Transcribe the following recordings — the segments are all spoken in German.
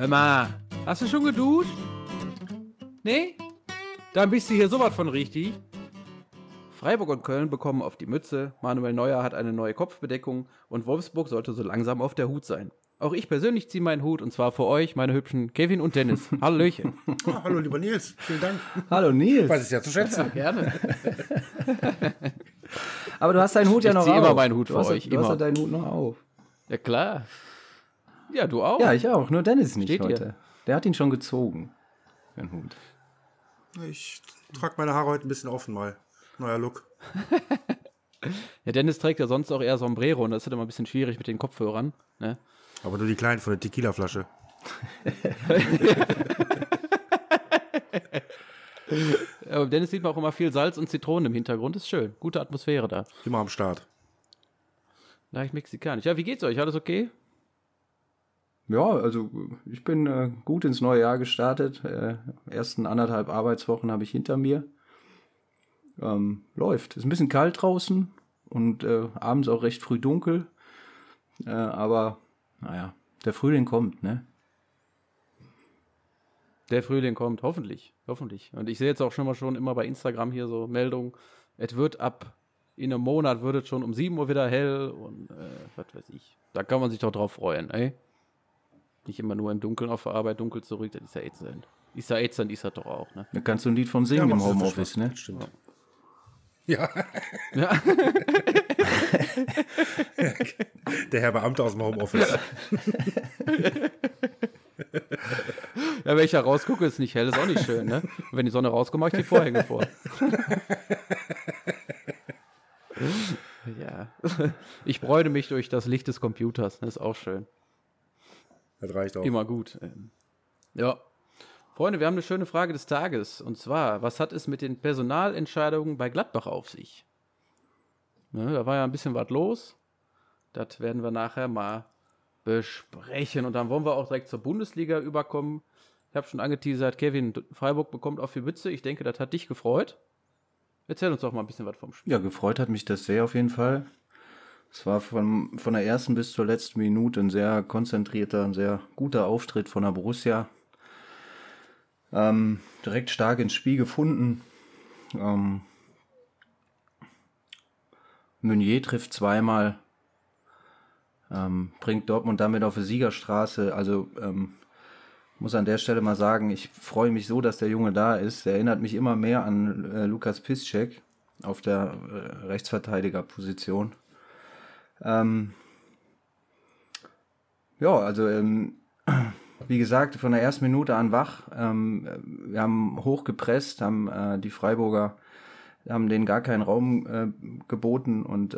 Hör mal, hast du schon geduscht? Nee? Dann bist du hier sowas von richtig. Freiburg und Köln bekommen auf die Mütze, Manuel Neuer hat eine neue Kopfbedeckung und Wolfsburg sollte so langsam auf der Hut sein. Auch ich persönlich ziehe meinen Hut und zwar für euch, meine hübschen Kevin und Dennis. Hallöchen. Hallo, lieber Nils. Vielen Dank. Hallo Nils. Weiß ich ja zu schätzen. Ja, gerne. Aber du hast deinen Hut ja noch auf. Ich ziehe immer meinen Hut für euch. Du hast ja deinen Hut noch auf. Ja, klar. Ja, du auch. Ja, ich auch. Nur Dennis nicht Steht heute. hier. Der hat ihn schon gezogen. Den Hut. Ich trage meine Haare heute ein bisschen offen mal. Neuer Look. Ja, Dennis trägt ja sonst auch eher Sombrero und das ist halt immer ein bisschen schwierig mit den Kopfhörern. Ne? Aber nur die kleinen von der Tequila-Flasche. Aber Dennis sieht man auch immer viel Salz und Zitronen im Hintergrund. Ist schön. Gute Atmosphäre da. Immer am Start. Leicht mexikanisch. Ja, wie geht's euch? Alles okay? Ja, also ich bin gut ins neue Jahr gestartet. Ersten 1,5 Arbeitswochen habe ich hinter mir. Läuft. Ist ein bisschen kalt draußen und abends auch recht früh dunkel. Aber naja, der Frühling kommt, ne? Der Frühling kommt, hoffentlich. Hoffentlich. Und ich sehe jetzt auch schon immer bei Instagram hier so Meldungen, es wird in einem Monat wird es schon um 7 Uhr wieder hell und was weiß ich. Da kann man sich doch drauf freuen, ey. Nicht immer nur im Dunkeln auf der Arbeit, dunkel zurück, das ist ja ätzend. Ist das doch auch, ne? Da kannst du ein Lied von singen im Homeoffice, ne? Stimmt. Ja. Ja. Der Herr Beamte aus dem Homeoffice. Ja, wenn ich da rausgucke, ist nicht hell, ist auch nicht schön, ne? Und wenn die Sonne rauskommt, mache ich die Vorhänge vor. Ja. Ich bräune mich durch das Licht des Computers, das ist auch schön. Das reicht auch. Immer gut. Ja. Freunde, wir haben eine schöne Frage des Tages. Und zwar, was hat es mit den Personalentscheidungen bei Gladbach auf sich? Ne, da war ja ein bisschen was los. Das werden wir nachher mal besprechen. Und dann wollen wir auch direkt zur Bundesliga überkommen. Ich habe schon angeteasert, Kevin, Freiburg bekommt auf die Mütze. Ich denke, das hat dich gefreut. Erzähl uns doch mal ein bisschen was vom Spiel. Ja, gefreut hat mich das sehr auf jeden Fall. Es war von der ersten bis zur letzten Minute ein sehr konzentrierter, ein sehr guter Auftritt von der Borussia. Direkt stark ins Spiel gefunden. Meunier trifft zweimal, bringt Dortmund damit auf die Siegerstraße. Also muss an der Stelle mal sagen, ich freue mich so, dass der Junge da ist. Der erinnert mich immer mehr an Lukas Piszczek auf der Rechtsverteidigerposition. Ja, also wie gesagt, von der ersten Minute an wach. Wir haben hoch gepresst, haben die Freiburger haben denen gar keinen Raum geboten und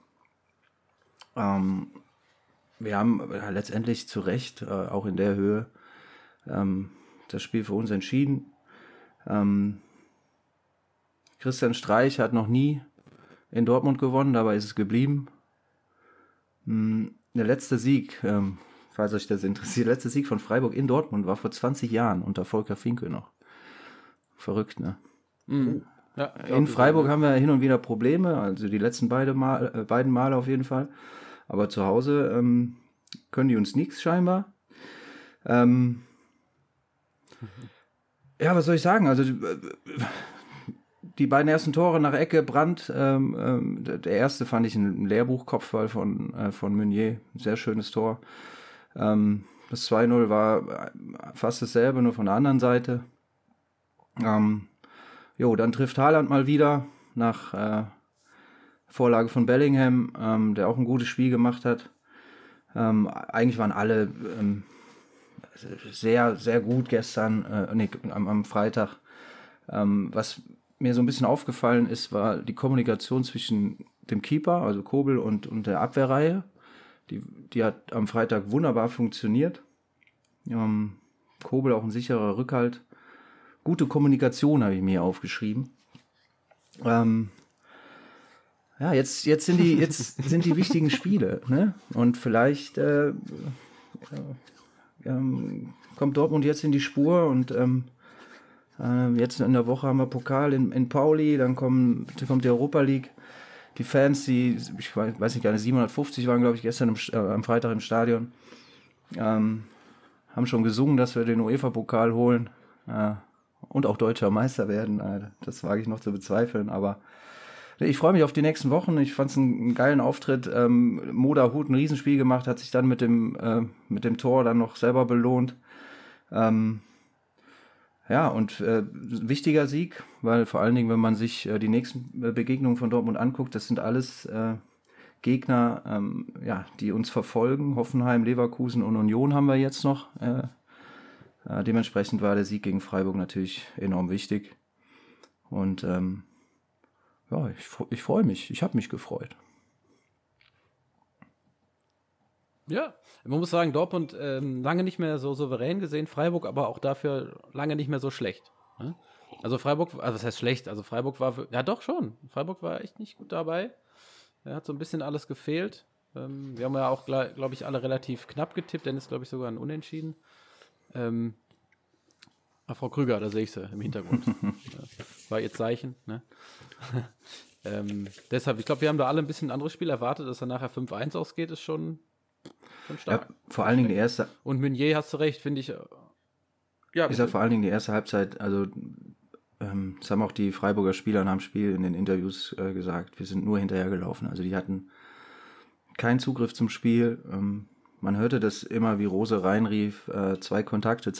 wir haben letztendlich zu Recht, auch in der Höhe, das Spiel für uns entschieden. Christian Streich hat noch nie in Dortmund gewonnen, dabei ist es geblieben. Der letzte Sieg, falls euch das interessiert, der letzte Sieg von Freiburg in Dortmund war vor 20 Jahren unter Volker Finke noch. Verrückt, ne? Mhm. Ja, in Freiburg haben wir hin und wieder Probleme, also die letzten beiden Male auf jeden Fall. Aber zu Hause können die uns nichts scheinbar. Ja, was soll ich sagen? Also die beiden ersten Tore nach Ecke, Brandt, der erste fand ich ein Lehrbuchkopfball von Meunier, ein sehr schönes Tor. Das 2-0 war fast dasselbe, nur von der anderen Seite. Dann trifft Haaland mal wieder nach Vorlage von Bellingham, der auch ein gutes Spiel gemacht hat. Eigentlich waren alle sehr, sehr gut gestern, am Freitag. Was mir so ein bisschen aufgefallen ist, war die Kommunikation zwischen dem Keeper, also Kobel, und der Abwehrreihe. Die hat am Freitag wunderbar funktioniert. Kobel auch ein sicherer Rückhalt. Gute Kommunikation habe ich mir aufgeschrieben. Jetzt sind die wichtigen Spiele, ne? Und vielleicht kommt Dortmund jetzt in die Spur und jetzt in der Woche haben wir Pokal in Pauli, dann kommt die Europa League. Die Fans, ich weiß nicht, 750 waren, glaube ich, gestern am Freitag im Stadion. haben schon gesungen, dass wir den UEFA-Pokal holen und auch deutscher Meister werden. Das wage ich noch zu bezweifeln, aber ich freue mich auf die nächsten Wochen. Ich fand es einen geilen Auftritt. Moda Hut ein Riesenspiel gemacht, hat sich dann mit dem Tor dann noch selber belohnt. Wichtiger Sieg, weil vor allen Dingen, wenn man sich die nächsten Begegnungen von Dortmund anguckt, das sind alles Gegner, die uns verfolgen. Hoffenheim, Leverkusen und Union haben wir jetzt noch. Dementsprechend war der Sieg gegen Freiburg natürlich enorm wichtig. Und ich freue mich. Ich habe mich gefreut. Ja, man muss sagen, Dortmund lange nicht mehr so souverän gesehen, Freiburg aber auch dafür lange nicht mehr so schlecht. Ne? Also Freiburg, also was heißt schlecht? Also Freiburg war, ja doch schon, Freiburg war echt nicht gut dabei. Er hat so ein bisschen alles gefehlt. Wir haben ja auch, glaube ich, alle relativ knapp getippt, Dennis, glaube ich, sogar ein Unentschieden. Frau Krüger, da sehe ich sie im Hintergrund. War ihr Zeichen. Ne? Deshalb, ich glaube, wir haben da alle ein bisschen ein anderes Spiel erwartet, dass er nachher 5-1 ausgeht, ist schon stark. Ja, vor allen Dingen die erste. Und Meunier, hast du recht, finde ich. Ich sag vor allen Dingen die erste Halbzeit, also das haben auch die Freiburger Spieler nach dem Spiel in den Interviews gesagt, wir sind nur hinterhergelaufen. Also die hatten keinen Zugriff zum Spiel. Man hörte das immer, wie Rose reinrief, 2 Kontakte.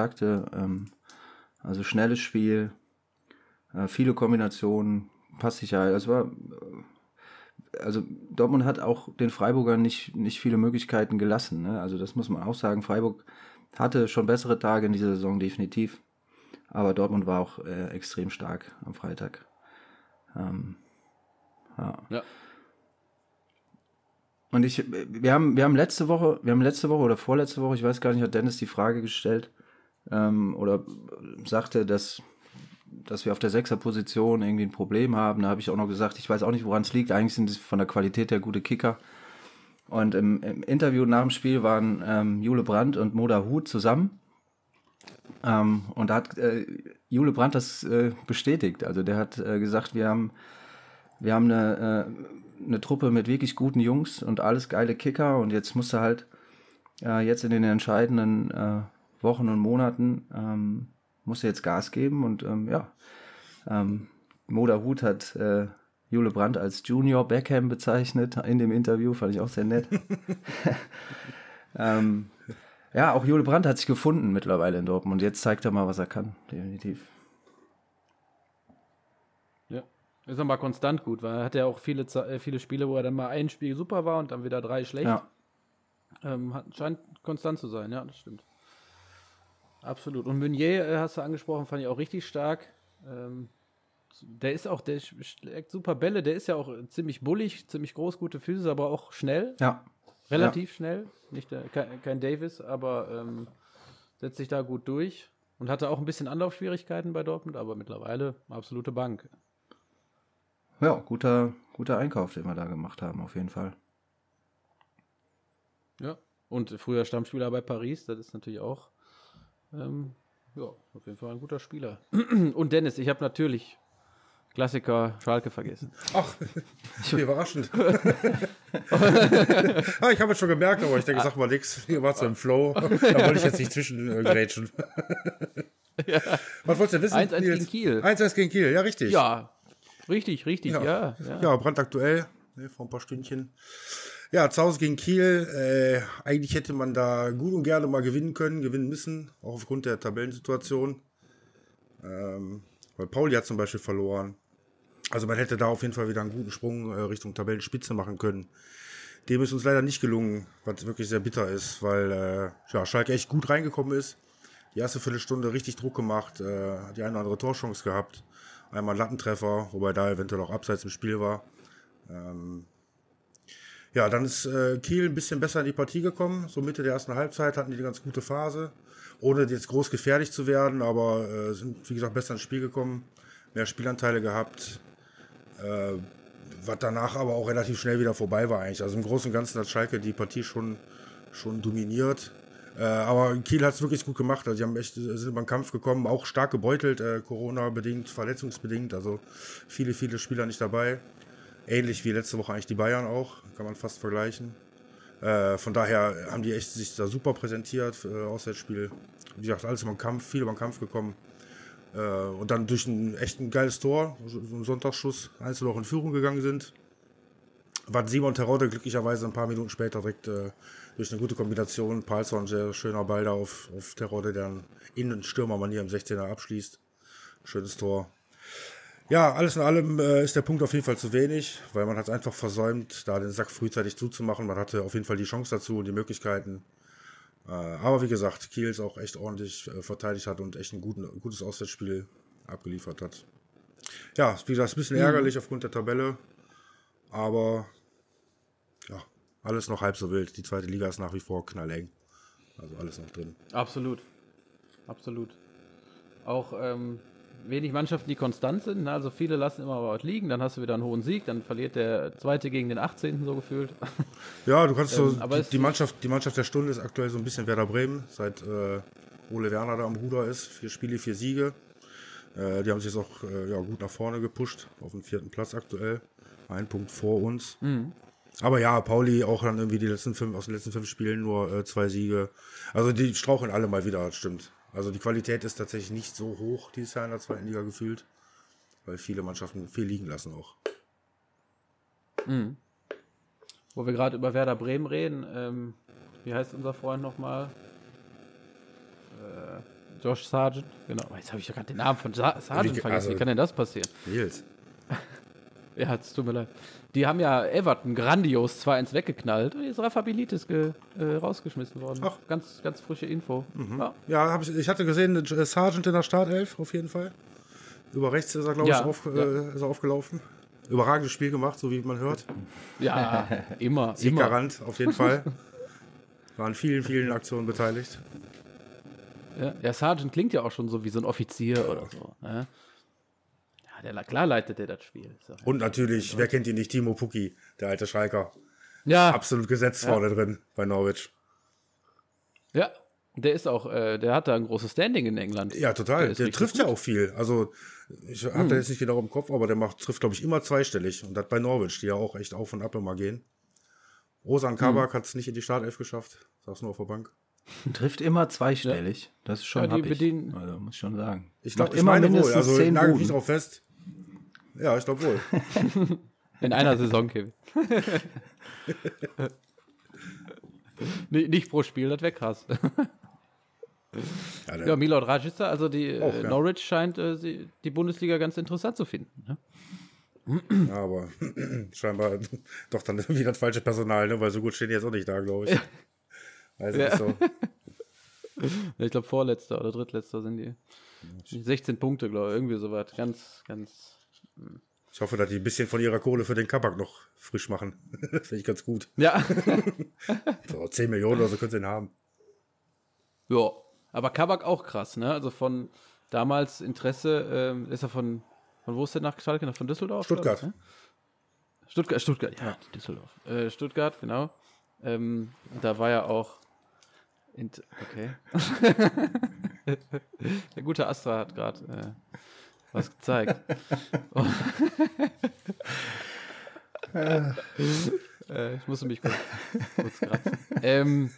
Also schnelles Spiel, viele Kombinationen, Passsicherheit. Also Dortmund hat auch den Freiburgern nicht viele Möglichkeiten gelassen. Ne? Also das muss man auch sagen. Freiburg hatte schon bessere Tage in dieser Saison, definitiv. Aber Dortmund war auch extrem stark am Freitag. Ja. Und wir haben letzte Woche oder vorletzte Woche, ich weiß gar nicht, hat Dennis die Frage gestellt oder sagte, dass wir auf der 6er-Position irgendwie ein Problem haben. Da habe ich auch noch gesagt, ich weiß auch nicht, woran es liegt. Eigentlich sind es von der Qualität her gute Kicker. Und im Interview nach dem Spiel waren Jule Brandt und Moda Hut zusammen. Und da hat Jule Brandt das bestätigt. Also der hat gesagt, wir haben eine Truppe mit wirklich guten Jungs und alles geile Kicker. Und jetzt musst du halt jetzt in den entscheidenden Wochen und Monaten musst du jetzt Gas geben. Und Moda Hut hat Jule Brandt als Junior Beckham bezeichnet in dem Interview. Fand ich auch sehr nett. Ja, auch Jule Brandt hat sich gefunden mittlerweile in Dortmund. Jetzt zeigt er mal, was er kann, definitiv. Ja, ist nochmal konstant gut, weil er hat ja auch viele Spiele, wo er dann mal ein Spiel super war und dann wieder 3 schlecht. Ja. Scheint konstant zu sein, ja, das stimmt. Absolut. Und Meunier, hast du angesprochen, fand ich auch richtig stark. Der schlägt super Bälle, der ist ja auch ziemlich bullig, ziemlich groß, gute Füße, aber auch schnell. Ja. Relativ schnell, nicht kein Davis, aber setzt sich da gut durch und hatte auch ein bisschen Anlaufschwierigkeiten bei Dortmund, aber mittlerweile absolute Bank. Ja, guter Einkauf, den wir da gemacht haben, auf jeden Fall. Ja, und früher Stammspieler bei Paris, das ist natürlich auch auf jeden Fall ein guter Spieler. Und Dennis, ich habe natürlich Klassiker Schalke vergessen. Ach, wie überraschend. Ich habe es schon gemerkt, aber ich denke, sag mal nichts. Ihr wart so im Flow. Da wollte ich jetzt nicht zwischengrätschen. Ja. Was wolltest du wissen? 1-1 gegen Kiel. 1-1 gegen Kiel, ja, richtig. Ja, richtig, ja. Ja, brandaktuell, vor ein paar Stündchen. Ja, zu Hause gegen Kiel. Eigentlich hätte man da gut und gerne mal gewinnen müssen, auch aufgrund der Tabellensituation. Weil Pauli hat zum Beispiel verloren. Also man hätte da auf jeden Fall wieder einen guten Sprung Richtung Tabellenspitze machen können. Dem ist uns leider nicht gelungen, was wirklich sehr bitter ist, weil Schalke echt gut reingekommen ist. Die erste Viertelstunde richtig Druck gemacht, die eine oder andere Torchance gehabt. Einmal einen Lattentreffer, wobei da eventuell auch abseits im Spiel war. Dann ist Kiel ein bisschen besser in die Partie gekommen. So Mitte der ersten Halbzeit hatten die eine ganz gute Phase. Ohne jetzt groß gefährlich zu werden, aber sind, wie gesagt, besser ins Spiel gekommen. Mehr Spielanteile gehabt. Was danach aber auch relativ schnell wieder vorbei war eigentlich. Also im Großen und Ganzen hat Schalke die Partie schon dominiert. Aber Kiel hat es wirklich gut gemacht. Also die sind über den Kampf gekommen, auch stark gebeutelt, Corona-bedingt, verletzungsbedingt. Also viele Spieler nicht dabei. Ähnlich wie letzte Woche eigentlich die Bayern auch, kann man fast vergleichen. Von daher haben die echt sich da super präsentiert, Auswärtsspiel. Wie gesagt, alles über den Kampf, viel über den Kampf gekommen. Und dann durch ein echt ein geiles Tor, so einen Sonntagsschuss, 1 auch in Führung gegangen sind. War Simon Terodde glücklicherweise ein paar Minuten später direkt durch eine gute Kombination. Palsson, sehr schöner Ball da auf Terodde, der dann in Stürmermanier im 16er abschließt. Schönes Tor. Ja, alles in allem ist der Punkt auf jeden Fall zu wenig, weil man hat es einfach versäumt, da den Sack frühzeitig zuzumachen. Man hatte auf jeden Fall die Chance dazu und die Möglichkeiten. Aber wie gesagt, Kiel es auch echt ordentlich verteidigt hat und echt ein gutes Auswärtsspiel abgeliefert hat. Ja, wie gesagt, ein bisschen ärgerlich aufgrund der Tabelle, aber ja, alles noch halb so wild. Die zweite Liga ist nach wie vor knalleng. Also alles noch drin. Absolut. Auch wenig Mannschaften, die konstant sind. Ne? Also viele lassen immer was liegen, dann hast du wieder einen hohen Sieg, dann verliert der Zweite gegen den 18. so gefühlt. Ja, du kannst so, aber die Mannschaft der Stunde ist aktuell so ein bisschen Werder Bremen, seit Ole Werner da am Ruder ist. 4 Spiele, 4 Siege. Die haben sich jetzt auch gut nach vorne gepusht, auf den 4. Platz aktuell. 1 Punkt vor uns. Aber ja, Pauli auch dann irgendwie aus den letzten 5 Spielen nur 2 Siege. Also die straucheln alle mal wieder, das stimmt. Also die Qualität ist tatsächlich nicht so hoch dieses Jahr in der zweiten Liga gefühlt, weil viele Mannschaften viel liegen lassen auch. Wo wir gerade über Werder Bremen reden, wie heißt unser Freund nochmal? Josh Sargent, genau. Jetzt habe ich ja gerade den Namen von Sargent vergessen. Wie kann denn das passieren? Nils. Ja, es tut mir leid. Die haben ja Everton grandios 2-1 weggeknallt und jetzt ist Rafa Benitez rausgeschmissen worden. Ach. Ganz, ganz frische Info. Ja, ich hatte gesehen, Sargent in der Startelf auf jeden Fall. Über rechts ist er, glaube ich, ist er aufgelaufen. Überragendes Spiel gemacht, so wie man hört. Ja, immer. Sieggarant auf jeden Fall. War an vielen, vielen Aktionen beteiligt. Ja, Sargent klingt ja auch schon so wie so ein Offizier oder so. Ne? Ja, klar leitet der das Spiel. So. Und natürlich, wer kennt ihn nicht, Timo Pukki, der alte Schalker. Ja. Absolut gesetzt vorne drin bei Norwich. Ja, der ist auch, der hat da ein großes Standing in England. Ja, total. Der trifft ja auch viel. Also, ich habe da jetzt nicht genau im Kopf, aber der trifft, glaube ich, immer zweistellig. Und das bei Norwich, die ja auch echt auf und ab immer gehen. Ozan Kabak hat es nicht in die Startelf geschafft. Saß nur auf der Bank. Trifft immer zweistellig. Ja. Das ist schon happig. Also, muss ich schon sagen. Ich glaube, ich meine wohl. Also, nagel mich drauf fest. Ja, ich glaube wohl. In einer Saison, Kevin. Nicht pro Spiel, das wäre krass. Ja, Milot Rajica, also Norwich scheint die Bundesliga ganz interessant zu finden. Ne? Ja, aber scheinbar doch dann wieder das falsche Personal, ne? Weil so gut stehen die jetzt auch nicht da, glaube ich. Weiß ich nicht so. Ich glaube, Vorletzter oder Drittletzter sind die. 16 Punkte, glaube ich, irgendwie sowas. Ganz, ganz. Ich hoffe, dass die ein bisschen von ihrer Kohle für den Kabak noch frisch machen. Das finde ich ganz gut. Ja. So 10 Millionen oder so könnt ihr ihn haben. Ja, aber Kabak auch krass, ne? Also von damals Interesse, ist er von wo ist der nach Schalke? Von Düsseldorf? Stuttgart. Oder? Stuttgart, ja, Düsseldorf. Stuttgart, genau. Da war ja auch okay. Der gute Astra hat gerade was gezeigt. Ich musste mich kurz kratzen.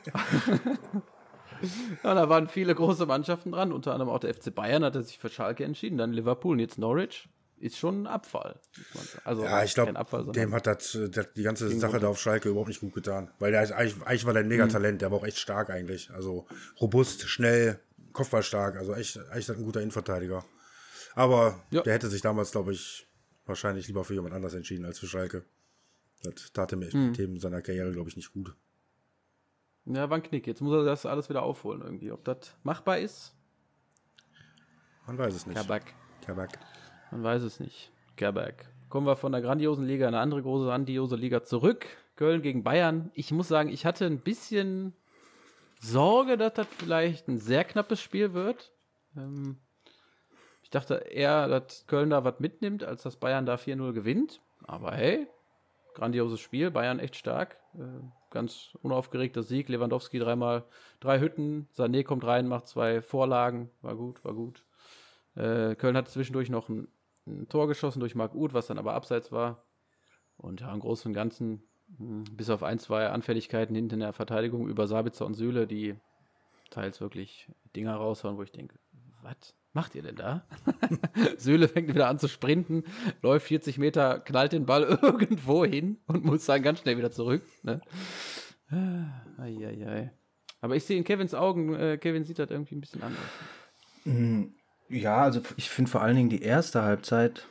Ja, da waren viele große Mannschaften dran, unter anderem auch der FC Bayern hat sich für Schalke entschieden, dann Liverpool und jetzt Norwich. Ist schon ein Abfall. Also ja, ich glaube, dem hat die ganze Sache da auf Schalke überhaupt nicht gut getan. Weil der eigentlich war der ein Megatalent, der war auch echt stark eigentlich. Also robust, schnell, kopfballstark, also echt ein guter Innenverteidiger. Aber der hätte sich damals, glaube ich, wahrscheinlich lieber für jemand anders entschieden als für Schalke. Das tat ihm in seiner Karriere, glaube ich, nicht gut. Ja, war ein Knick. Jetzt muss er das alles wieder aufholen irgendwie. Ob das machbar ist? Man weiß es nicht. Kabak. Man weiß es nicht. Kabak. Kommen wir von der grandiosen Liga in eine andere große, grandiose Liga zurück. Köln gegen Bayern. Ich muss sagen, ich hatte ein bisschen Sorge, dass das vielleicht ein sehr knappes Spiel wird. Ich dachte eher, dass Köln da was mitnimmt, als dass Bayern da 4-0 gewinnt. Aber hey, grandioses Spiel. Bayern echt stark. Ganz unaufgeregter Sieg. Lewandowski 3 Hütten. Sané kommt rein, macht 2 Vorlagen. War gut. Köln hat zwischendurch noch ein Tor geschossen durch Marc Uth, was dann aber abseits war. Und ja, im Großen und Ganzen Bis auf 1, 2 Anfälligkeiten hinten in der Verteidigung über Sabitzer und Süle, die teils wirklich Dinger raushauen, wo ich denke, was macht ihr denn da? Süle fängt wieder an zu sprinten, läuft 40 Meter, knallt den Ball irgendwo hin und muss dann ganz schnell wieder zurück. Ne? Eieiei. Aber ich sehe in Kevins Augen, Kevin sieht das irgendwie ein bisschen anders. Ja, also ich finde vor allen Dingen die erste Halbzeit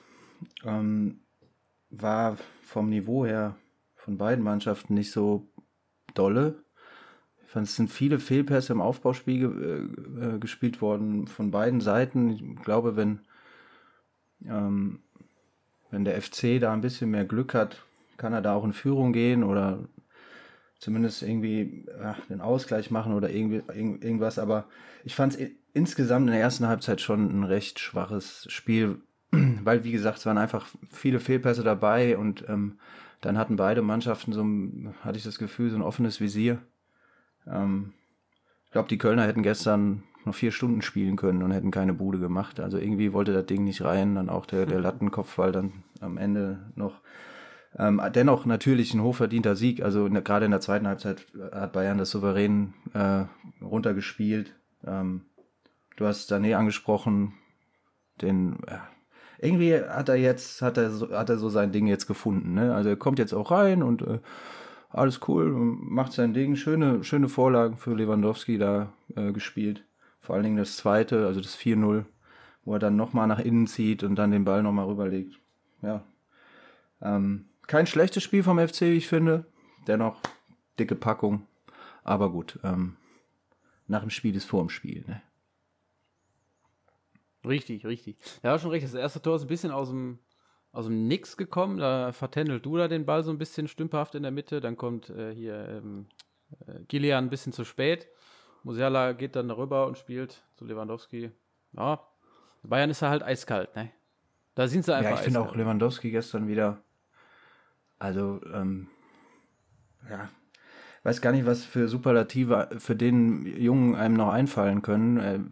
war vom Niveau her von beiden Mannschaften nicht so dolle. Ich fand, es sind viele Fehlpässe im Aufbauspiel gespielt worden von beiden Seiten. Ich glaube, wenn der FC da ein bisschen mehr Glück hat, kann er da auch in Führung gehen oder zumindest irgendwie den Ausgleich machen oder irgendwas. Aber ich fand es insgesamt in der ersten Halbzeit schon ein recht schwaches Spiel, weil, wie gesagt, es waren einfach viele Fehlpässe dabei und dann hatten beide Mannschaften hatte ich das Gefühl, so ein offenes Visier. Ich glaube, die Kölner hätten gestern noch 4 Stunden spielen können und hätten keine Bude gemacht. Also irgendwie wollte das Ding nicht rein, dann auch der Lattenkopfball dann am Ende noch. Dennoch natürlich ein hochverdienter Sieg. Also gerade in der zweiten Halbzeit hat Bayern das souverän runtergespielt. Du hast Sané angesprochen. Irgendwie hat er so sein Ding jetzt gefunden. Ne? Also er kommt jetzt auch rein und alles cool, macht sein Ding. Schöne Vorlagen für Lewandowski da gespielt. Vor allen Dingen das zweite, also das 4-0, wo er dann nochmal nach innen zieht und dann den Ball nochmal rüberlegt. Ja. Kein schlechtes Spiel vom FC, wie ich finde. Dennoch dicke Packung. Aber gut, nach dem Spiel ist vor dem Spiel. Ne? Richtig. Ja, schon recht. Das erste Tor ist ein bisschen aus dem Nix gekommen. Da vertändelt Duda den Ball so ein bisschen stümperhaft in der Mitte. Dann kommt Kilian ein bisschen zu spät. Musiala geht dann rüber und spielt zu Lewandowski. Ja, Bayern ist halt eiskalt, ne? Da sind sie einfach eiskalt. Ja, ich finde auch Lewandowski gestern wieder, also, weiß gar nicht, was für Superlative für den Jungen einem noch einfallen können.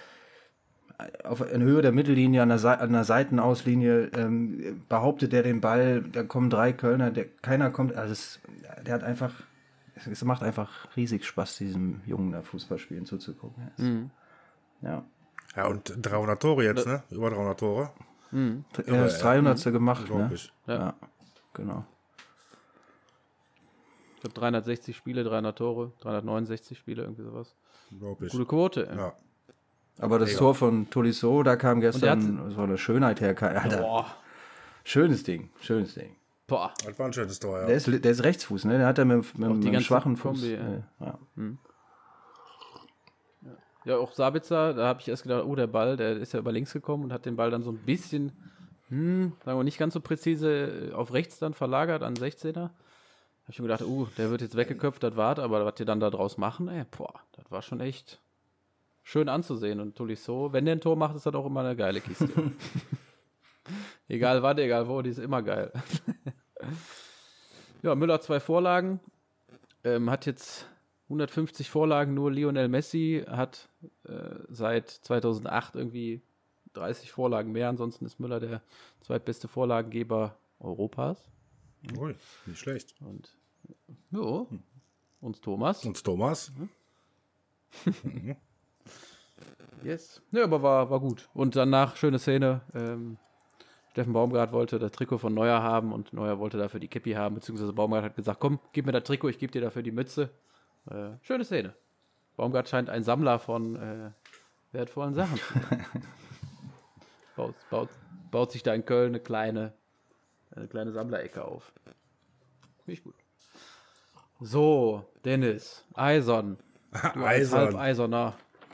In Höhe der Mittellinie, an der Seitenauslinie behauptet er den Ball, da kommen 3 Kölner, keiner kommt, also es macht einfach riesig Spaß, diesem Jungen da Fußballspielen zuzugucken. Ja. Ja, und 300 Tore jetzt, ne? Über 300 Tore. Er hat das 300. gemacht, ne? Ja, genau. Ich glaube 360 Spiele, 300 Tore, 369 Spiele, irgendwie sowas. Gute Quote. Ja. Aber das Tor von Tolisso, da kam gestern so eine Schönheit her. Alter. Schönes Ding. Boah. Das war ein schönes Tor, ja. Der ist Rechtsfuß, ne? Der hat er mit einem schwachen Fuß. Kombi, ja, auch Sabitzer, da habe ich erst gedacht, der Ball, der ist ja über links gekommen und hat den Ball dann so ein bisschen, sagen wir nicht ganz so präzise auf rechts dann verlagert an 16er. Habe ich schon gedacht, der wird jetzt weggeköpft, das war's, aber was die dann da draus machen, das war schon echt schön anzusehen. Und Tolisso, wenn der ein Tor macht, ist das auch immer eine geile Kiste. Egal wann, egal wo, die ist immer geil. Ja, Müller 2 Vorlagen, hat jetzt 150 Vorlagen, nur Lionel Messi hat seit 2008 irgendwie 30 Vorlagen mehr. Ansonsten ist Müller der zweitbeste Vorlagengeber Europas. Ui, nicht schlecht. Und uns Thomas. Yes. Ja, aber war gut. Und danach schöne Szene. Steffen Baumgart wollte das Trikot von Neuer haben und Neuer wollte dafür die Kippi haben, beziehungsweise Baumgart hat gesagt, komm, gib mir das Trikot, ich gebe dir dafür die Mütze. Schöne Szene. Baumgart scheint ein Sammler von wertvollen Sachen zu sein. baut sich da in Köln eine kleine Sammlerecke auf. Finde ich gut. So, Dennis, Eison. Du als Halbeiserner.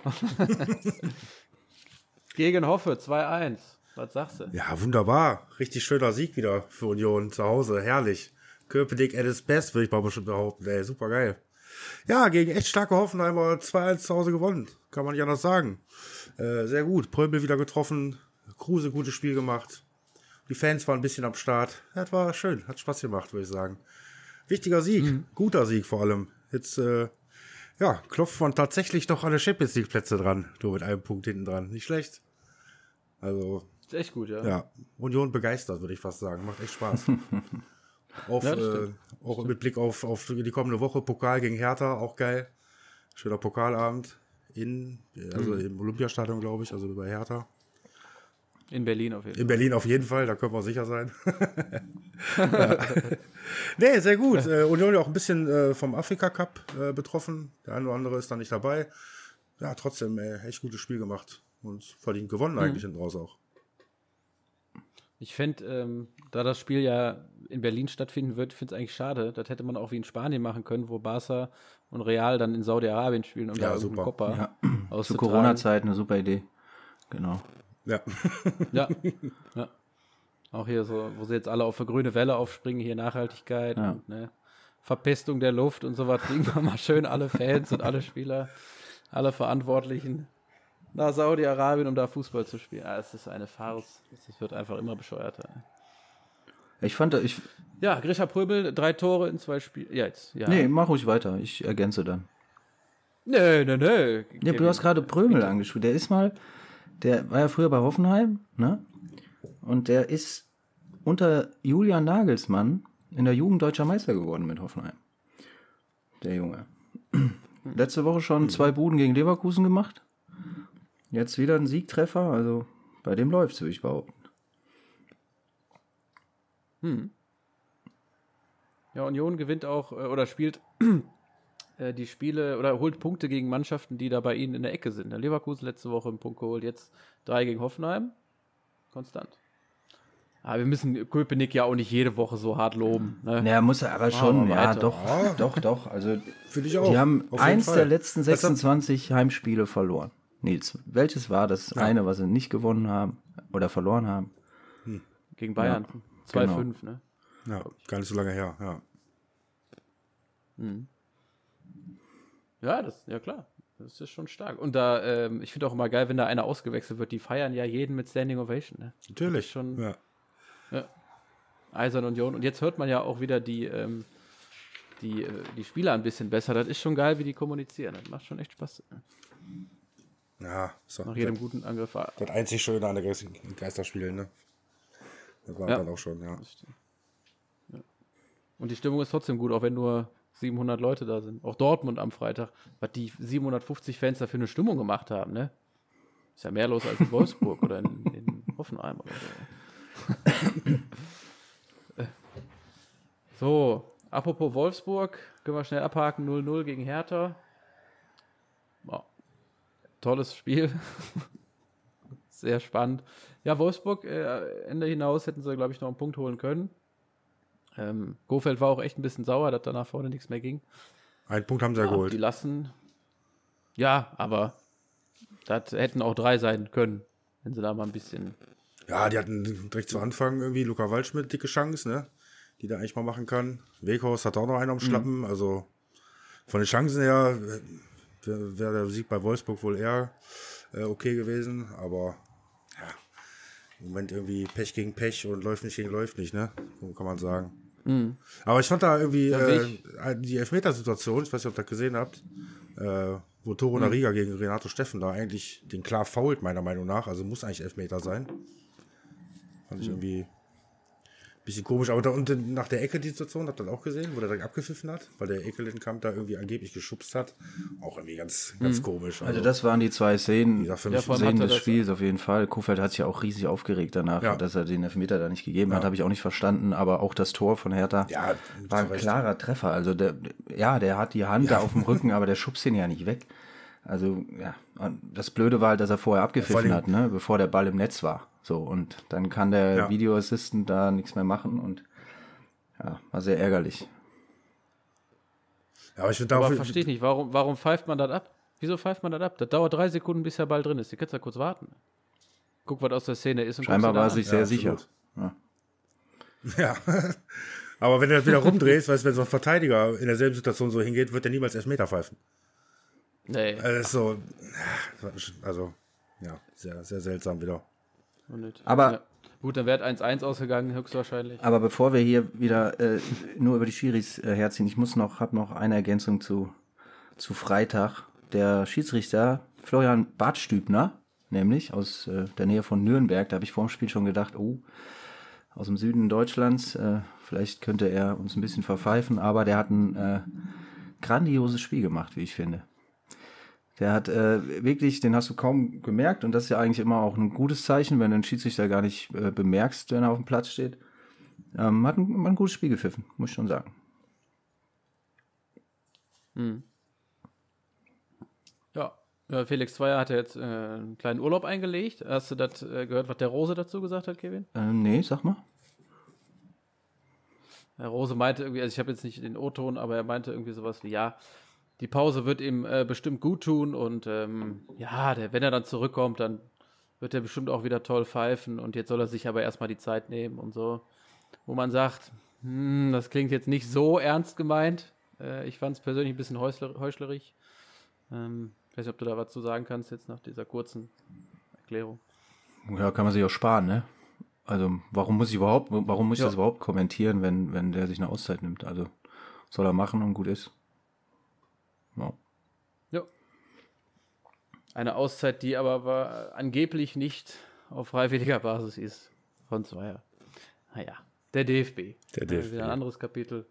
Gegen Hoffe, 2-1. Was sagst du? Ja, wunderbar. Richtig schöner Sieg wieder für Union zu Hause. Herrlich. Köpenick at its best, würde ich mal bestimmt behaupten. Ey, super geil. Ja, gegen echt starke Hoffenheimer 2-1 zu Hause gewonnen. Kann man nicht anders sagen. Sehr gut. Prömel wieder getroffen. Kruse gutes Spiel gemacht. Die Fans waren ein bisschen am Start. Das war schön. Hat Spaß gemacht, würde ich sagen. Wichtiger Sieg. Guter Sieg vor allem. Jetzt, klopft man tatsächlich noch alle Champions League Plätze dran. Nur mit einem Punkt hinten dran. Nicht schlecht. Also. Ist echt gut, ja. Ja. Union begeistert, würde ich fast sagen. Macht echt Spaß. Ja, das stimmt. Auch mit Blick auf die kommende Woche. Pokal gegen Hertha, auch geil. Schöner Pokalabend im Olympiastadion, glaube ich, also bei Hertha. In Berlin auf jeden Fall. In Berlin auf jeden Fall, da können wir sicher sein. Ja. Nee, sehr gut. Union ja auch ein bisschen vom Afrika-Cup betroffen. Der eine oder andere ist da nicht dabei. Ja, trotzdem echt gutes Spiel gemacht. Und verdient gewonnen eigentlich hinten raus auch. Ich fände, da das Spiel ja in Berlin stattfinden wird, finde ich es eigentlich schade. Das hätte man auch wie in Spanien machen können, wo Barca und Real dann in Saudi-Arabien spielen, um da irgendeinen Copa Zu auszutragen. Corona-Zeiten eine super Idee. Genau. Ja. Ja. Auch hier so, wo sie jetzt alle auf eine grüne Welle aufspringen, hier Nachhaltigkeit und ne, Verpestung der Luft und sowas. Kriegen wir mal schön alle Fans und alle Spieler, alle Verantwortlichen nach Saudi-Arabien, um da Fußball zu spielen. Es ist eine Farce. Das wird einfach immer bescheuerter. Ja, Grisha Pröbel, 3 Tore in 2 Spielen. Ja, jetzt. Ja. Nee, mach ruhig weiter. Ich ergänze dann. Nee. Ja, du hast gerade Prömel angespielt. Der war ja früher bei Hoffenheim, ne? Und der ist unter Julian Nagelsmann in der Jugend deutscher Meister geworden mit Hoffenheim. Der Junge. Letzte Woche schon 2 Buden gegen Leverkusen gemacht. Jetzt wieder ein Siegtreffer. Also bei dem läuft's, würde ich behaupten. Ja, Union gewinnt auch oder spielt die Spiele oder holt Punkte gegen Mannschaften, die da bei ihnen in der Ecke sind. Der Leverkusen letzte Woche einen Punkt geholt, jetzt 3 gegen Hoffenheim. Konstant. Aber wir müssen Köpenick ja auch nicht jede Woche so hart loben. Ne? Naja, muss er aber schon. Ja, weiter. doch. Also, Finde ich auch. die haben auf jeden eins Fall. der letzten 26 Heimspiele verloren. Nils, welches war das eine, was sie nicht gewonnen haben oder verloren haben? Gegen Bayern. Ja, 2-5, genau. ne? Ja, gar nicht so lange her, ja. Ja, klar. Das ist schon stark. Und da, ich finde auch immer geil, wenn da einer ausgewechselt wird. Die feiern ja jeden mit Standing Ovation. Ne? Natürlich. Schon Ja. Eisern Union. Und jetzt hört man ja auch wieder die Spieler ein bisschen besser. Das ist schon geil, wie die kommunizieren. Das macht schon echt Spaß. Ja, so. Nach jedem guten Angriff. Das einzig Schöne an der Geisterspielen, ne? Das war dann auch schon, ja. Ja. Und die Stimmung ist trotzdem gut, auch wenn nur 700 Leute da sind. Auch Dortmund am Freitag, was die 750 Fans da für eine Stimmung gemacht haben, ne? Ist ja mehr los als in Wolfsburg oder in Hoffenheim oder so. So, apropos Wolfsburg, können wir schnell abhaken, 0-0 gegen Hertha. Wow. Tolles Spiel. Sehr spannend. Ja, Wolfsburg, Ende hinaus hätten sie, glaube ich, noch einen Punkt holen können. Gofeld war auch echt ein bisschen sauer, dass da nach vorne nichts mehr ging. Einen Punkt haben sie ja geholt. Die lassen. Ja, aber das hätten auch 3 sein können, wenn sie da mal ein bisschen. Ja, die hatten direkt zu Anfang irgendwie Luca Waldschmidt dicke Chance, ne? Die da eigentlich mal machen kann. Weghorst hat auch noch einen am Schlappen. Also von den Chancen her wäre der Sieg bei Wolfsburg wohl eher okay gewesen. Aber ja, im Moment irgendwie Pech gegen Pech und läuft nicht gegen läuft nicht, ne? So kann man sagen. Aber ich fand da irgendwie die Elfmetersituation, ich weiß nicht, ob ihr das gesehen habt, wo Toro Nariga gegen Renato Steffen da eigentlich den klar foult, meiner Meinung nach. Also muss eigentlich Elfmeter sein. Fand ich irgendwie ein bisschen komisch. Aber da unten nach der Ecke die Situation, habt ihr das auch gesehen, wo der direkt abgepfiffen hat, weil der Ekelenkamp da irgendwie angeblich geschubst hat. Auch irgendwie ganz komisch. Also das waren die 2 Szenen, Ja, für mich Szenen des das- Spiels auf jeden Fall. Kofeld hat sich ja auch riesig aufgeregt danach, Ja. dass er den Elfmeter da nicht gegeben hat, habe ich auch nicht verstanden. Aber auch das Tor von Hertha Ja, war ein zu Recht. klarer Treffer. Also der hat die Hand da auf dem Rücken, aber der schubst ihn ja nicht weg. Also ja, und das Blöde war halt, dass er vorher abgepfiffen vor hat, ne, bevor der Ball im Netz war. So, und dann kann der Ja. Videoassistent da nichts mehr machen und ja, war sehr ärgerlich. Ja, aber ich finde Aber dafür. verstehe ich nicht, warum pfeift man das ab? Wieso pfeift man das ab? Das dauert 3 Sekunden, bis der Ball drin ist. Ihr könnt ja kurz warten. Guck, was aus der Szene ist. Und Scheinbar guckst dir war er da sich an. sehr sicher. absolut. Ja. Ja. Aber wenn du das wieder rumdrehst, weißt du, wenn so ein Verteidiger in derselben Situation so hingeht, wird er niemals Elfmeter pfeifen. Nee. Also, das ist so. Also, ja, sehr, sehr seltsam wieder. Aber- Ja. Gut, dann wäre 1-1 ausgegangen, höchstwahrscheinlich. Aber bevor wir hier wieder nur über die Schiris herziehen, ich habe noch eine Ergänzung zu Freitag. Der Schiedsrichter Florian Badstübner, nämlich aus der Nähe von Nürnberg, da habe ich vor dem Spiel schon gedacht, aus dem Süden Deutschlands. Vielleicht könnte er uns ein bisschen verpfeifen, aber der hat ein grandioses Spiel gemacht, wie ich finde. Der hat wirklich, den hast du kaum gemerkt und das ist ja eigentlich immer auch ein gutes Zeichen, wenn du den Schiedsrichter gar nicht bemerkst, wenn er auf dem Platz steht. Hat ein gutes Spiel gepfiffen, muss ich schon sagen. Ja, Felix Zweier hat ja jetzt einen kleinen Urlaub eingelegt. Hast du das gehört, was der Rose dazu gesagt hat, Kevin? Nee, sag mal. Herr Rose meinte irgendwie, also ich habe jetzt nicht den O-Ton, aber er meinte irgendwie sowas wie, ja, die Pause wird ihm bestimmt gut tun und wenn er dann zurückkommt, dann wird er bestimmt auch wieder toll pfeifen und jetzt soll er sich aber erstmal die Zeit nehmen und so. Wo man sagt, das klingt jetzt nicht so ernst gemeint. Ich fand es persönlich ein bisschen heuchlerisch. Ich weiß nicht, ob du da was zu sagen kannst jetzt nach dieser kurzen Erklärung. Ja, kann man sich auch sparen, ne? Also warum muss ich das überhaupt kommentieren, wenn der sich eine Auszeit nimmt? Also soll er machen und gut ist. Ja. Eine Auszeit, die aber angeblich nicht auf freiwilliger Basis ist von Zweier. Naja, der DFB. Der DFB. Wieder ein anderes Kapitel.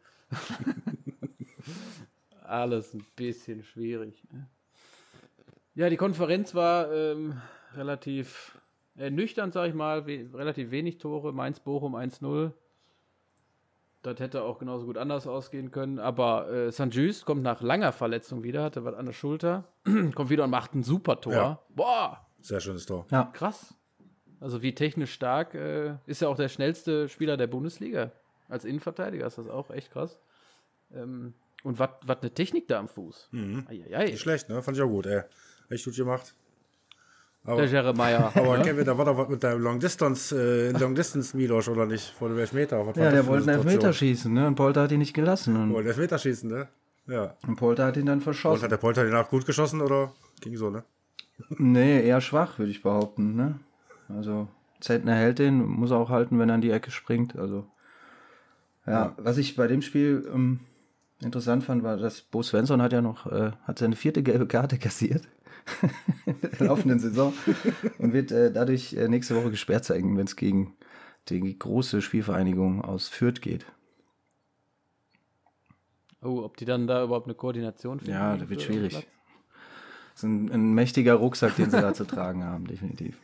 Alles ein bisschen schwierig. Ne? Ja, die Konferenz war relativ nüchtern, sag ich mal. Relativ wenig Tore. Mainz-Bochum 1-0. Das hätte auch genauso gut anders ausgehen können. Aber Saint-Just kommt nach langer Verletzung wieder, hatte was an der Schulter. Kommt wieder und macht ein super Tor. Ja. Boah! Sehr schönes Tor. Ja. Krass. Also wie technisch stark. Ist ja auch der schnellste Spieler der Bundesliga. Als Innenverteidiger ist das auch echt krass. Und was eine Technik da am Fuß. Nicht schlecht, ne? Fand ich auch gut, ey. Echt gut gemacht. Aber, Der Jeremiah. aber Kevin, da war doch was mit deinem Long Distance Milosch, oder nicht? Vor dem Elfmeter. Was war Ja, das der für wollte eine einen Elfmeter Situation? schießen, ne? Und Polter hat ihn nicht gelassen. Wollte Elfmeter schießen, ne? Ja. Und Polter hat ihn dann Und verschossen. hat der Polter danach gut geschossen, oder? Ging so, ne? Nee, eher schwach, würde ich behaupten, ne? Also Zentner hält den, muss er auch halten, wenn er in die Ecke springt. Also ja. Was ich bei dem Spiel interessant fand, war, dass Bo Svensson hat seine 4. gelbe Karte kassiert in der laufenden Saison und wird dadurch nächste Woche gesperrt sein, wenn es gegen die große Spielvereinigung aus Fürth geht. Oh, ob die dann da überhaupt eine Koordination finden? Ja, das wird schwierig. Das ist ein mächtiger Rucksack, den sie da zu tragen haben, definitiv.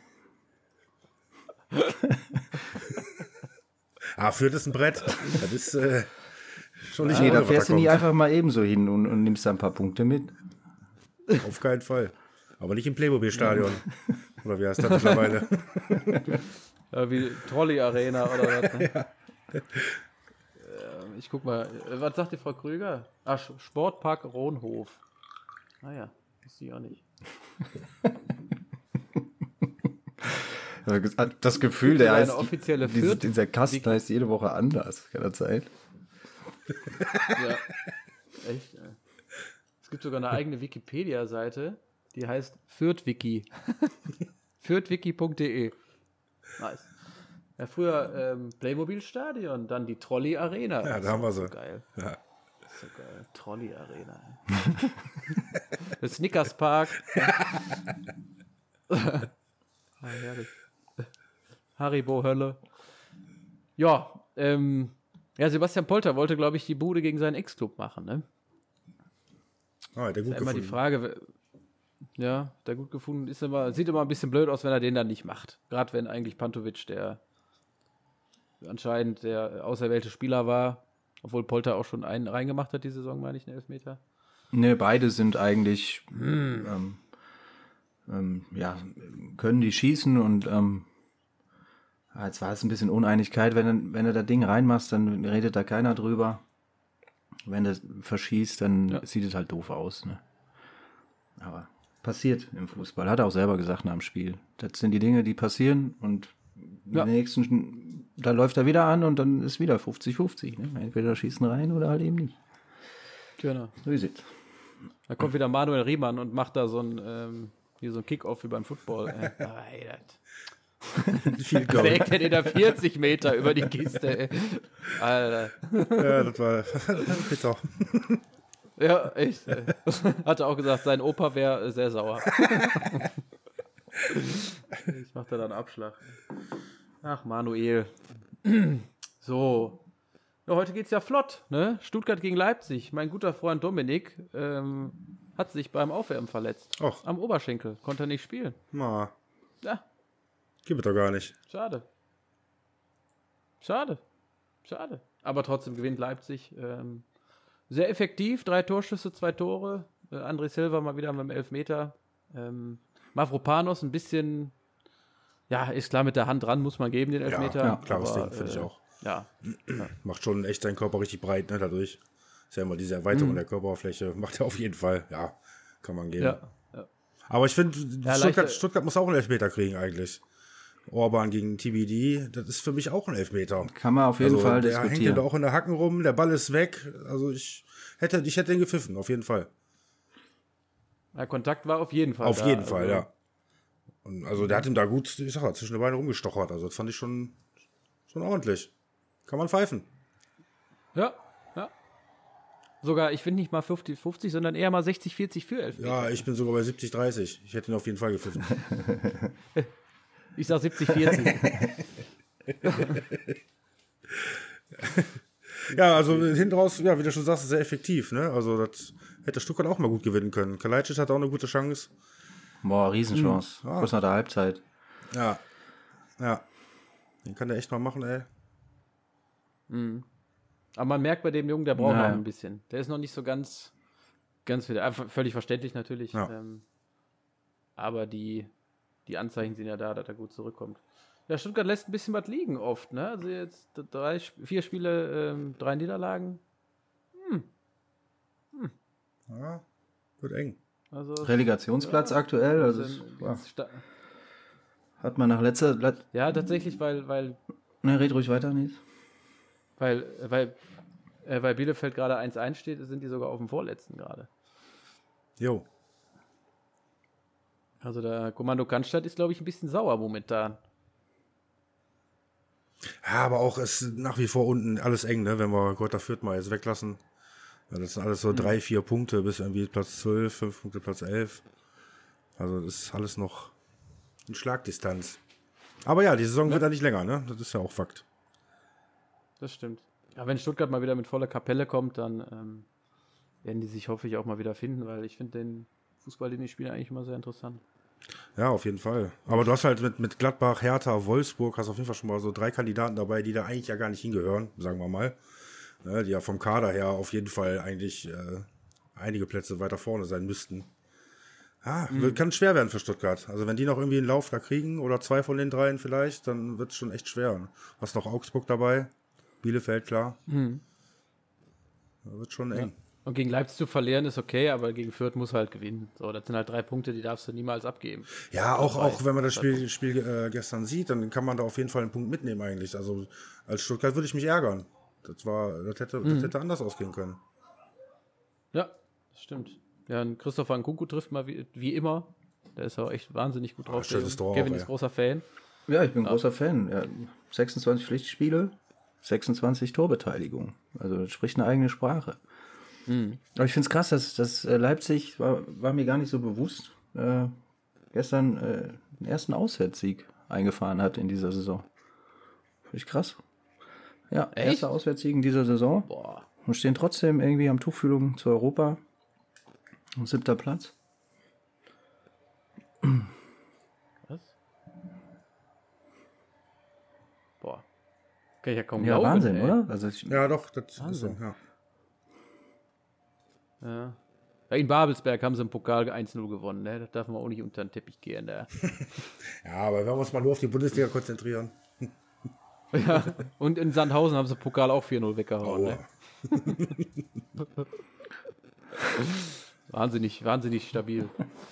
Fürth ist ein Brett. Das ist schon nicht Nee, ohne, da was fährst du kommt. nie einfach mal ebenso hin und nimmst da ein paar Punkte mit. Auf keinen Fall. Aber nicht im Playmobil-Stadion. Oder wie heißt das mittlerweile? Wie Trolley Arena oder was? Ne? Ich guck mal, was sagt die Frau Krüger? Sportpark Rohnhof. Naja, ist sie auch nicht. Das Gefühl, der eine heißt, offizielle dieser Kasten heißt jede Woche anders. Kann das sein? Ja, echt. Es gibt sogar eine eigene Wikipedia-Seite, die heißt Fürthwiki. Fürthwiki.de. Nice. Ja, früher Playmobil-Stadion, dann die Trolley Arena. Ja, da haben wir so sie. geil. Ja. So geil. Trolley Arena. Der Snickers Park. Herrlich. Haribo Hölle. Ja, Sebastian Polter wollte, glaube ich, die Bude gegen seinen Ex-Club machen, ne? Hat er gut Immer die gefunden. Frage, ja, der gut gefunden sieht immer ein bisschen blöd aus, wenn er den dann nicht macht. Gerade wenn eigentlich Pantovic der anscheinend der auserwählte Spieler war, obwohl Polter auch schon einen reingemacht hat die Saison, meine ich, einen Elfmeter. Ne, beide sind eigentlich können die schießen und jetzt war es ein bisschen Uneinigkeit, wenn du das Ding reinmachst, dann redet da keiner drüber. Wenn du verschießt, dann sieht es halt doof aus, ne? Aber passiert im Fußball, hat er auch selber gesagt nach dem Spiel. Das sind die Dinge, die passieren und Ja. da läuft er wieder an und dann ist wieder 50-50. Ne? Entweder schießen rein oder halt eben nicht. Genau. So ist es. Da kommt wieder Manuel Riemann und macht da so ein Kick-Off wie beim Football. Ey, Viel, glaube ich. schlägt er da 40 Meter über die Kiste, ey. Alter. Ja, das war bitter. Ja, echt. Hat er auch gesagt, sein Opa wäre sehr sauer. Ich mach da dann Abschlag. Ach, Manuel. So. Ja, heute geht's ja flott, ne? Stuttgart gegen Leipzig. Mein guter Freund Dominik hat sich beim Aufwärmen verletzt. Och. Am Oberschenkel. Konnte er nicht spielen. Na, Ja, gibt es doch gar nicht. schade. Schade. Aber trotzdem gewinnt Leipzig. Sehr effektiv. 3 Torschüsse, 2 Tore. André Silva mal wieder mit dem Elfmeter. Mavropanos ein bisschen, ja, ist klar mit der Hand dran, muss man geben, den Elfmeter. Ja, klares Ding, finde ich auch. Ja. Macht schon echt seinen Körper richtig breit, ne, dadurch. Ist ja immer diese Erweiterung der Körperoberfläche. Macht er auf jeden Fall. Ja, kann man geben. Ja. Aber ich finde, Ja, Stuttgart muss auch einen Elfmeter kriegen eigentlich. Orban gegen TBD, das ist für mich auch ein Elfmeter. Kann man auf jeden Fall der hängt ja diskutieren. da auch in der Hacken rum, der Ball ist weg. Also ich hätte den gepfiffen, auf jeden Fall. Ja, Kontakt war auf jeden Fall Auf da, jeden Fall, also, ja. Und also der hat ihm da gut, ich sag mal, zwischen den Beinen rumgestochert. Also das fand ich schon ordentlich. Kann man pfeifen. Ja. Sogar, ich finde nicht mal 50-50, sondern eher mal 60-40 für Elfmeter. Ja, ich bin sogar bei 70-30. Ich hätte ihn auf jeden Fall gepfiffen. Ich sag 70-40. Ja, also hinten raus, ja, wie du schon sagst, sehr effektiv, ne? Also das hätte Stuttgart auch mal gut gewinnen können. Kalajdzic hat auch eine gute Chance. Boah, Riesenchance. Kurz nach der Halbzeit. Ja. Den kann der echt mal machen, ey. Aber man merkt bei dem Jungen, der braucht noch Naja. ein bisschen. Der ist noch nicht so ganz wieder. Völlig verständlich natürlich. Ja. Aber die Anzeichen sind ja da, dass er gut zurückkommt. Ja, Stuttgart lässt ein bisschen was liegen oft, ne? Also jetzt 4 Spiele, 3 Niederlagen. Ja, wird eng. Also Relegationsplatz aktuell. Also hat man nach letzter. ja, tatsächlich, weil Ne, red ruhig weiter, Nils. Bielefeld gerade 1-1 steht, sind die sogar auf dem Vorletzten gerade. Jo. Also der Kommando Cannstatt ist, glaube ich, ein bisschen sauer momentan. Ja, aber auch ist nach wie vor unten alles eng, ne? Wenn wir Greuther Fürth mal jetzt weglassen. Ja, das sind alles so 3-4 Punkte bis irgendwie Platz 12, 5 Punkte Platz 11. Also das ist alles noch in Schlagdistanz. Aber ja, die Saison wird ja nicht länger, ne? Das ist ja auch Fakt. Das stimmt. Ja, wenn Stuttgart mal wieder mit voller Kapelle kommt, dann werden die sich, hoffe ich, auch mal wieder finden, weil ich finde den Fußball, den die spielen, eigentlich immer sehr interessant. Ja, auf jeden Fall. Aber du hast halt mit Gladbach, Hertha, Wolfsburg, hast auf jeden Fall schon mal so 3 Kandidaten dabei, die da eigentlich ja gar nicht hingehören, sagen wir mal. Ne, die ja vom Kader her auf jeden Fall eigentlich einige Plätze weiter vorne sein müssten. Ja, kann schwer werden für Stuttgart. Also wenn die noch irgendwie einen Lauf da kriegen oder 2 von den 3 vielleicht, dann wird es schon echt schwer. Hast noch Augsburg dabei, Bielefeld, klar. Da wird schon eng. Und gegen Leipzig zu verlieren ist okay, aber gegen Fürth muss halt gewinnen. So, das sind halt 3 Punkte, die darfst du niemals abgeben. Ja, auch wenn man das Spiel gestern sieht, dann kann man da auf jeden Fall einen Punkt mitnehmen eigentlich. Also als Stuttgart würde ich mich ärgern. Das hätte anders ausgehen können. Ja, das stimmt. Ja, und Christopher Nkunku trifft mal wie immer. Der ist auch echt wahnsinnig gut drauf. schönes Tor Kevin auch, ist ey. großer Fan. Ja, ich bin großer Fan. Ja, 26 Pflichtspiele, 26 Torbeteiligung. Also das spricht eine eigene Sprache. Aber ich finde es krass, dass Leipzig, war mir gar nicht so bewusst, gestern den ersten Auswärtssieg eingefahren hat in dieser Saison. Finde ich krass. Ja, Echt? erster Auswärtssieg in dieser Saison. Boah. Und stehen trotzdem irgendwie am Tuchfühlung zu Europa. Am 7. Platz. Was? Boah. Kann ich ja kaum Ja, glauben, Wahnsinn, ey. oder? Also Ja, doch, das ist Wahnsinn. so, ja. Ja. Ja, in Babelsberg haben sie im Pokal 1-0 gewonnen, ne? Das darf man auch nicht unter den Teppich gehen. Ne? Ja, aber wenn wir uns mal nur auf die Bundesliga konzentrieren. Ja. Und in Sandhausen haben sie im Pokal auch 4-0 weggehauen. Ne? Wahnsinnig stabil.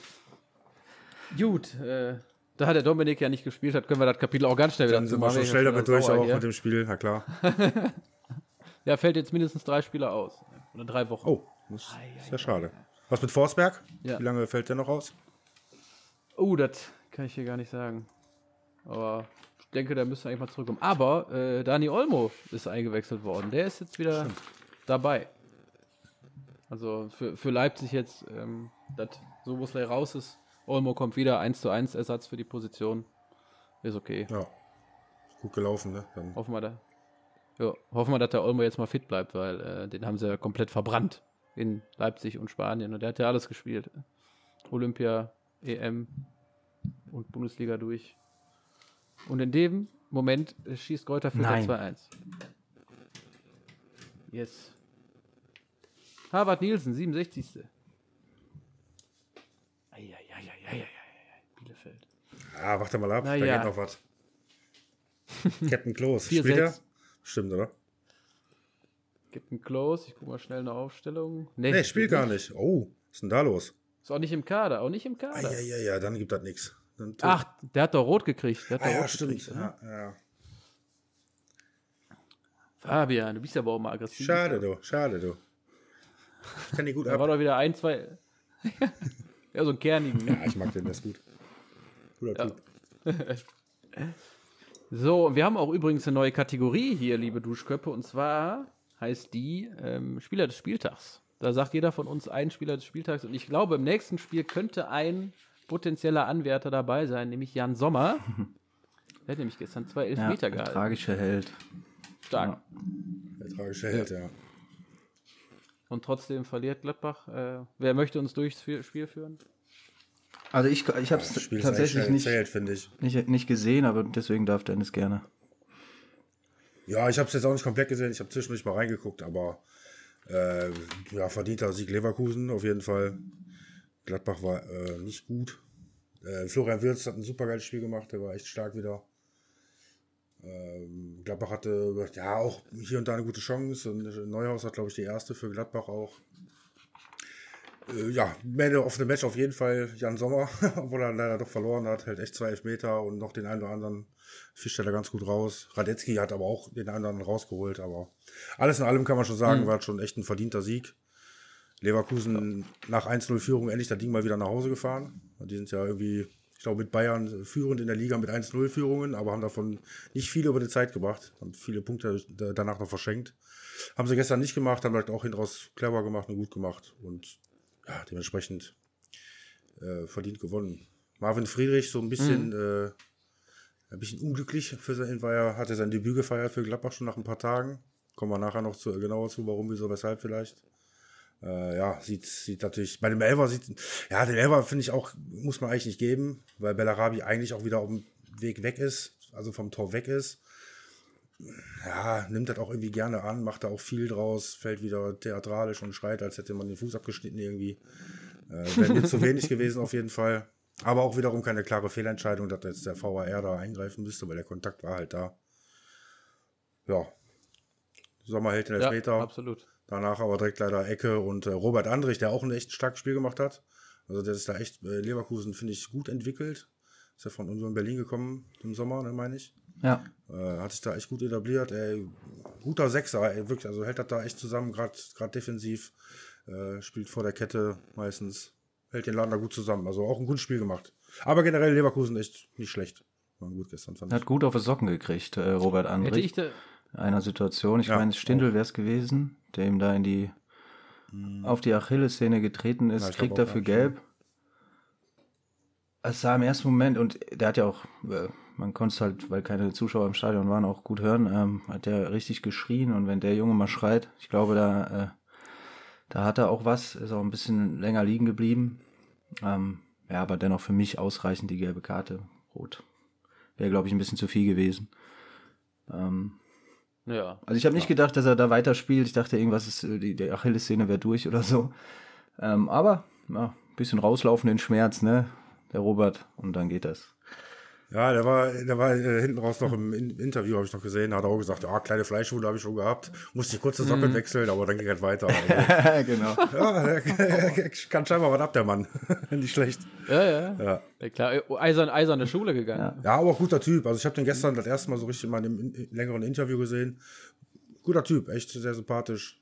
Gut, da der Dominik ja nicht gespielt hat, können wir das Kapitel auch ganz schnell wieder Dann sind wir schon schnell damit durch auch mit dem Spiel, na klar. Ja, fällt jetzt mindestens 3 Spieler aus. Oder 3 Wochen. Oh, das ist ja schade. Was mit Forsberg? Ja. Wie lange fällt der noch aus? Oh, das kann ich hier gar nicht sagen. Aber ich denke, der müsste eigentlich mal zurückkommen. Aber Dani Olmo ist eingewechselt worden. Der ist jetzt wieder dabei. Also für Leipzig jetzt, dass Soboslai raus ist. Olmo kommt wieder, 1:1 Ersatz für die Position. Ist okay. Ja. gut gelaufen, ne? Dann Hoffen wir, dass der Olmo jetzt mal fit bleibt, weil den haben sie ja komplett verbrannt in Leipzig und Spanien. Und der hat ja alles gespielt. Olympia, EM und Bundesliga durch. Und in dem Moment schießt Greuther Fürth 2-1. Yes. Harvard Nielsen, 67. Bielefeld. Ah, warte mal ab, Na da ja. geht noch was. Captain Klose, 4-6. spielt er? Stimmt, oder? Captain Close, ich guck mal schnell eine Aufstellung. Nee, spielt gar nicht. Oh, was ist denn da los? Ist auch nicht im Kader, Ja, dann gibt das nichts. Ach, der hat doch rot gekriegt. Stimmt. Ne? Ja. Fabian, du bist ja aber auch mal aggressiv. Schade, du. Ich kann die gut Da ab. war doch wieder 1, 2. Ja, so ein kernigen. Ne? Ja, ich mag den, das ist gut. Cooler Typ. So, und wir haben auch übrigens eine neue Kategorie hier, liebe Duschköpfe, und zwar heißt die Spieler des Spieltags. Da sagt jeder von uns einen Spieler des Spieltags und ich glaube, im nächsten Spiel könnte ein potenzieller Anwärter dabei sein, nämlich Jan Sommer. Der hat nämlich gestern 2 Elfmeter gehalten. Tragischer Held. Stark. Ja. Der tragische Held, ja. Und trotzdem verliert Gladbach. Wer möchte uns durchs Spiel führen? Also ich habe es Das Spiel ist tatsächlich eigentlich schnell erzählt, finde ich. nicht gesehen, aber deswegen darf Dennis gerne. Ja, ich habe es jetzt auch nicht komplett gesehen. Ich habe zwischendurch mal reingeguckt, aber verdienter Sieg Leverkusen auf jeden Fall. Gladbach war nicht gut. Florian Wirtz hat ein super geiles Spiel gemacht. Der war echt stark wieder. Gladbach hatte auch hier und da eine gute Chance. Und Neuhaus hat, glaube ich, die erste für Gladbach auch. Man of the Match auf jeden Fall Jan Sommer, obwohl er leider doch verloren hat. Hält echt 2 Elfmeter und noch den einen oder anderen fischt er da ganz gut raus. Radetzky hat aber auch den anderen rausgeholt. Aber alles in allem kann man schon sagen, war schon echt ein verdienter Sieg. Leverkusen nach 1-0 Führung endlich das Ding mal wieder nach Hause gefahren. Die sind ja irgendwie, ich glaube, mit Bayern führend in der Liga mit 1-0 Führungen, aber haben davon nicht viele über die Zeit gebracht. Haben viele Punkte danach noch verschenkt. Haben sie gestern nicht gemacht, haben halt auch hinten clever gemacht und gut gemacht. Und ja, dementsprechend verdient gewonnen. Marvin Friedrich so ein bisschen unglücklich hatte sein Debüt gefeiert für Gladbach schon nach ein paar Tagen. Kommen wir nachher noch genauer zu, warum, wieso, weshalb vielleicht. Sieht natürlich, bei dem Elfer den Elfer finde ich auch, muss man eigentlich nicht geben, weil Bellarabi eigentlich auch wieder auf dem Weg weg ist, also vom Tor weg ist. Ja, nimmt das auch irgendwie gerne an, macht da auch viel draus, fällt wieder theatralisch und schreit, als hätte man den Fuß abgeschnitten irgendwie. Wäre mir zu wenig gewesen auf jeden Fall. Aber auch wiederum keine klare Fehlentscheidung, dass jetzt der VAR da eingreifen müsste, weil der Kontakt war halt da. Ja. Sommer hält den Elfmeter. Ja, absolut. Danach aber direkt leider Ecke und Robert Andrich, der auch ein echt starkes Spiel gemacht hat. Also der ist da echt, Leverkusen, finde ich, gut entwickelt. Ist ja von Union Berlin gekommen im Sommer, ne, meine ich. Ja. Hat sich da echt gut etabliert. Guter Sechser, wirklich, also hält das da echt zusammen, gerade defensiv. Spielt vor der Kette meistens. Hält den Laden da gut zusammen. Also auch ein gutes Spiel gemacht. Aber generell Leverkusen echt nicht schlecht. War gut gestern, fand ich. Hat gut auf die Socken gekriegt, Robert Andrich. In einer Situation, ich meine, Stindl wäre es gewesen, der ihm da auf die Achillessehne getreten ist, kriegt dafür gelb. Es sah im ersten Moment, und der hat ja auch, man konnte es halt, weil keine Zuschauer im Stadion waren, auch gut hören, hat der richtig geschrien, und wenn der Junge mal schreit, ich glaube, da hat er auch was, ist auch ein bisschen länger liegen geblieben. Aber dennoch für mich ausreichend die gelbe Karte, rot. Wäre, glaube ich, ein bisschen zu viel gewesen. Ja. Also ich habe nicht gedacht, dass er da weiterspielt. Ich dachte, irgendwas ist, die Achillessehne wäre durch oder so. Aber ein bisschen rauslaufen den Schmerz, ne? Der Robert, und dann geht das. Ja, der war hinten raus noch im Interview, habe ich noch gesehen, hat auch gesagt, kleine Fleischwunde habe ich schon gehabt, musste die kurze Socke wechseln, aber dann ging es weiter. Also, genau. Ja, der kann scheinbar was ab, der Mann. Nicht schlecht. Ja, klar, eiserne Schule gegangen. Ja, aber auch guter Typ. Also ich habe den gestern das erste Mal so richtig mal in einem längeren Interview gesehen. Guter Typ, echt sehr sympathisch.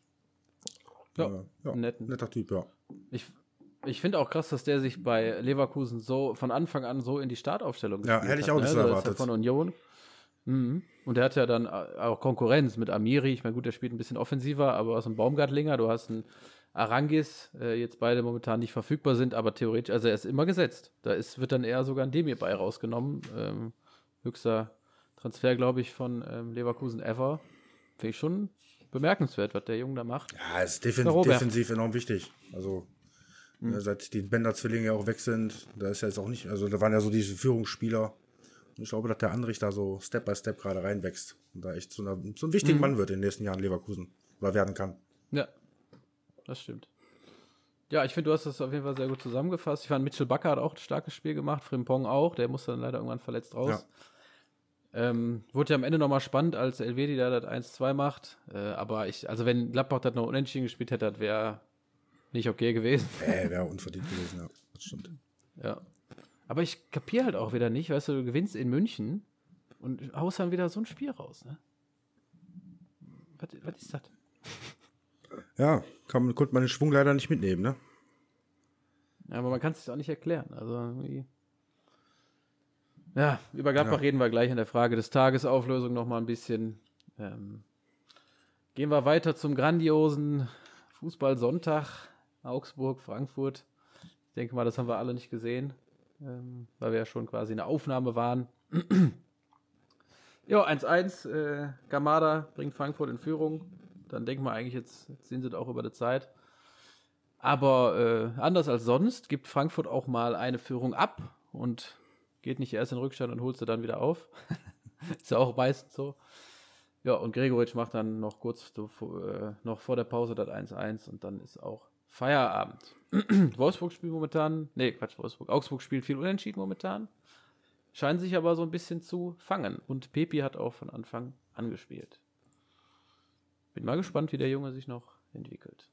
Netter Typ, ja. Ich finde auch krass, dass der sich bei Leverkusen so von Anfang an so in die Startaufstellung gespielt hat. Ja, hätte ich auch nicht so erwartet. Ist ja von Union. Und der hat ja dann auch Konkurrenz mit Amiri. Ich meine, gut, der spielt ein bisschen offensiver, aber aus dem Baumgartlinger, du hast einen Arangis, jetzt beide momentan nicht verfügbar sind, aber theoretisch, also er ist immer gesetzt. Wird dann eher sogar ein Demir bei rausgenommen. Höchster Transfer, glaube ich, von Leverkusen ever. Finde ich schon bemerkenswert, was der Junge da macht. Ja, ist defensiv enorm wichtig. Also, seit die Bender-Zwillinge auch weg sind, da ist ja jetzt auch nicht, also da waren ja so diese Führungsspieler. Und ich glaube, dass der Andrich da so Step by Step gerade reinwächst und da echt zu einem wichtigen Mann wird in den nächsten Jahren Leverkusen oder werden kann. Ja, das stimmt. Ja, ich finde, du hast das auf jeden Fall sehr gut zusammengefasst. Ich fand, Mitchell Bakker hat auch ein starkes Spiel gemacht, Frimpong auch, der musste dann leider irgendwann verletzt raus. Ja. Wurde ja am Ende nochmal spannend, als Elvedi da das 1-2 macht. Aber wenn Gladbach das noch unentschieden gespielt hätte, das wäre nicht okay gewesen. Wäre unverdient gewesen, ja. Das stimmt. Ja. Aber ich kapiere halt auch wieder nicht, weißt du gewinnst in München und haust dann wieder so ein Spiel raus, ne? Was ist das? Ja, konnte man den Schwung leider nicht mitnehmen, ne? Ja, aber man kann es sich auch nicht erklären. Also irgendwie. Ja, über Gladbach reden wir gleich in der Frage des Tages. Auflösung nochmal ein bisschen. Gehen wir weiter zum grandiosen Fußball-Sonntag. Augsburg, Frankfurt. Ich denke mal, das haben wir alle nicht gesehen, weil wir ja schon quasi in der Aufnahme waren. Ja, 1-1. Gamada bringt Frankfurt in Führung. Dann denken wir eigentlich, jetzt sind sie auch über die Zeit. Aber anders als sonst gibt Frankfurt auch mal eine Führung ab und geht nicht erst in Rückstand und holt sie dann wieder auf. Ist ja auch meistens so. Ja, und Gregoritsch macht dann noch kurz noch vor der Pause das 1-1 und dann ist auch Feierabend. Augsburg spielt viel unentschieden momentan. Scheinen sich aber so ein bisschen zu fangen. Und Pepi hat auch von Anfang an gespielt. Bin mal gespannt, wie der Junge sich noch entwickelt.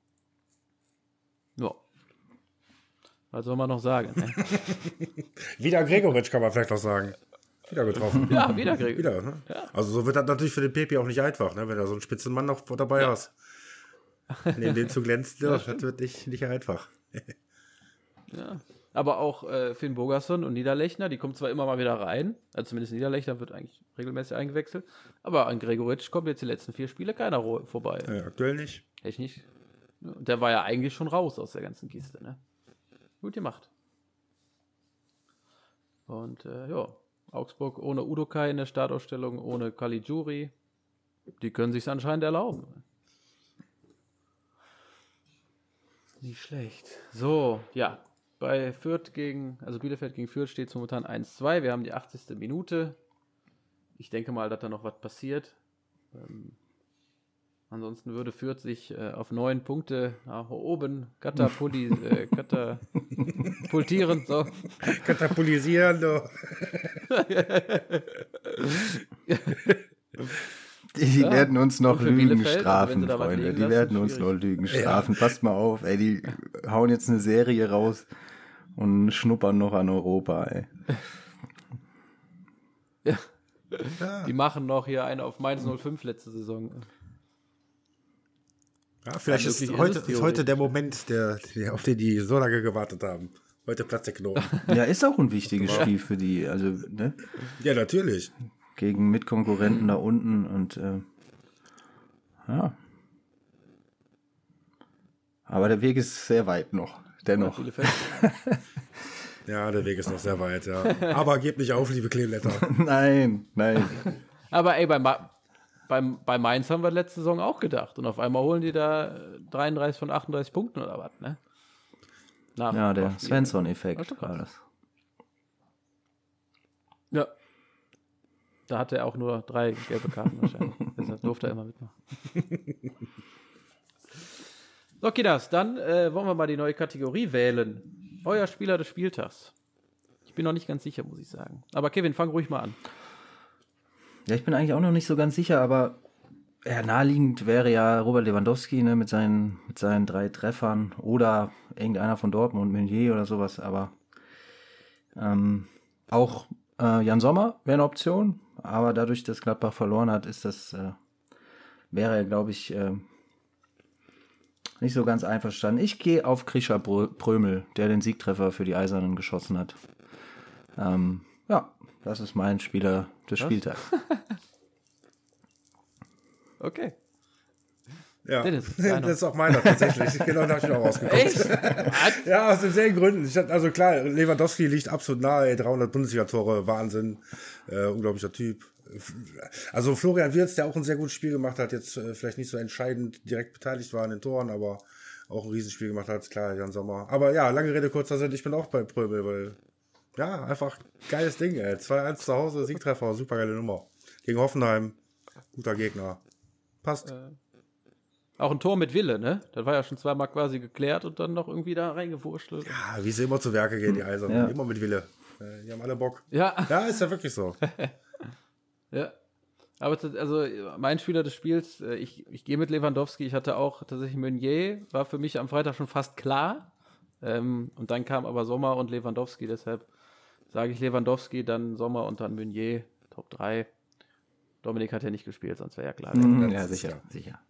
Ja. Was soll man noch sagen? Ne? Wieder Gregoritsch kann man vielleicht noch sagen. Wieder getroffen. Ja, wieder Gregoritsch. Wieder, ne? Ja. Also so wird das natürlich für den Pepi auch nicht einfach, ne? Wenn du so einen Spitzenmann noch dabei hast. Neben dem zu glänzen, das wird nicht einfach. Ja. Aber auch Finn Bogason und Niederlechner, die kommen zwar immer mal wieder rein, also zumindest Niederlechner wird eigentlich regelmäßig eingewechselt, aber an Gregoritsch kommt jetzt die letzten 4 Spiele keiner vorbei. Aktuell nicht. Echt nicht. Der war ja eigentlich schon raus aus der ganzen Kiste, ne? Gut gemacht. Und Augsburg ohne Udokai in der Startaufstellung, ohne Caligiuri. Die können sich anscheinend erlauben. Nicht schlecht. So, ja. Bei Bielefeld gegen Fürth steht es momentan 1-2. Wir haben die 80. Minute. Ich denke mal, dass da noch was passiert. Ansonsten würde Fürth sich auf 9 Punkte nach oben katapultieren. So. Katapulisieren, du. Die werden uns noch Lügen strafen, also Freunde. Die werden uns noch Lügen strafen. Passt mal auf, ey. Die hauen jetzt eine Serie raus und schnuppern noch an Europa, ey. Ja. Die machen noch hier eine auf Mainz 05 letzte Saison. Ja, vielleicht ist heute der Moment, auf den die so lange gewartet haben. Heute Platz der Knoten. Ja, ist auch ein wichtiges Spiel für die. Also, ne? Ja, natürlich. Gegen Mitkonkurrenten da unten und ja. Aber der Weg ist sehr weit noch. Dennoch. Ja, der Weg ist noch sehr weit, ja. Aber gebt nicht auf, liebe Kleeblätter. Nein. Aber ey, bei Mainz haben wir letzte Saison auch gedacht. Und auf einmal holen die da 33 von 38 Punkten oder was, ne? Ja, der Svensson-Effekt war das. Ja. Da hatte er auch nur 3 gelbe Karten wahrscheinlich. Deshalb durfte er immer mitmachen. Okay, dann wollen wir mal die neue Kategorie wählen. Euer Spieler des Spieltags. Ich bin noch nicht ganz sicher, muss ich sagen. Aber Kevin, fang ruhig mal an. Ja, ich bin eigentlich auch noch nicht so ganz sicher, aber naheliegend wäre ja Robert Lewandowski, ne, mit seinen 3 Treffern oder irgendeiner von Dortmund, Meunier oder sowas, aber auch Jan Sommer wäre eine Option, aber dadurch, dass Gladbach verloren hat, wäre er, glaube ich, nicht so ganz einverstanden. Ich gehe auf Krischer Prömel, der den Siegtreffer für die Eisernen geschossen hat. Ja, das ist mein Spieler des Spieltags. Okay. Ja, Dennis, das ist auch meiner tatsächlich. Genau, da habe ich auch rausgeguckt. Echt? Ja, aus denselben Gründen. Also klar, Lewandowski liegt absolut nahe, 300 Bundesliga-Tore, Wahnsinn. Unglaublicher Typ. Also Florian Wirtz, der auch ein sehr gutes Spiel gemacht hat, jetzt vielleicht nicht so entscheidend direkt beteiligt war an den Toren, aber auch ein Riesenspiel gemacht hat, klar, Jan Sommer. Aber ja, lange Rede, kurzer Sinn, ich bin auch bei Pröbel, weil ja, einfach geiles Ding, ey. 2-1 zu Hause, Siegtreffer, super geile Nummer. Gegen Hoffenheim, guter Gegner. Passt. Auch ein Tor mit Wille, ne? Das war ja schon zweimal quasi geklärt und dann noch irgendwie da reingewurschtelt. Ja, wie sie immer zu Werke gehen, die Eisernen. Ja. Immer mit Wille. Die haben alle Bock. Ja. Ja, ist ja wirklich so. Ja. Aber also mein Spieler des Spiels, ich gehe mit Lewandowski. Ich hatte auch tatsächlich Meunier, war für mich am Freitag schon fast klar. Und dann kam aber Sommer und Lewandowski, deshalb sage ich Lewandowski, dann Sommer und dann Meunier, Top 3. Dominik hat ja nicht gespielt, sonst wäre ja klar. Ja, sicher.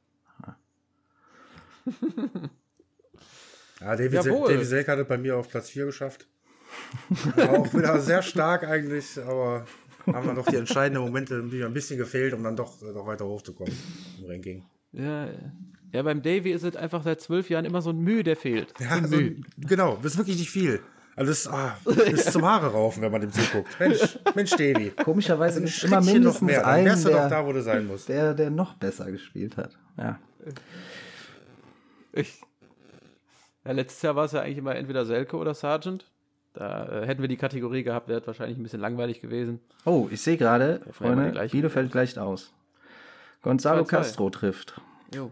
Ja, Davy Selke hat es bei mir auf Platz 4 geschafft. War auch wieder sehr stark eigentlich, aber haben dann doch die entscheidenden Momente ein bisschen gefehlt, um dann doch weiter hochzukommen im Ranking. Ja, beim Davy ist es einfach seit 12 Jahren immer so ein Mühe, der fehlt. Ja, genau, das ist wirklich nicht viel. Also das ist zum Haare raufen, wenn man dem zuguckt. Mensch, Davy. Komischerweise gibt es immer Schrittchen mindestens noch mehr, dann einen, wärst du doch da, wo du sein musst. der noch besser gespielt hat. Ja. Ja, letztes Jahr war es ja eigentlich immer entweder Selke oder Sargent. Da hätten wir die Kategorie gehabt, wäre wahrscheinlich ein bisschen langweilig gewesen. Oh, ich sehe gerade, Freunde, gleich. Bielefeld gleicht aus. Gonzalo 2-2. Castro trifft. Jo.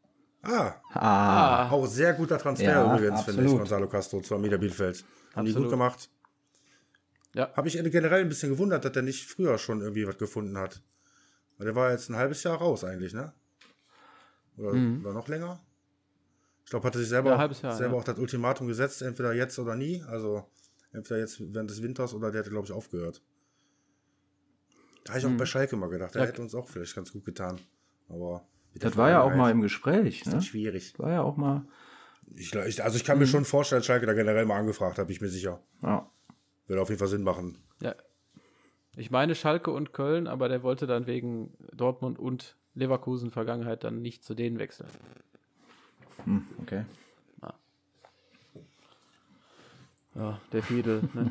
Auch sehr guter Transfer Ja, übrigens, finde ich, absolut. Gonzalo Castro zu Arminia Bielefeld. Haben die Absolut. gut gemacht. Ja. Habe ich generell ein bisschen gewundert, dass der nicht früher schon irgendwie was gefunden hat. Weil der war jetzt ein halbes Jahr raus eigentlich, ne? Oder noch länger? Ich glaube, hatte sich selber, ein halbes Jahr, auch das Ultimatum gesetzt, entweder jetzt oder nie. Also entweder jetzt während des Winters oder der hätte, glaube ich, aufgehört. Da habe ich auch bei Schalke mal gedacht, der hätte uns auch vielleicht ganz gut getan. Aber Das war ja auch mal im Gespräch. Ne? Schwierig. War ja auch mal. Ich kann mir schon vorstellen, dass Schalke da generell mal angefragt hat, bin ich mir sicher. Ja. Würde auf jeden Fall Sinn machen. Ja. Ich meine Schalke und Köln, aber der wollte dann wegen Dortmund und Leverkusen Vergangenheit dann nicht zu denen wechseln. Okay. Ja, der Fiedel, ne?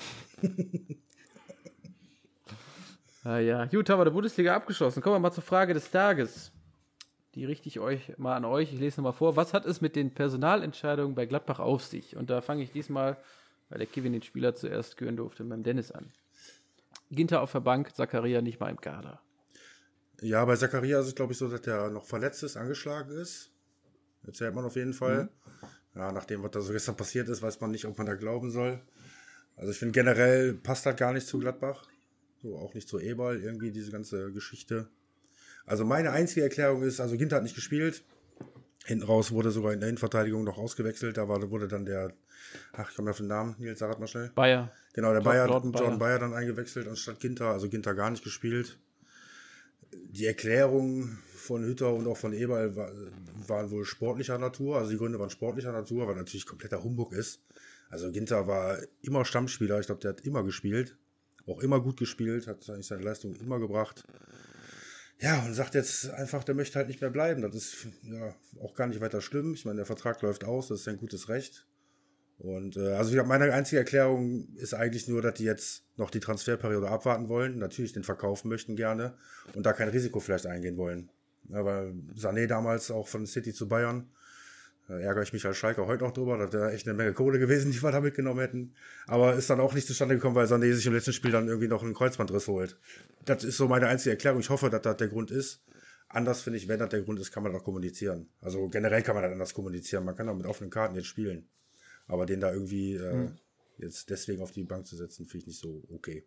Ja, gut, haben wir die Bundesliga abgeschlossen. Kommen wir mal zur Frage des Tages. Die richte ich euch mal an euch. Ich lese nochmal vor. Was hat es mit den Personalentscheidungen bei Gladbach auf sich? Und da fange ich diesmal, weil der Kevin den Spieler zuerst küren durfte, beim Dennis an. Ginter auf der Bank, Zakaria nicht mal im Kader. Ja, bei Zakaria ist es, glaube ich, so, dass der noch verletzt ist, angeschlagen ist. Erzählt man auf jeden Fall. Ja, nachdem, was da so gestern passiert ist, weiß man nicht, ob man da glauben soll. Also ich finde generell passt halt gar nicht zu Gladbach. So, auch nicht zu Eberl, irgendwie diese ganze Geschichte. Also meine einzige Erklärung ist, also Ginter hat nicht gespielt. Hinten raus wurde sogar in der Innenverteidigung noch ausgewechselt. Da wurde dann ich komme auf den Namen, Nils, sag mal schnell. Bayer. Genau, der Jordan Jordan Bayer dann eingewechselt anstatt Ginter. Also Ginter gar nicht gespielt. Die Erklärung von Hütter und auch von Eberl waren wohl sportlicher Natur. Also die Gründe waren sportlicher Natur, weil natürlich kompletter Humbug ist. Also Ginter war immer Stammspieler. Ich glaube, der hat immer gespielt. Auch immer gut gespielt. Hat eigentlich seine Leistung immer gebracht. Ja, und sagt jetzt einfach, der möchte halt nicht mehr bleiben. Das ist ja auch gar nicht weiter schlimm. Ich meine, der Vertrag läuft aus. Das ist ein gutes Recht. Und also meine einzige Erklärung ist eigentlich nur, dass die jetzt noch die Transferperiode abwarten wollen, natürlich den verkaufen möchten gerne und da kein Risiko vielleicht eingehen wollen. Ja, weil Sané damals auch von City zu Bayern, da ärgere ich mich als Schalke heute noch drüber, das wäre echt eine Menge Kohle gewesen, die wir da mitgenommen hätten. Aber ist dann auch nicht zustande gekommen, weil Sané sich im letzten Spiel dann irgendwie noch einen Kreuzbandriss holt. Das ist so meine einzige Erklärung. Ich hoffe, dass das der Grund ist. Anders finde ich, wenn das der Grund ist, kann man auch kommunizieren. Also generell kann man das anders kommunizieren. Man kann auch mit offenen Karten jetzt spielen. Aber den da irgendwie jetzt deswegen auf die Bank zu setzen, finde ich nicht so okay.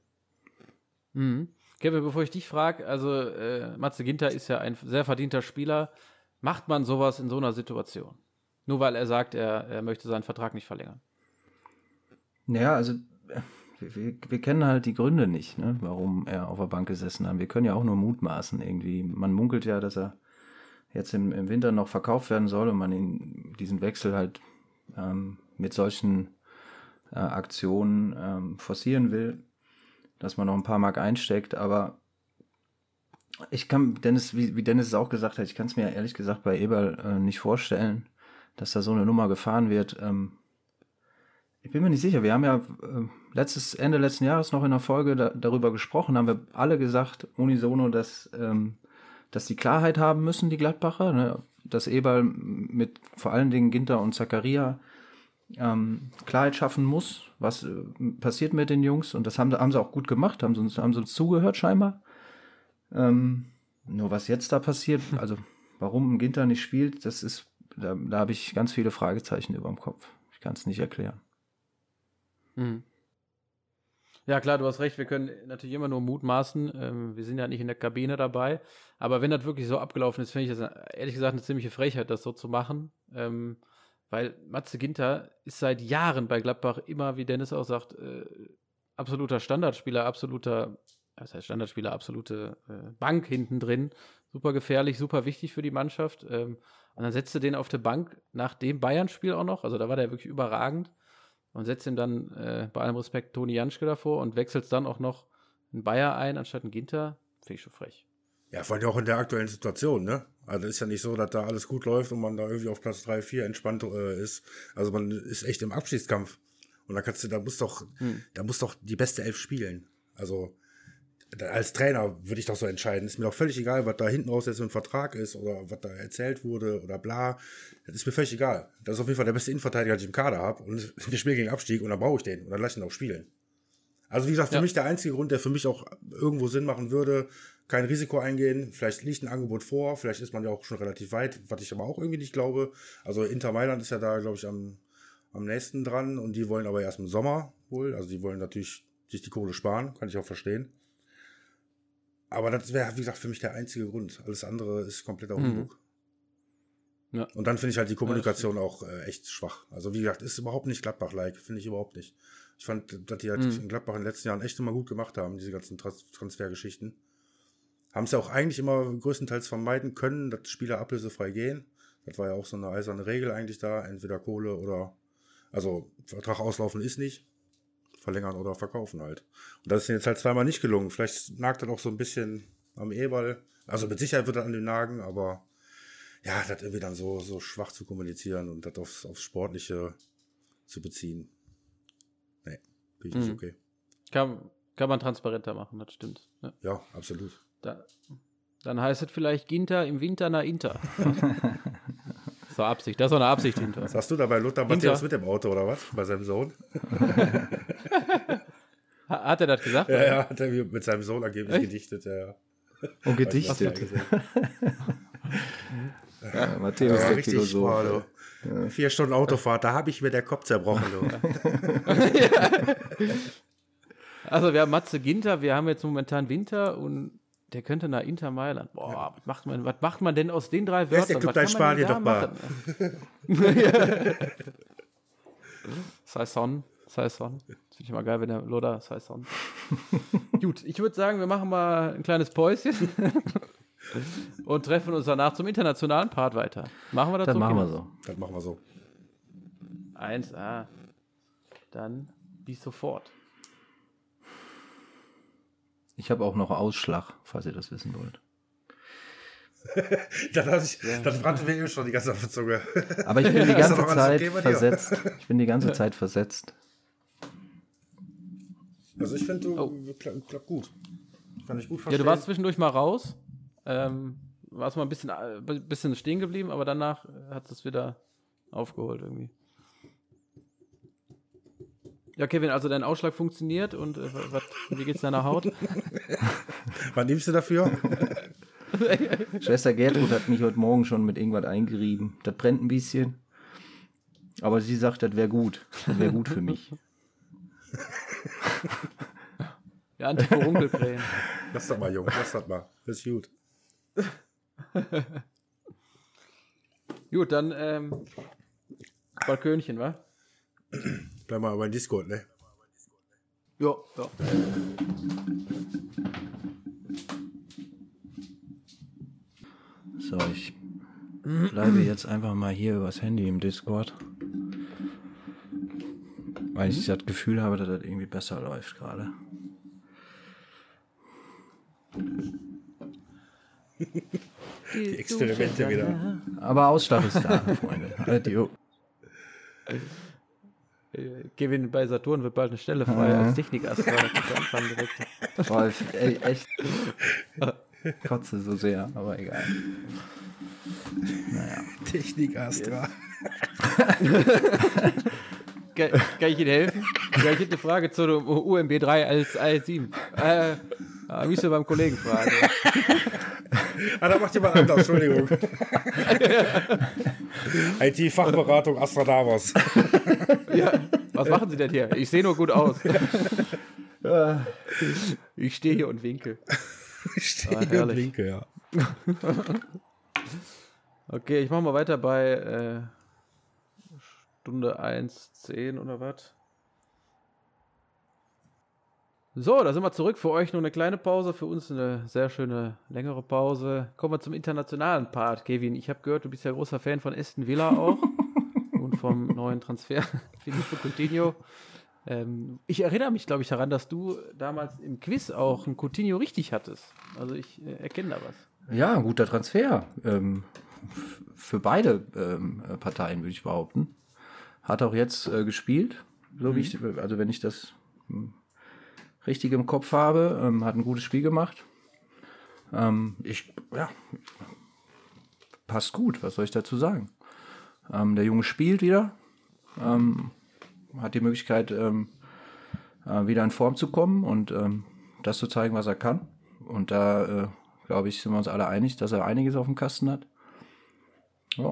Kevin, bevor ich dich frage, also Matze Ginter ist ja ein sehr verdienter Spieler. Macht man sowas in so einer Situation? Nur weil er sagt, er möchte seinen Vertrag nicht verlängern. Ja, also wir kennen halt die Gründe nicht, ne, warum er auf der Bank gesessen hat. Wir können ja auch nur mutmaßen irgendwie. Man munkelt ja, dass er jetzt im Winter noch verkauft werden soll und man diesen Wechsel halt mit solchen Aktionen forcieren will, dass man noch ein paar Mark einsteckt, aber Ich kann, Dennis, wie Dennis es auch gesagt hat, ich kann es mir ehrlich gesagt bei Eberl nicht vorstellen, dass da so eine Nummer gefahren wird. Ich bin mir nicht sicher. Wir haben ja Ende letzten Jahres noch in der Folge darüber gesprochen, haben wir alle gesagt, unisono, dass die Klarheit haben müssen, die Gladbacher, ne? Dass Eberl mit vor allen Dingen Ginter und Zakaria Klarheit schaffen muss, was passiert mit den Jungs. Und das haben sie auch gut gemacht, haben sie uns zugehört scheinbar. Nur was jetzt da passiert, also warum ein Ginter nicht spielt, da habe ich ganz viele Fragezeichen über dem Kopf. Ich kann es nicht erklären. Ja, klar, du hast recht, wir können natürlich immer nur mutmaßen, wir sind ja nicht in der Kabine dabei, aber wenn das wirklich so abgelaufen ist, finde ich das ehrlich gesagt eine ziemliche Frechheit, das so zu machen, weil Matze Ginter ist seit Jahren bei Gladbach immer, wie Dennis auch sagt, absoluter Standardspieler, absolute Bank hinten drin, super gefährlich, super wichtig für die Mannschaft, und dann setzt du den auf der Bank nach dem Bayern-Spiel auch noch, also da war der wirklich überragend, und setzt ihm dann bei allem Respekt Toni Janschke davor und wechselt dann auch noch einen Bayer ein, anstatt einen Ginter, finde ich schon frech. Ja, vor allem auch in der aktuellen Situation, ne? Also ist ja nicht so, dass da alles gut läuft und man da irgendwie auf Platz 3, 4 entspannt ist. Also man ist echt im Abschiedskampf. Und da muss doch die beste Elf spielen. Also als Trainer würde ich doch so entscheiden. Ist mir doch völlig egal, was da hinten raus jetzt im Vertrag ist oder was da erzählt wurde oder bla. Das ist mir völlig egal. Das ist auf jeden Fall der beste Innenverteidiger, den ich im Kader habe. Und wir spielen gegen Abstieg und dann brauche ich den. Und dann lasse ich ihn auch spielen. Also wie gesagt, für mich der einzige Grund, der für mich auch irgendwo Sinn machen würde, kein Risiko eingehen. Vielleicht liegt ein Angebot vor. Vielleicht ist man ja auch schon relativ weit, was ich aber auch irgendwie nicht glaube. Also Inter Mailand ist ja da, glaube ich, am nächsten dran. Und die wollen aber erst im Sommer wohl. Also die wollen natürlich sich die Kohle sparen. Kann ich auch verstehen. Aber das wäre, wie gesagt, für mich der einzige Grund. Alles andere ist kompletter Humbug. Ja. Und dann finde ich halt die Kommunikation auch echt schwach. Also wie gesagt, ist überhaupt nicht Gladbach-like. Finde ich überhaupt nicht. Ich fand, dass die halt in Gladbach in den letzten Jahren echt immer gut gemacht haben, diese ganzen Transfergeschichten. Haben es ja auch eigentlich immer größtenteils vermeiden können, dass Spieler ablösefrei gehen. Das war ja auch so eine eiserne Regel eigentlich da. Entweder Kohle oder, also Vertrag auslaufen ist nicht. Verlängern oder verkaufen halt. Und das ist jetzt halt zweimal nicht gelungen. Vielleicht nagt das auch so ein bisschen am Eberl. Also mit Sicherheit wird das an den nagen, aber ja, das irgendwie dann so schwach zu kommunizieren und das aufs Sportliche zu beziehen. Nee, bin ich nicht okay. Kann man transparenter machen, das stimmt. Ja, absolut. Dann heißt es vielleicht Ginter im Winter nach Inter. Das war Absicht, da ist auch eine Absicht hinter. Was hast du da bei Lothar Matthäus mit dem Auto oder was? Bei seinem Sohn? Hat er das gesagt? Ja, hat er mit seinem Sohn angeblich gedichtet, ja. Oh, gedichtet. Ja, Matthäus ja, richtig Philosoph. 4 Stunden Autofahrt, da habe ich mir der Kopf zerbrochen. Also wir haben Matze Ginter, wir haben jetzt momentan Winter und der könnte nach Inter Mailand. Boah, was macht man denn aus den 3 Wörtern? Wer ist der Club da in Spanien doch mal? Saison. Das finde ich immer geil, wenn der Loda Saison. Gut, ich würde sagen, wir machen mal ein kleines Päuschen und treffen uns danach zum internationalen Part weiter. Machen wir das so? Das machen wir so. 1A. Dann bis sofort. Ich habe auch noch Ausschlag, falls ihr das wissen wollt. Das brannte mir eben schon die ganze Zunge. Aber ich bin die ganze Zeit versetzt. Also ich finde, klappt gut. Kann ich gut verstehen. Ja, du warst zwischendurch mal raus. Warst mal ein bisschen stehen geblieben, aber danach hat es wieder aufgeholt irgendwie. Ja, Kevin, also dein Ausschlag funktioniert und wie geht's deiner Haut? Was nimmst du dafür? Schwester Gertrud hat mich heute Morgen schon mit irgendwas eingerieben. Das brennt ein bisschen. Aber sie sagt, das wäre gut. Das wäre gut für mich. Ja, Antiforunkelcreme. Lass das mal, Junge. Lass das mal. Das ist gut. Gut, dann Balkönchen, wa? Bleib mal bei Discord, ne? Ja. So, ich bleibe jetzt einfach mal hier übers Handy im Discord. Weil ich das Gefühl habe, dass das irgendwie besser läuft gerade. Die Experimente wieder. Aber Ausschlag ist da, Freunde. Adieu. Kevin, bei Saturn wird bald eine Stelle frei als Technik-Astra. Da kannst du anfangen direkt. Boah, echt. Kotze so sehr, aber egal. Naja. Technik Astra. Kann ich Ihnen helfen? Ja, ich hätte eine Frage zu dem UMB3 als AS7. Müsst ihr beim Kollegen fragen. Da macht jemand anders, Entschuldigung. IT-Fachberatung Astra Davos. Ja, was machen Sie denn hier? Ich sehe nur gut aus. Ich stehe hier und winke. Ich stehe hier und winke, ja. Okay, ich mache mal weiter bei Stunde 1:10 oder was? So, da sind wir zurück. Für euch nur eine kleine Pause, für uns eine sehr schöne, längere Pause. Kommen wir zum internationalen Part, Kevin. Ich habe gehört, du bist ja großer Fan von Aston Villa auch und vom neuen Transfer Philippe Coutinho. Ich erinnere mich, glaube ich, daran, dass du damals im Quiz auch einen Coutinho richtig hattest. Also ich erkenne da was. Ja, ein guter Transfer. Für beide Parteien, würde ich behaupten. Hat auch jetzt gespielt, so wie ich, also wenn ich das richtig im Kopf habe, hat ein gutes Spiel gemacht. Passt gut, was soll ich dazu sagen? Der Junge spielt wieder, hat die Möglichkeit, wieder in Form zu kommen und das zu zeigen, was er kann. Und da, glaube ich, sind wir uns alle einig, dass er einiges auf dem Kasten hat. Ja.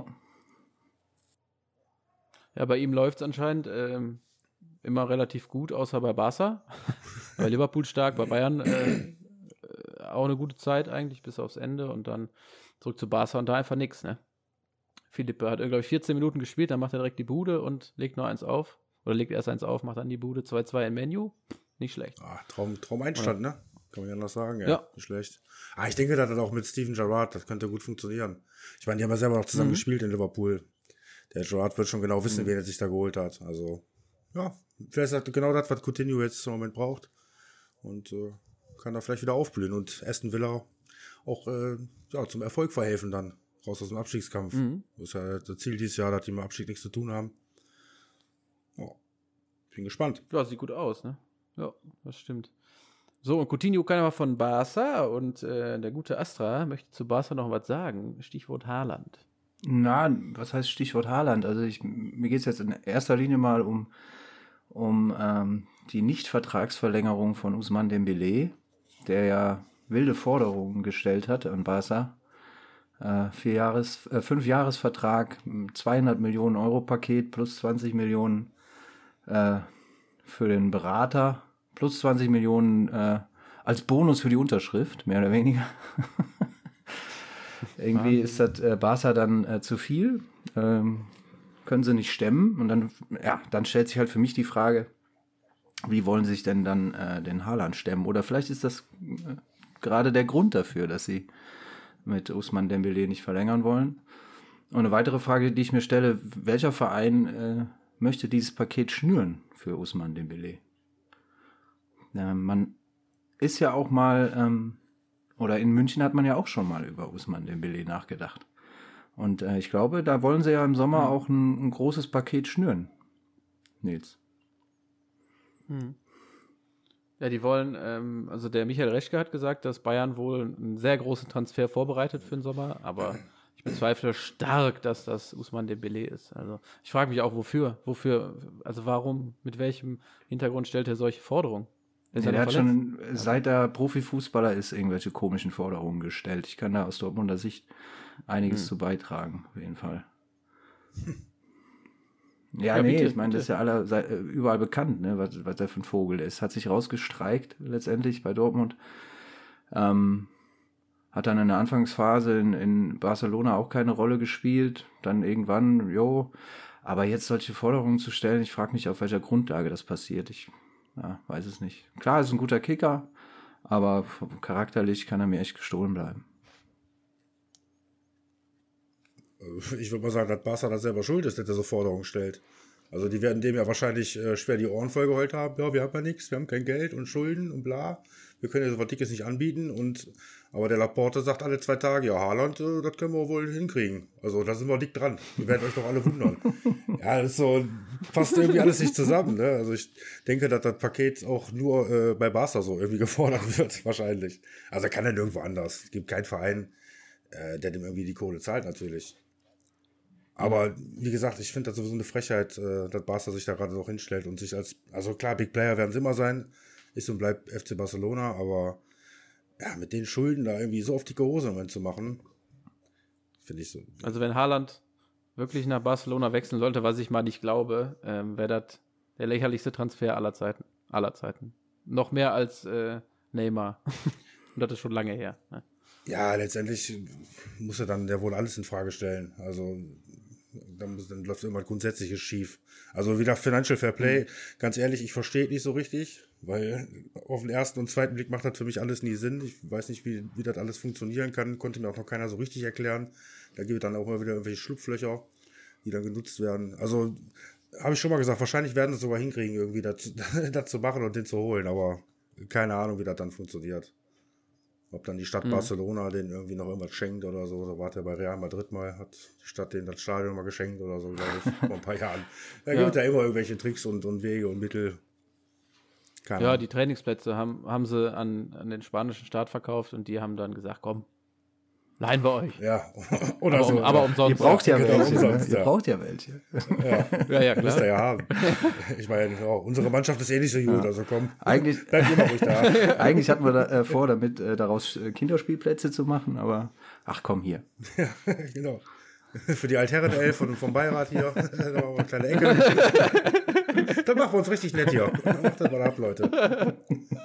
Ja, bei ihm läuft es anscheinend immer relativ gut, außer bei Barca. Bei Liverpool stark, bei Bayern auch eine gute Zeit eigentlich bis aufs Ende und dann zurück zu Barca und da einfach nichts, ne? Philippe hat, glaube ich, 14 Minuten gespielt, dann macht er direkt die Bude und legt noch eins auf. Oder legt erst eins auf, macht dann die Bude, 2-2 im Menu. Nicht schlecht. Traumeinstand, ne? Kann man ja noch sagen, ja. Nicht schlecht. Ich denke, das hat auch mit Steven Gerrard, das könnte gut funktionieren. Ich meine, die haben ja selber noch zusammen gespielt in Liverpool. Der Gerrard wird schon genau wissen, wen er sich da geholt hat. Also, ja, vielleicht ist das genau das, was Coutinho jetzt im Moment braucht. Und kann da vielleicht wieder aufblühen. Und Aston Villa auch zum Erfolg verhelfen dann. Raus aus dem Abstiegskampf. Das ist ja das Ziel dieses Jahr, dass die mit dem Abstieg nichts zu tun haben. Ja, bin gespannt. Ja, sieht gut aus, ne? Ja, das stimmt. So, und Coutinho kann aber von Barca und der gute Astra möchte zu Barca noch was sagen. Stichwort Haaland. Na, was heißt Stichwort Haaland? Also mir geht es jetzt in erster Linie mal um die Nichtvertragsverlängerung von Ousmane Dembélé, der ja wilde Forderungen gestellt hat an Barca. 5-Jahres-Vertrag, 200 Millionen Euro Paket plus 20 Millionen für den Berater, plus 20 Millionen als Bonus für die Unterschrift, mehr oder weniger. Irgendwie ist das Barca dann zu viel, können sie nicht stemmen und dann stellt sich halt für mich die Frage, wie wollen sie sich denn dann den Haaland stemmen? Oder vielleicht ist das gerade der Grund dafür, dass sie mit Ousmane Dembélé nicht verlängern wollen. Und eine weitere Frage, die ich mir stelle, welcher Verein möchte dieses Paket schnüren für Ousmane Dembélé? Man ist ja auch mal, oder in München hat man ja auch schon mal über Ousmane Dembélé nachgedacht. Und ich glaube, da wollen sie ja im Sommer auch ein großes Paket schnüren. Nils. Ja, die wollen, also der Michael Reschke hat gesagt, dass Bayern wohl einen sehr großen Transfer vorbereitet für den Sommer, aber ich bezweifle stark, dass das Ousmane Dembélé ist. Also ich frage mich auch, wofür, also warum, mit welchem Hintergrund stellt er solche Forderungen? Der hat schon, seit er Profifußballer ist, irgendwelche komischen Forderungen gestellt. Ich kann da aus Dortmunder Sicht einiges zu beitragen, auf jeden Fall. Ja, nee, bitte, ich meine, das ist ja überall bekannt, ne, was der für ein Vogel ist. Hat sich rausgestreikt letztendlich bei Dortmund. Hat dann in der Anfangsphase in Barcelona auch keine Rolle gespielt. Dann irgendwann, aber jetzt solche Forderungen zu stellen, ich frage mich, auf welcher Grundlage das passiert. Ich weiß es nicht. Klar, ist ein guter Kicker, aber charakterlich kann er mir echt gestohlen bleiben. Ich würde mal sagen, dass Barca da selber schuld ist, dass er so Forderungen stellt. Also die werden dem ja wahrscheinlich schwer die Ohren vollgeheult haben. Ja, wir haben ja nichts, wir haben kein Geld und Schulden und bla. Wir können ja so was Dickes nicht anbieten. Aber der Laporte sagt alle 2 Tage, ja, Haaland, das können wir wohl hinkriegen. Also da sind wir dick dran. Wir werden euch doch alle wundern. Ja, das ist so, passt irgendwie alles nicht zusammen. Ne? Also ich denke, dass das Paket auch nur bei Barca so irgendwie gefordert wird, wahrscheinlich. Also er kann ja nirgendwo anders. Es gibt keinen Verein, der dem irgendwie die Kohle zahlt natürlich. Aber wie gesagt, ich finde das sowieso eine Frechheit, dass Barca sich da gerade noch hinstellt und sich also klar, Big Player werden sie immer sein, ist und bleibt FC Barcelona, aber ja, mit den Schulden da irgendwie so auf dicke Hose im Moment zu machen, finde ich so. Also wenn Haaland wirklich nach Barcelona wechseln sollte, was ich mal nicht glaube, wäre das der lächerlichste Transfer aller Zeiten. Aller Zeiten. Noch mehr als Neymar. Und das ist schon lange her. Ne? Ja, letztendlich muss er dann ja wohl alles in Frage stellen. Also dann läuft irgendwas Grundsätzliches schief. Also wieder Financial Fair Play, ganz ehrlich, ich verstehe nicht so richtig, weil auf den ersten und zweiten Blick macht das für mich alles nie Sinn. Ich weiß nicht, wie das alles funktionieren kann, konnte mir auch noch keiner so richtig erklären. Da gibt es dann auch immer wieder irgendwelche Schlupflöcher, die dann genutzt werden. Also habe ich schon mal gesagt, wahrscheinlich werden sie es sogar hinkriegen, irgendwie das zu machen und den zu holen, aber keine Ahnung, wie das dann funktioniert. Ob dann die Stadt Barcelona den irgendwie noch irgendwas schenkt oder so. So war der bei Real Madrid mal, hat die Stadt denen das Stadion mal geschenkt oder so, glaube ich, vor ein paar Jahren. Da gibt es ja immer irgendwelche Tricks und Wege und Mittel. Keine Ahnung. Die Trainingsplätze haben sie an den spanischen Staat verkauft und die haben dann gesagt, komm, leihen wir euch. Ja, oder so. Aber umsonst. Ihr braucht ja genau, welche. umsonst, Ihr ja. braucht ja welche. Ja, Müsst ihr klar. ja haben. Ich meine, unsere Mannschaft ist eh nicht so gut, also komm, Eigentlich, bleibt immer ruhig da. eigentlich hatten wir vor, damit daraus Kinderspielplätze zu machen, aber ach komm hier. Ja, genau. Für die Altherren-Elf vom Beirat hier, da machen wir eine kleine Ecke. Dann machen wir uns richtig nett hier. Macht das mal ab, Leute.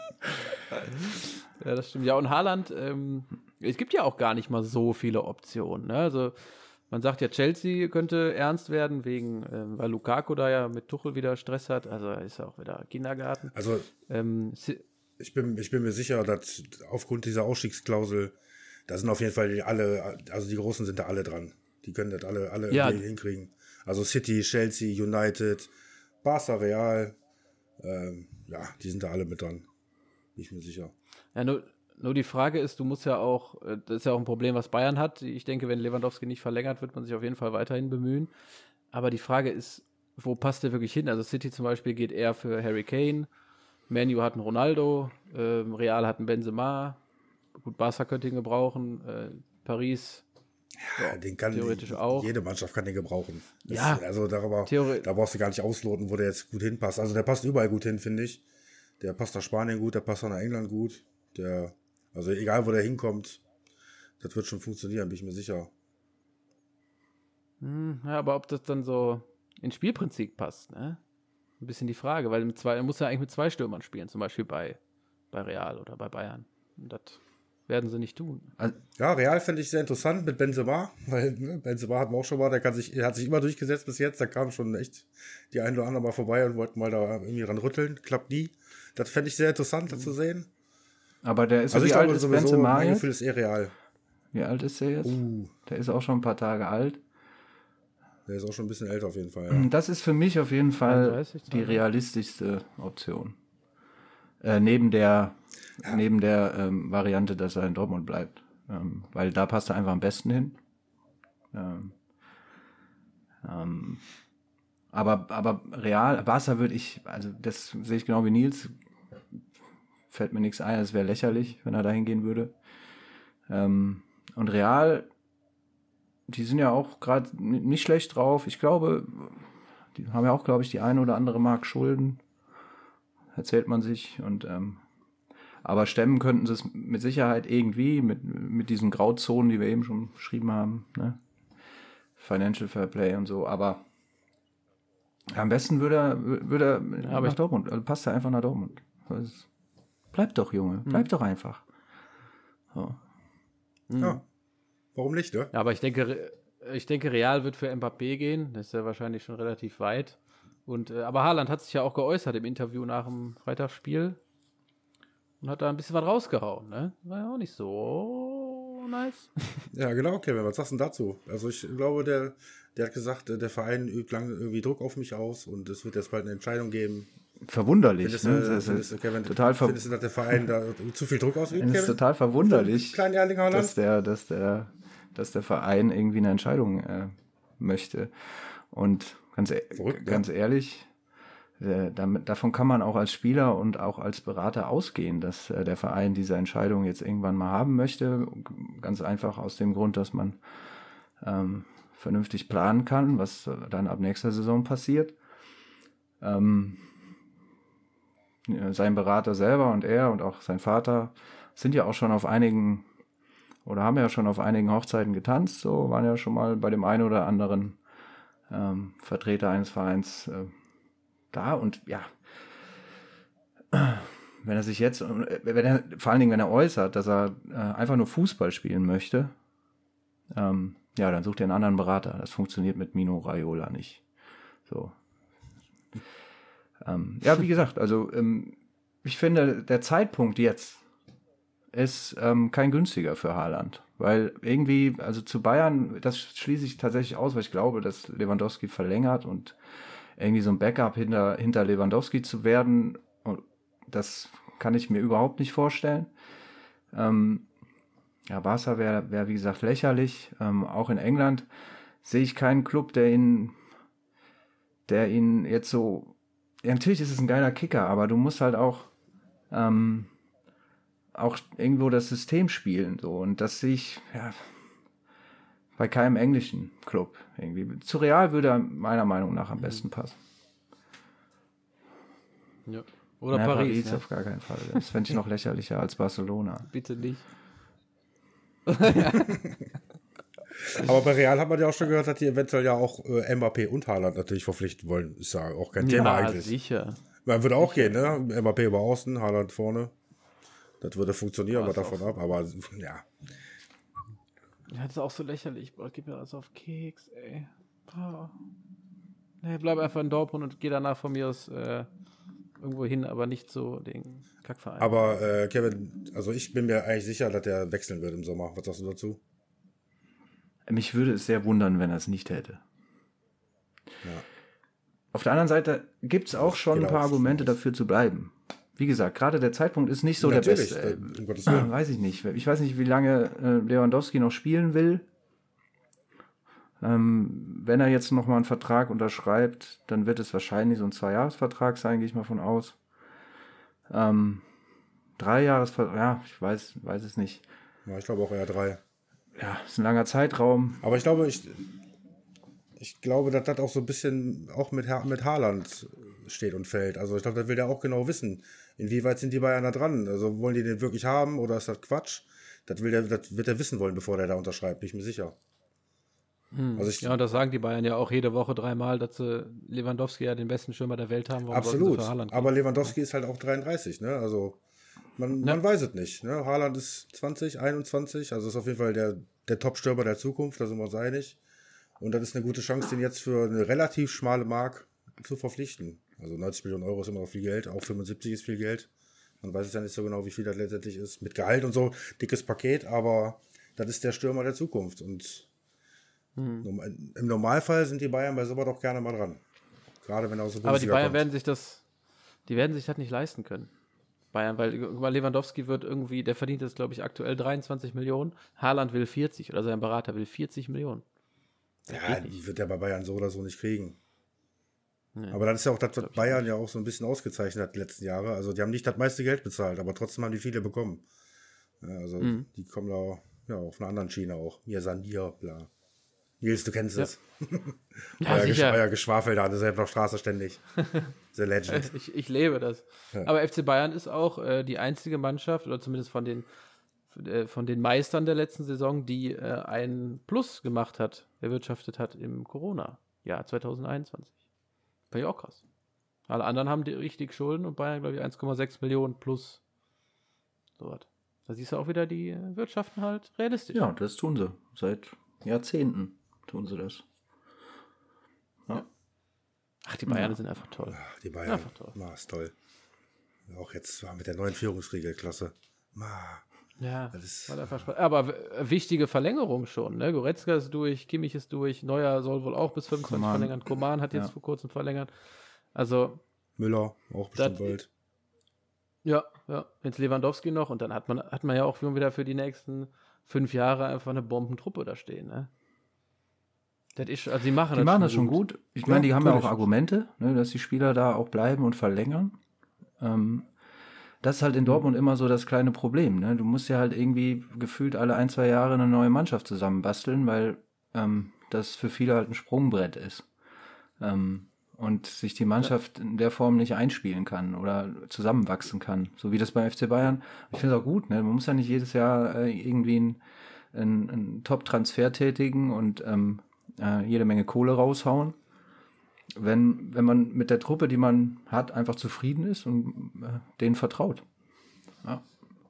Ja, das stimmt. Ja, und Haaland, es gibt ja auch gar nicht mal so viele Optionen. Ne? Also man sagt ja, Chelsea könnte ernst werden, weil Lukaku da ja mit Tuchel wieder Stress hat. Also ist ja auch wieder Kindergarten. Also ich bin mir sicher, dass aufgrund dieser Ausstiegsklausel, da sind auf jeden Fall alle, also die Großen sind da alle dran. Die können das alle irgendwie hinkriegen. Also City, Chelsea, United, Barca, Real, die sind da alle mit dran. Bin ich mir sicher. Ja, nur die Frage ist, du musst ja auch, das ist ja auch ein Problem, was Bayern hat. Ich denke, wenn Lewandowski nicht verlängert, wird man sich auf jeden Fall weiterhin bemühen. Aber die Frage ist, wo passt der wirklich hin? Also City zum Beispiel geht eher für Harry Kane, Man U hat einen Ronaldo, Real hat einen Benzema, gut, Barca könnte ihn gebrauchen, Paris Den kann theoretisch auch. Jede Mannschaft kann den gebrauchen. Also da brauchst du gar nicht ausloten, wo der jetzt gut hinpasst. Also der passt überall gut hin, finde ich. Der passt nach Spanien gut, der passt nach England gut. Also egal, wo der hinkommt, das wird schon funktionieren, bin ich mir sicher. Ja, aber ob das dann so ins Spielprinzip passt, ne? Ein bisschen die Frage, weil er muss ja eigentlich mit 2 Stürmern spielen, zum Beispiel bei Real oder bei Bayern. Und das werden sie nicht tun. Ja, Real finde ich sehr interessant mit Benzema, weil Benzema hatten wir auch schon mal, er hat sich immer durchgesetzt bis jetzt, da kam schon echt die ein oder andere mal vorbei und wollten mal da irgendwie ran rütteln, klappt nie. Das fände ich sehr interessant, das zu sehen. Aber der ist Also wie ich alt glaube ist sowieso, Benzema mein jetzt? Gefühl ist Real. Wie alt ist der jetzt? Der ist auch schon ein paar Tage alt. Der ist auch schon ein bisschen älter auf jeden Fall. Ja. Das ist für mich auf jeden Fall 31, die realistischste Option. Neben der Variante, dass er in Dortmund bleibt. Weil da passt er einfach am besten hin. Aber Real, Barca würde ich, also das sehe ich genau wie Nils, fällt mir nichts ein, es wäre lächerlich, wenn er dahin gehen würde. Und Real, die sind ja auch gerade nicht schlecht drauf. Ich glaube, die haben ja auch, glaube ich, die eine oder andere Mark Schulden. Erzählt man sich. Aber stemmen könnten sie es mit Sicherheit irgendwie mit diesen Grauzonen, die wir eben schon beschrieben haben. Ne? Financial Fair Play und so. Aber am besten würde er nach Dortmund. Also passt er einfach nach Dortmund. Bleib doch, Junge. Bleib doch einfach. So. Ja, warum nicht, ne? Ja, aber ich denke, Real wird für Mbappé gehen. Das ist ja wahrscheinlich schon relativ weit. Aber Haaland hat sich ja auch geäußert im Interview nach dem Freitagsspiel und hat da ein bisschen was rausgehauen, ne? War ja auch nicht so nice. Ja, genau, Kevin, was sagst du denn dazu? Also ich glaube, der hat gesagt, der Verein übt lange irgendwie Druck auf mich aus und es wird jetzt bald eine Entscheidung geben. Verwunderlich, Findest du, Kevin, findest du, dass der Verein da zu viel Druck ausübt, Kevin? Es ist total verwunderlich, Klein Erling Haaland? dass der Verein irgendwie eine Entscheidung möchte. Und ganz ehrlich, davon kann man auch als Spieler und auch als Berater ausgehen, dass der Verein diese Entscheidung jetzt irgendwann mal haben möchte. Ganz einfach aus dem Grund, dass man vernünftig planen kann, was dann ab nächster Saison passiert. Sein Berater selber und er und auch sein Vater sind ja auch schon auf einigen oder haben ja schon auf einigen Hochzeiten getanzt, so waren ja schon mal bei dem einen oder anderen Vertreter eines Vereins da und ja, wenn er sich jetzt, vor allen Dingen, wenn er äußert, dass er einfach nur Fußball spielen möchte, dann sucht er einen anderen Berater. Das funktioniert mit Mino Raiola nicht. So. Wie gesagt, also ich finde, der Zeitpunkt jetzt ist kein günstiger für Haaland. Weil irgendwie, also zu Bayern, das schließe ich tatsächlich aus, weil ich glaube, dass Lewandowski verlängert und irgendwie so ein Backup hinter Lewandowski zu werden, das kann ich mir überhaupt nicht vorstellen. Barca wäre wie gesagt lächerlich. Auch in England sehe ich keinen Club, der ihn jetzt so. Ja, natürlich ist es ein geiler Kicker, aber du musst halt auch irgendwo das System spielen. So. Und das sehe ich bei keinem englischen Club irgendwie. Zu Real würde er meiner Meinung nach am besten passen. Ja. Oder Paris. Paris auf gar keinen Fall. Das fände ich noch lächerlicher als Barcelona. Bitte nicht. Aber bei Real hat man ja auch schon gehört, dass die eventuell ja auch Mbappé und Haaland natürlich verpflichten wollen. Ist ja auch kein Thema eigentlich. Sicher. Man würde auch gehen, ne? Mbappé über außen, Haaland vorne. Das würde funktionieren, aber davon ab. Aber ja. Ja, das ist auch so lächerlich. Boah, gib mir das auf Keks, ey. Nee, bleib einfach in Dortmund und geh danach von mir aus irgendwo hin, aber nicht so den Kackverein. Aber Kevin, also ich bin mir eigentlich sicher, dass der wechseln wird im Sommer. Was sagst du dazu? Mich würde es sehr wundern, wenn er es nicht hätte. Ja. Auf der anderen Seite gibt es auch schon ein paar Argumente dafür zu bleiben. Wie gesagt, gerade der Zeitpunkt ist nicht so natürlich, der beste. Um Gottes Willen. Weiß ich nicht. Ich weiß nicht, wie lange Lewandowski noch spielen will. Wenn er jetzt nochmal einen Vertrag unterschreibt, dann wird es wahrscheinlich so ein 2-Jahres-Vertrag sein, gehe ich mal von aus. 3-Jahres-Vertrag, ja, ich weiß es nicht. Ja, ich glaube auch eher 3. Ja, ist ein langer Zeitraum. Aber ich glaube, ich glaube, dass das auch so ein bisschen auch mit Haaland steht und fällt. Also ich glaube, das will der auch genau wissen. Inwieweit sind die Bayern da dran? Also wollen die den wirklich haben oder ist das Quatsch? Das wird er wissen wollen, bevor der da unterschreibt, bin ich mir sicher. Also und das sagen die Bayern ja auch jede Woche 3-mal, dass sie Lewandowski ja den besten Stürmer der Welt haben. Absolut, aber Lewandowski ist halt auch 33, ne? Also man weiß es nicht. Ne? Haaland ist 20, 21, also ist auf jeden Fall der Top-Stürmer der Zukunft, da sind wir uns einig. Und das ist eine gute Chance, den jetzt für eine relativ schmale Mark zu verpflichten. Also 90 Millionen Euro ist immer noch viel Geld, auch 75 ist viel Geld. Man weiß es ja nicht so genau, wie viel das letztendlich ist. Mit Gehalt und so, dickes Paket, aber das ist der Stürmer der Zukunft. Und im Normalfall sind die Bayern bei sowas doch gerne mal dran. Gerade wenn er aus der Bundesliga Aber die Bayern kommt. werden sich das nicht leisten können. Bayern, weil Lewandowski wird irgendwie, der verdient jetzt, glaube ich, aktuell 23 Millionen. Haaland will 40 oder sein Berater will 40 Millionen. Ja, die wird er bei Bayern so oder so nicht kriegen. Nee, aber das ist ja auch das, was Bayern ja auch so ein bisschen ausgezeichnet hat die letzten Jahre. Also die haben nicht das meiste Geld bezahlt, aber trotzdem haben die viele bekommen. Ja, also die kommen da auf einer anderen Schiene auch. Mir, bla. Nils, du kennst es. Ja, sicher. Euer Geschwafel da, das ist auf Straße ständig. The Legend. Ich lebe das. Ja. Aber FC Bayern ist auch die einzige Mannschaft, oder zumindest von den Meistern der letzten Saison, die einen Plus erwirtschaftet hat im Corona-Jahr 2021. War ja auch krass. Alle anderen haben die richtig Schulden und Bayern, glaube ich, 1,6 Millionen plus. So was. Da siehst du auch wieder, die wirtschaften halt realistisch. Ja, das tun sie. Seit Jahrzehnten tun sie das. Ja. Ach, die Bayern sind einfach toll. Ach, die Bayern, ist toll. Auch jetzt mit der neuen Führungsregel, klasse. Ja, Das ist, war einfach spannend. Aber wichtige Verlängerung schon, ne? Goretzka ist durch, Kimmich ist durch, Neuer soll wohl auch bis 25 Coman. verlängern. Coman hat jetzt vor kurzem verlängert. Also, Müller auch bestimmt Das- bald. ja, jetzt Lewandowski noch und dann hat man ja auch schon wieder für die nächsten 5 Jahre einfach eine Bombentruppe da stehen, ne? Das ist, also die machen das schon gut. Ich meine, die haben ja auch Argumente, ne, dass die Spieler da auch bleiben und verlängern. Das ist halt in Dortmund immer so das kleine Problem. Ne? Du musst ja halt irgendwie gefühlt alle 1-2 Jahre eine neue Mannschaft zusammenbasteln, weil das für viele halt ein Sprungbrett ist. Und sich die Mannschaft in der Form nicht einspielen kann oder zusammenwachsen kann. So wie das beim FC Bayern. Ich finde es auch gut. Ne? Man muss ja nicht jedes Jahr irgendwie einen Top-Transfer tätigen und jede Menge Kohle raushauen. Wenn man mit der Truppe, die man hat, einfach zufrieden ist und denen vertraut. Ja.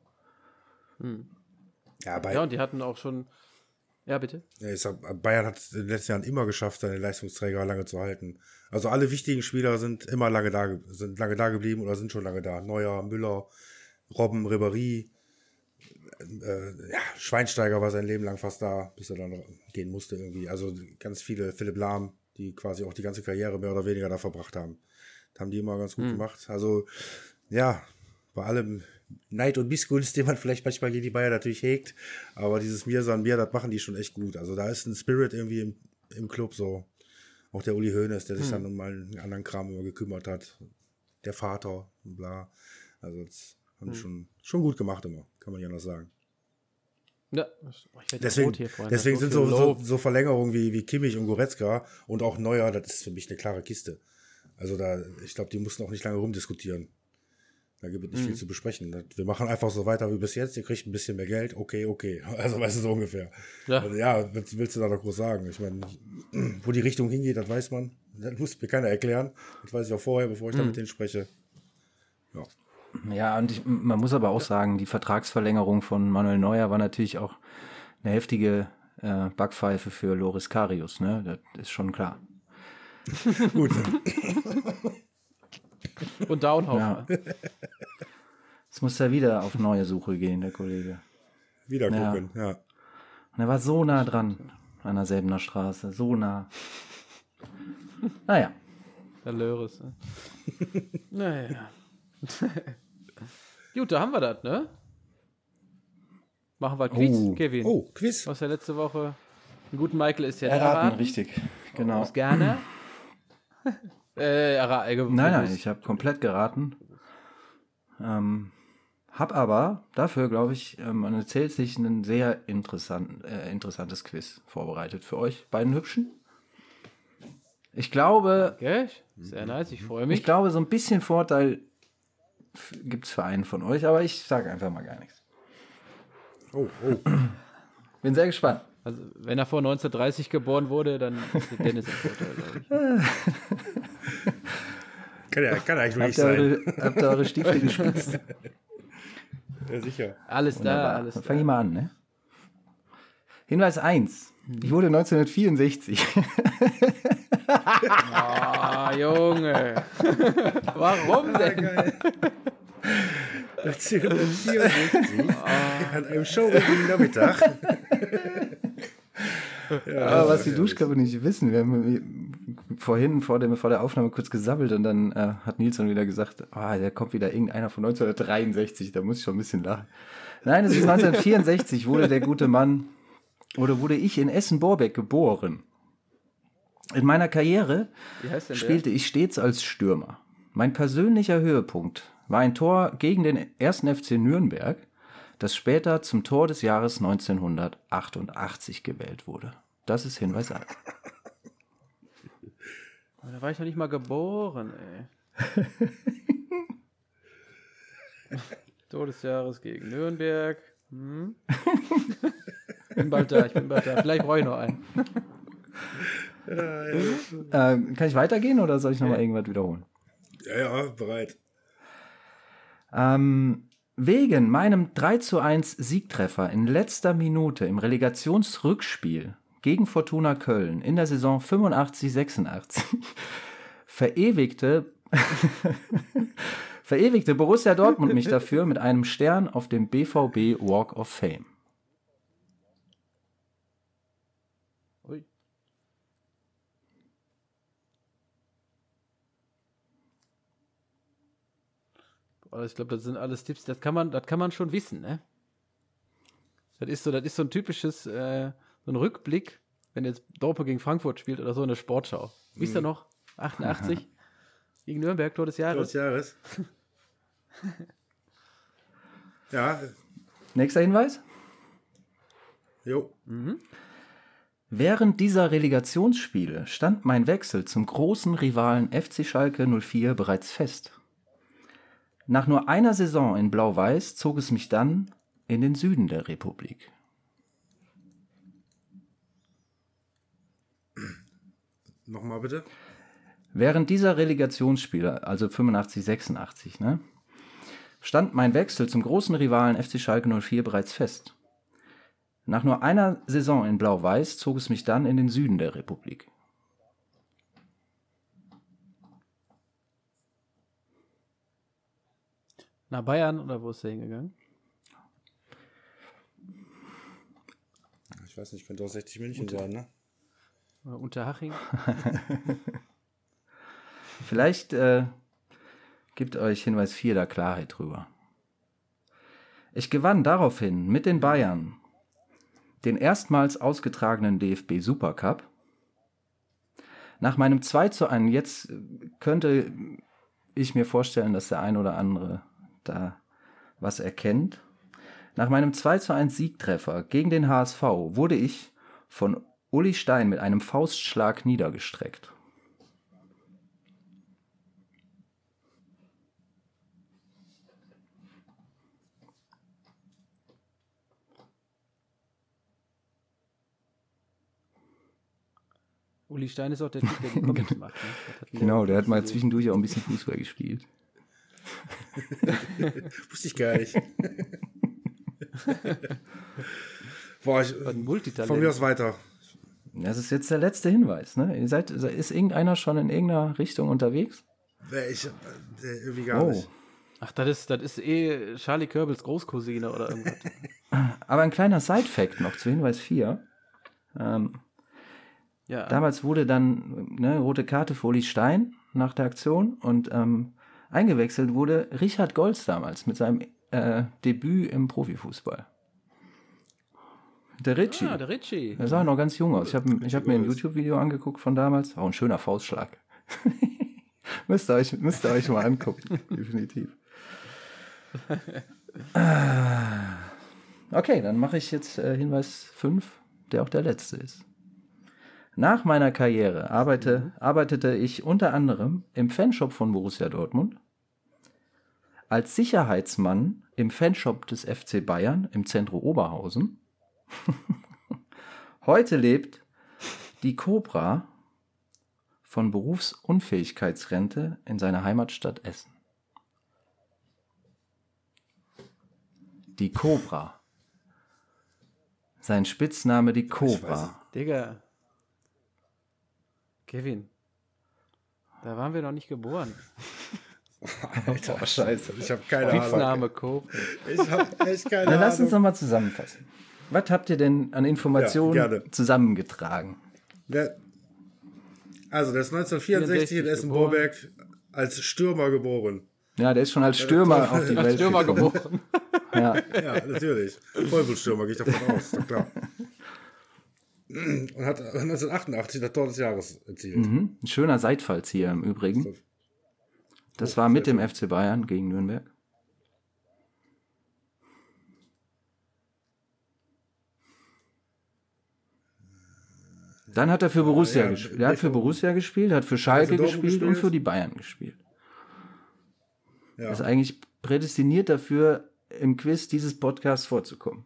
Ja, und die hatten auch schon. Ja, bitte. Ja, ich sag, Bayern hat es in den letzten Jahren immer geschafft, seine Leistungsträger lange zu halten. Also alle wichtigen Spieler sind immer lange da geblieben oder sind schon lange da. Neuer, Müller, Robben, Ribéry, Schweinsteiger war sein Leben lang fast da, bis er dann gehen musste irgendwie. Also ganz viele, Philipp Lahm, die quasi auch die ganze Karriere mehr oder weniger da verbracht haben. Das haben die immer ganz gut gemacht. Also ja, bei allem Neid und Missgunst, den man vielleicht manchmal gegen die Bayern natürlich hegt, aber dieses Mir san mir, das machen die schon echt gut. Also da ist ein Spirit irgendwie im Club so. Auch der Uli Hoeneß, der sich dann um einen anderen Kram immer gekümmert hat. Der Vater und bla. Also das haben die schon gut gemacht immer, kann man ja noch sagen. Ja, Deswegen sind so Verlängerungen wie Kimmich und Goretzka und auch Neuer, das ist für mich eine klare Kiste. Also ich glaube, die mussten auch nicht lange rumdiskutieren. Da gibt es nicht viel zu besprechen. Wir machen einfach so weiter wie bis jetzt, ihr kriegt ein bisschen mehr Geld, okay. Also weißt du, so ungefähr. Ja, Also, was willst du da noch groß sagen? Ich meine, wo die Richtung hingeht, das weiß man. Das muss mir keiner erklären. Das weiß ich auch vorher, bevor ich da mit denen spreche. Ja. Ja, und man muss aber auch sagen, die Vertragsverlängerung von Manuel Neuer war natürlich auch eine heftige Backpfeife für Loris Karius, ne? Das ist schon klar. Gut. Und Downhoff. Ja. Jetzt muss er wieder auf neue Suche gehen, der Kollege. Wieder gucken, ja. Und er war so nah dran an der Säbener Straße, so nah. Naja. Der Löris. Ne? Naja. Gut, da haben wir das, ne? Machen wir Quiz, Kevin. Oh, Quiz. Was ja letzte Woche. Einen guten Michael ist ja Erraten, richtig. Genau. Aus Ghana. Nein, ich habe komplett geraten. Hab aber dafür, glaube ich, man erzählt sich ein sehr interessantes Quiz vorbereitet für euch beiden Hübschen. Ich glaube, Okay, sehr nice, ich freue mich. Ich glaube, so ein bisschen Vorteil gibt es für einen von euch, aber ich sage einfach mal gar nichts. Oh. Bin sehr gespannt. Also, wenn er vor 1930 geboren wurde, dann ist Dennis im Vorteil, glaube ich. Kann eigentlich nur nicht sein. Habt ihr eure Stiefel gespitzt? Ja, sicher. Alles da, alles Dann da. fange ich mal an, ne? Hinweis 1. Ich wurde 1964 Ah, Junge. Warum denn? Das ist 64 an einem Showbeginn Mittag. Aber was die Duschkörper nicht wissen, wir haben vorhin vor der Aufnahme kurz gesammelt und dann hat Nilsson wieder gesagt, da kommt wieder irgendeiner von 1963, da muss ich schon ein bisschen lachen. Nein, es ist 1964, wurde ich in Essen-Borbeck geboren. In meiner Karriere spielte ich stets als Stürmer. Mein persönlicher Höhepunkt war ein Tor gegen den 1. FC Nürnberg, das später zum Tor des Jahres 1988 gewählt wurde. Das ist Hinweis 1. Da war ich noch nicht mal geboren, ey. Todesjahres gegen Nürnberg. Ich bin bald da. Vielleicht brauche ich noch einen. Kann ich weitergehen oder soll ich nochmal irgendwas wiederholen? Ja, bereit. Wegen meinem 3:1 Siegtreffer in letzter Minute im Relegationsrückspiel gegen Fortuna Köln in der Saison 85/86 verewigte verewigte Borussia Dortmund mich dafür mit einem Stern auf dem BVB Walk of Fame. Ui. Aber ich glaube, das sind alles Tipps, das kann man schon wissen, ne? Das ist so ein typisches, so ein Rückblick, wenn jetzt Dortmund gegen Frankfurt spielt oder so in der Sportschau. Wisst ihr noch? 88 gegen Nürnberg, Tor des Jahres. Ja. Nächster Hinweis. Jo. Während dieser Relegationsspiele stand mein Wechsel zum großen Rivalen FC Schalke 04 bereits fest. Nach nur einer Saison in Blau-Weiß zog es mich dann in den Süden der Republik. Nochmal bitte. Während dieser Relegationsspiele, also 85, 86, ne, stand mein Wechsel zum großen Rivalen FC Schalke 04 bereits fest. Nach nur einer Saison in Blau-Weiß zog es mich dann in den Süden der Republik. Nach Bayern oder wo ist der hingegangen? Ich weiß nicht, könnte auch 60 München sein, ne? Oder Unterhaching? Vielleicht gibt euch Hinweis 4 da Klarheit drüber. Ich gewann daraufhin mit den Bayern den erstmals ausgetragenen DFB Supercup. Nach meinem 2:1, jetzt könnte ich mir vorstellen, dass der ein oder andere da was erkennt. Nach meinem 2:1 Siegtreffer gegen den HSV wurde ich von Uli Stein mit einem Faustschlag niedergestreckt. Uli Stein ist auch der Typ, der die Comics macht. Ne? Genau, der hat mal zwischendurch auch ein bisschen Fußball gespielt. Wusste ich gar nicht. Boah, Ein Multitalent. von mir aus weiter. Das ist jetzt der letzte Hinweis. Ne? Ist irgendeiner schon in irgendeiner Richtung unterwegs? Irgendwie gar nicht. Ach, das ist Charlie Körbels Großcousine oder irgendwas. Aber ein kleiner Side-Fact noch zu Hinweis 4. Ja. Damals wurde dann rote Karte für Uli Stein nach der Aktion und eingewechselt wurde Richard Goltz damals mit seinem Debüt im Profifußball. Der Ritchie. Ah, der Ritchie. Der sah noch ganz jung aus. Ich hab mir ein YouTube-Video angeguckt von damals. Auch ein schöner Faustschlag. müsst ihr euch mal angucken. Definitiv. Okay, dann mache ich jetzt Hinweis 5, der auch der letzte ist. Nach meiner Karriere arbeitete ich unter anderem im Fanshop von Borussia Dortmund, als Sicherheitsmann im Fanshop des FC Bayern im Zentrum Oberhausen. Heute lebt die Cobra von Berufsunfähigkeitsrente in seiner Heimatstadt Essen. Die Cobra. Sein Spitzname die Cobra. Digga. Kevin. Da waren wir noch nicht geboren. Alter, scheiße. Ich habe keine Ahnung. Spitzname Cobra. Ich habe echt keine Na, Ahnung. lass uns nochmal zusammenfassen. Was habt ihr denn an Informationen gerne. zusammengetragen? Also, der ist 1964 in Essen-Borberg als Stürmer geboren. Ja, der ist schon als Stürmer auf die Welt Stürmer gekommen. geboren. Ja. Ja, natürlich. Vollblutstürmer, gehe ich davon aus. Ist doch klar. Und hat 1988 das Tor des Jahres erzielt. Ein schöner Seitfallzieher im Übrigen. Das war mit dem FC Bayern gegen Nürnberg. Dann hat er für Borussia gespielt. Er hat für Borussia gespielt, hat für Schalke gespielt und für die Bayern gespielt. Ja. Ist eigentlich prädestiniert dafür, im Quiz dieses Podcasts vorzukommen.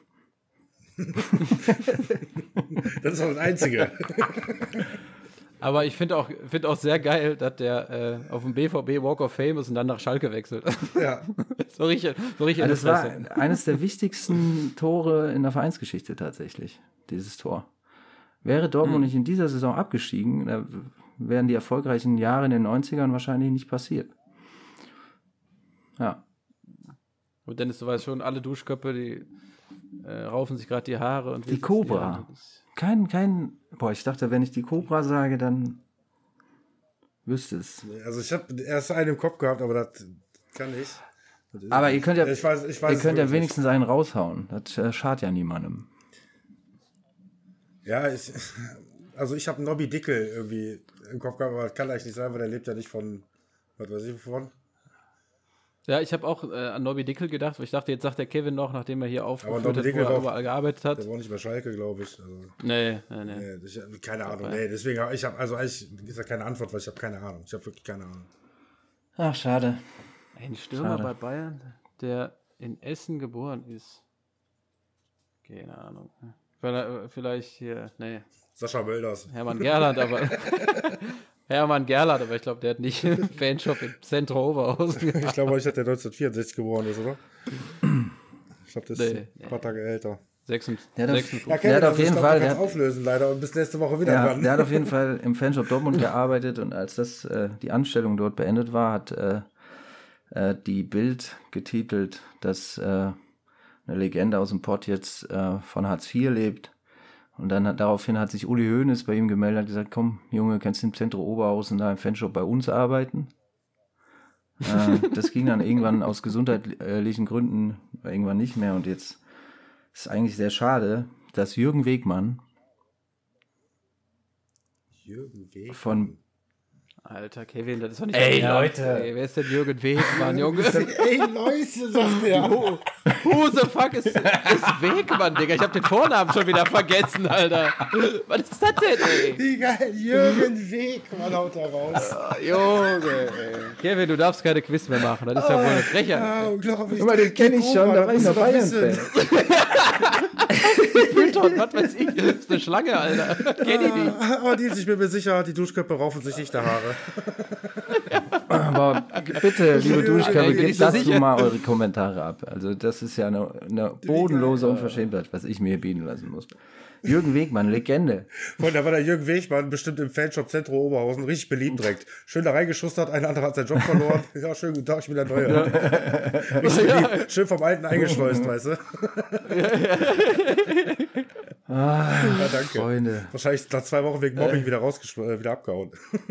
Das ist auch das Einzige. Aber ich finde auch sehr geil, dass der auf dem BVB Walk of Fame ist und dann nach Schalke wechselt. Ja. so richtig Also das war eines der wichtigsten Tore in der Vereinsgeschichte tatsächlich, dieses Tor. Wäre Dortmund nicht in dieser Saison abgestiegen, da wären die erfolgreichen Jahre in den 90ern wahrscheinlich nicht passiert. Ja. Und Dennis, du weißt schon, alle Duschköpfe, die raufen sich gerade die Haare. Und Die Cobra. Boah, ich dachte, wenn ich die Cobra sage, dann wüsste es. Also ich habe erst einen im Kopf gehabt, aber das kann ich. Aber ihr könnt ja, Ich weiß ihr könnt ja es wenigstens einen raushauen. Das schadet ja niemandem. nicht. Ja, ich habe Nobby Dickel irgendwie im Kopf gehabt, aber das kann eigentlich nicht sein, weil der lebt ja nicht von, was weiß ich wovon. Ja, ich habe auch an Nobby Dickel gedacht, weil ich dachte, jetzt sagt der Kevin noch, nachdem er hier aufgeführt Nobby hat, wo Dickel er überall gearbeitet hat. Der war nicht bei Schalke, glaube ich. Also, Nee. keine Ahnung. Nee, deswegen habe ich eigentlich ist ja keine Antwort, weil ich habe keine Ahnung. Ich habe wirklich keine Ahnung. Ach, schade. Ein Stürmer bei Bayern, der in Essen geboren ist. Keine Ahnung. Vielleicht hier, nee. Sascha Mölders. Hermann Gerland, aber ich glaube, der hat nicht einen Fanshop im Zentrum Oberhausen. Ich glaube nicht, dass der 1964 geboren ist, oder? Ich glaube, das ist ein paar Tage älter. 56. Der hat auf jeden Fall. Der auflösen leider und bis nächste Woche wieder dran. Der hat auf jeden Fall im Fanshop Dortmund gearbeitet und als die Anstellung dort beendet war, hat die Bild getitelt, dass eine Legende aus dem Pott jetzt von Hartz IV lebt. Und dann daraufhin hat sich Uli Hoeneß bei ihm gemeldet und gesagt, komm Junge, kannst du im Zentrum Oberhausen da im Fanshop bei uns arbeiten? Das ging dann irgendwann aus gesundheitlichen Gründen irgendwann nicht mehr und jetzt ist eigentlich sehr schade, dass Jürgen Wegmann von Alter, Kevin, das ist doch nicht Ey, dein Ernst. Leute. Ey, wer ist denn Jürgen Wegmann, Junge? Ey, Leute, sagt der. Who the fuck ist Wegmann, Digga? Ich hab den Vornamen schon wieder vergessen, Alter. Was ist das denn, ey? Wie geil, Jürgen Wegmann haut da raus. Junge, ey. Kevin, du darfst keine Quiz mehr machen. Das ist ja wohl eine Frechheit. Ja, unglaublich. Guck mal, den kenne ich schon, da war ich noch Bayern-Fan. Python, was weiß ich. Das ist eine Schlange, Alter. Kenn ich nicht. Aber ich bin mir sicher, die Duschköpfe raufen sich nicht der Haare. Aber bitte, liebe Duschköpfe, bin ich gebt so dazu sicher. mal eure Kommentare ab. Also das ist ja eine bodenlose Unverschämtheit, was ich mir hier bieten lassen muss. Jürgen Wegmann, Legende. Und da war der Jürgen Wegmann bestimmt im Fanshop Zentrum Oberhausen richtig beliebt direkt. Schön da reingeschustert, ein anderer hat seinen Job verloren. Ja, schönen guten Tag, ich bin der Neue. Richtig beliebt. Schön vom Alten eingeschleust, weißt du? Ja, danke. Freunde. Wahrscheinlich nach 2 Wochen wegen Mobbing wieder abgehauen.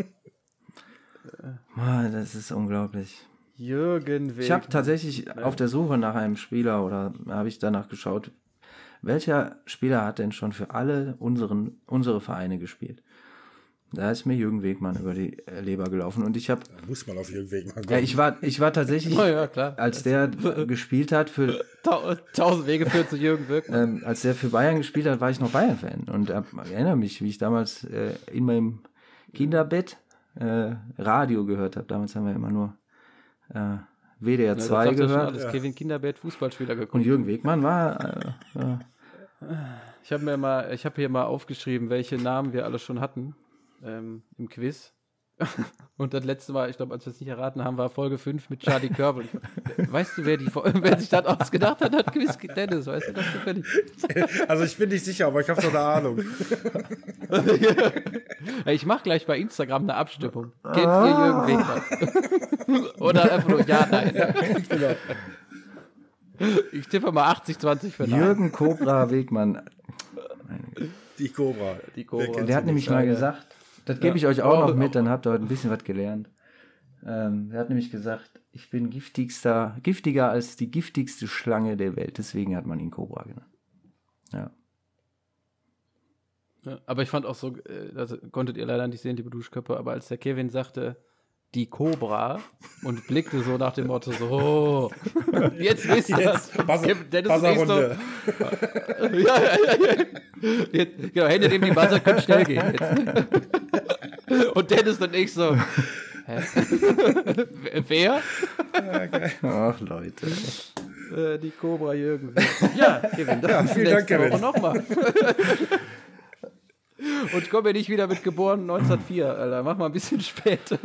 Mann, das ist unglaublich. Jürgen Wegmann. Ich habe tatsächlich auf der Suche nach einem Spieler oder habe ich danach geschaut, welcher Spieler hat denn schon für alle unsere Vereine gespielt? Da ist mir Jürgen Wegmann über die Leber gelaufen und ich habe Da muss man auf Jürgen Wegmann ja, kommen. ich war tatsächlich, ja, klar. als der gespielt hat für 1000 Wege führen zu Jürgen Wegmann. als der für Bayern gespielt hat, war ich noch Bayern-Fan und erinnere mich, wie ich damals in meinem Kinderbett Radio gehört habe. Damals haben wir immer nur WDR 2 gehört. Alles Kevin Kinderbett, Fußballspieler geguckt. Und Jürgen Wegmann war Ich habe hier mal aufgeschrieben, welche Namen wir alle schon hatten im Quiz. Und das letzte Mal, ich glaube, als wir es nicht erraten haben, war Folge 5 mit Charlie Körbel. Weißt du, wer sich das ausgedacht hat, hat Quiz Dennis, weißt du das zufällig? Also ich bin nicht sicher, aber ich habe so eine Ahnung. Ich mache gleich bei Instagram eine Abstimmung. Kennt ihr Jürgen Wegmann? Oder einfach nur ja, nein. Genau. Ich tippe mal 80-20 für nein. Jürgen Cobra Wegmann. Die Cobra. Die Cobra. Der hat nämlich mal gesagt, das gebe ich euch auch noch mit, dann habt ihr heute ein bisschen was gelernt. Er hat nämlich gesagt, ich bin giftiger als die giftigste Schlange der Welt. Deswegen hat man ihn Cobra genannt. Ja. Ja, aber ich fand auch so, das konntet ihr leider nicht sehen, liebe Duschköpfe, aber als der Kevin sagte, die Cobra und blickte so nach dem Motto so, oh, jetzt wisst ihr das. Dennis ist nicht so, ja. Jetzt, genau, Hände neben die Buzzer, können schnell gehen jetzt. Und Dennis und ich so, hä? Wer? Ach, Leute. Die Cobra Jürgen. Ja, Kevin, das ist vielen Dank, Kevin. Nochmal. Und komm mir nicht wieder mit geboren 1904, Alter. Mach mal ein bisschen später.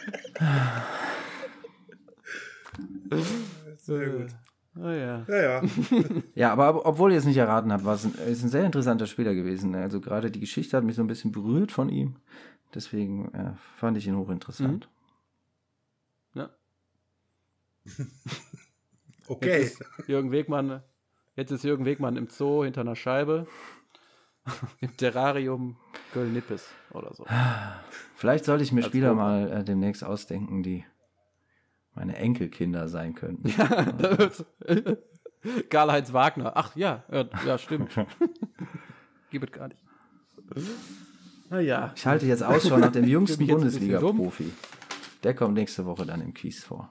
Sehr gut. Oh ja. Ja. Ja, aber obwohl ihr es nicht erraten habt, ist ein sehr interessanter Spieler gewesen. Also gerade die Geschichte hat mich so ein bisschen berührt von ihm. Deswegen fand ich ihn hochinteressant. Ja. Okay. Jetzt ist Jürgen Wegmann im Zoo hinter einer Scheibe. Im Terrarium Köln-Nippes oder so. Vielleicht sollte ich mir Als Spieler Opa. mal demnächst ausdenken, die meine Enkelkinder sein könnten. Karl-Heinz Wagner. Ach ja, stimmt. Gibt es gar nicht. Naja. Ich halte jetzt Ausschau nach dem jüngsten mich jetzt ein bisschen Bundesliga-Profi. Der kommt nächste Woche dann im Quiz vor.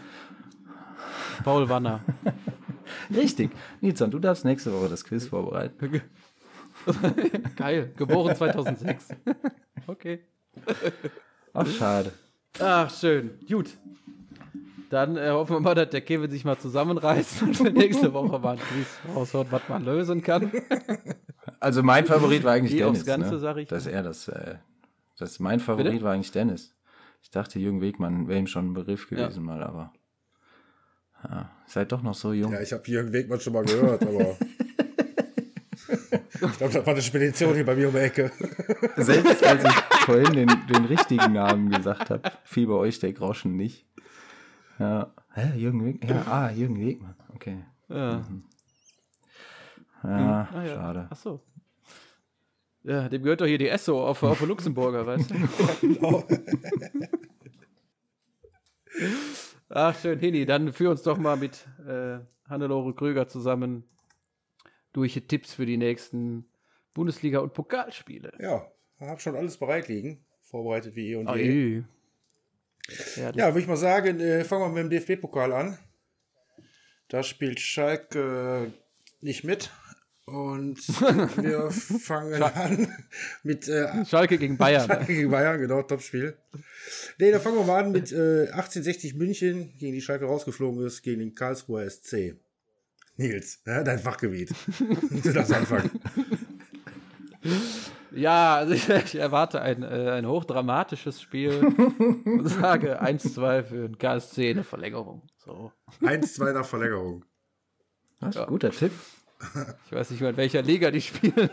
Paul Wanner. Richtig. Nizan, du darfst nächste Woche das Quiz vorbereiten. Geil. Geboren 2006. Okay. Ach, schade. Ach, schön. Gut. Dann hoffen wir mal, dass der Kevin sich mal zusammenreißt und für nächste Woche mal ein Quiz raushaut, was man lösen kann. Also mein Favorit war eigentlich Wie Dennis. aufs Ganze, Ne? sag ich. Dass er mein Favorit Bitte? war eigentlich Dennis. Ich dachte, Jürgen Wegmann wäre ihm schon ein Begriff gewesen mal, aber seid doch noch so jung. Ja, ich habe Jürgen Wegmann schon mal gehört, aber ich glaube, das war eine Spedition hier bei mir um die Ecke. Selbst als ich vorhin den richtigen Namen gesagt habe, fiel bei euch der Groschen nicht. Ja. Hä, Jürgen Wegmann? Ja, Jürgen Wegmann. Okay. Ja. Ja, Ah, ja. schade. Ach so. Ja, dem gehört doch hier die Esso auf der Luxemburger, weißt du? Genau. Ach, schön, Hini, dann führ uns doch mal mit Hannelore Krüger zusammen durch die Tipps für die nächsten Bundesliga- und Pokalspiele. Ja, habe schon alles bereit liegen. Vorbereitet wie eh und je. Ey. Ja, Ja, würde ich mal sagen, fangen wir mit dem DFB-Pokal an. Da spielt Schalke nicht mit. Und wir fangen an mit Schalke gegen Bayern. Schalke gegen Bayern, genau, Topspiel. Nee, da fangen wir mal an mit 1860 München, gegen die Schalke rausgeflogen ist, gegen den Karlsruher SC. Nils, dein Fachgebiet. Du darfst anfangen. Ja, also ich erwarte ein hochdramatisches Spiel und sage 1-2 für den KSC in der Verlängerung. So. 1-2 nach Verlängerung. Was? Guter Tipp. Ich weiß nicht mal, in welcher Liga die spielen.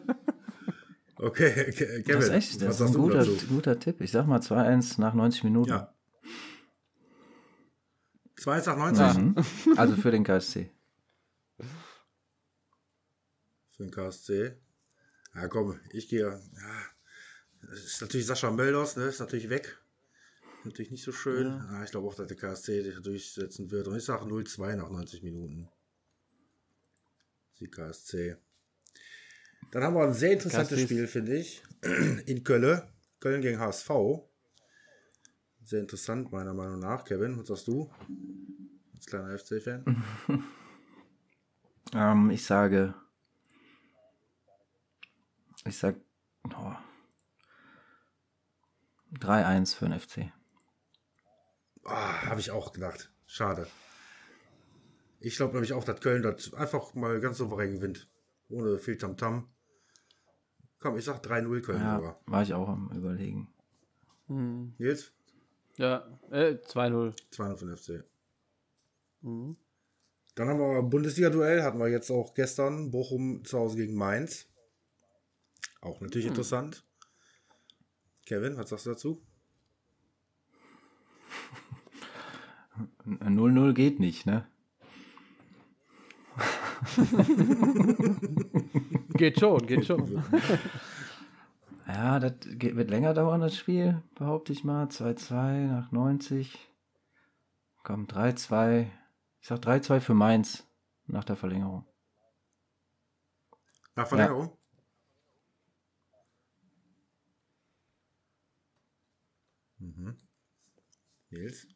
Okay, Kevin, Das ist echt, das was ist ein sagst du dazu? guter Tipp. Ich sag mal 2-1 nach 90 Minuten. Ja. 2-1 nach 90 Mhm. Also für den KSC. für den KSC. Ja, komm, ich gehe. Ja, das ist natürlich Sascha Mölders, ne? Ist natürlich weg. Natürlich nicht so schön. Ja. Ich glaube auch, dass der KSC sich durchsetzen wird. Und ich sage 0-2 nach 90 Minuten. Die KSC. Dann haben wir ein sehr interessantes KSC. Spiel, finde ich. In Köln. Köln gegen HSV. Sehr interessant, meiner Meinung nach. Kevin, was sagst du? Als kleiner FC-Fan. Ich sag 3-1 für den FC. Habe ich auch gedacht. Schade. Ich glaube nämlich auch, dass Köln das einfach mal ganz souverän gewinnt. Ohne viel Tamtam. Komm, ich sag 3-0 Köln Ja, sogar. war ich auch am Überlegen. Nils? Ja, 2-0. 2-0 für den FC. Mhm. Dann haben wir Bundesliga-Duell. Hatten wir jetzt auch gestern. Bochum zu Hause gegen Mainz. Auch natürlich interessant. Kevin, was sagst du dazu? 0-0 geht nicht, ne? Geht schon. Ja, das wird länger dauern, das Spiel, behaupte ich mal. 2-2 nach 90. Komm, 3-2. Ich sag 3-2 für Mainz nach der Verlängerung. Nach Verlängerung? Nils?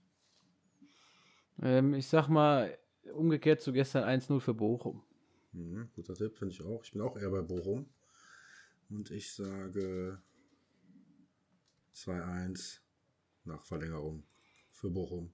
Ich sag mal, umgekehrt zu gestern 1-0 für Bochum. Guter Tipp, finde ich auch. Ich bin auch eher bei Bochum. Und ich sage 2-1 nach Verlängerung für Bochum.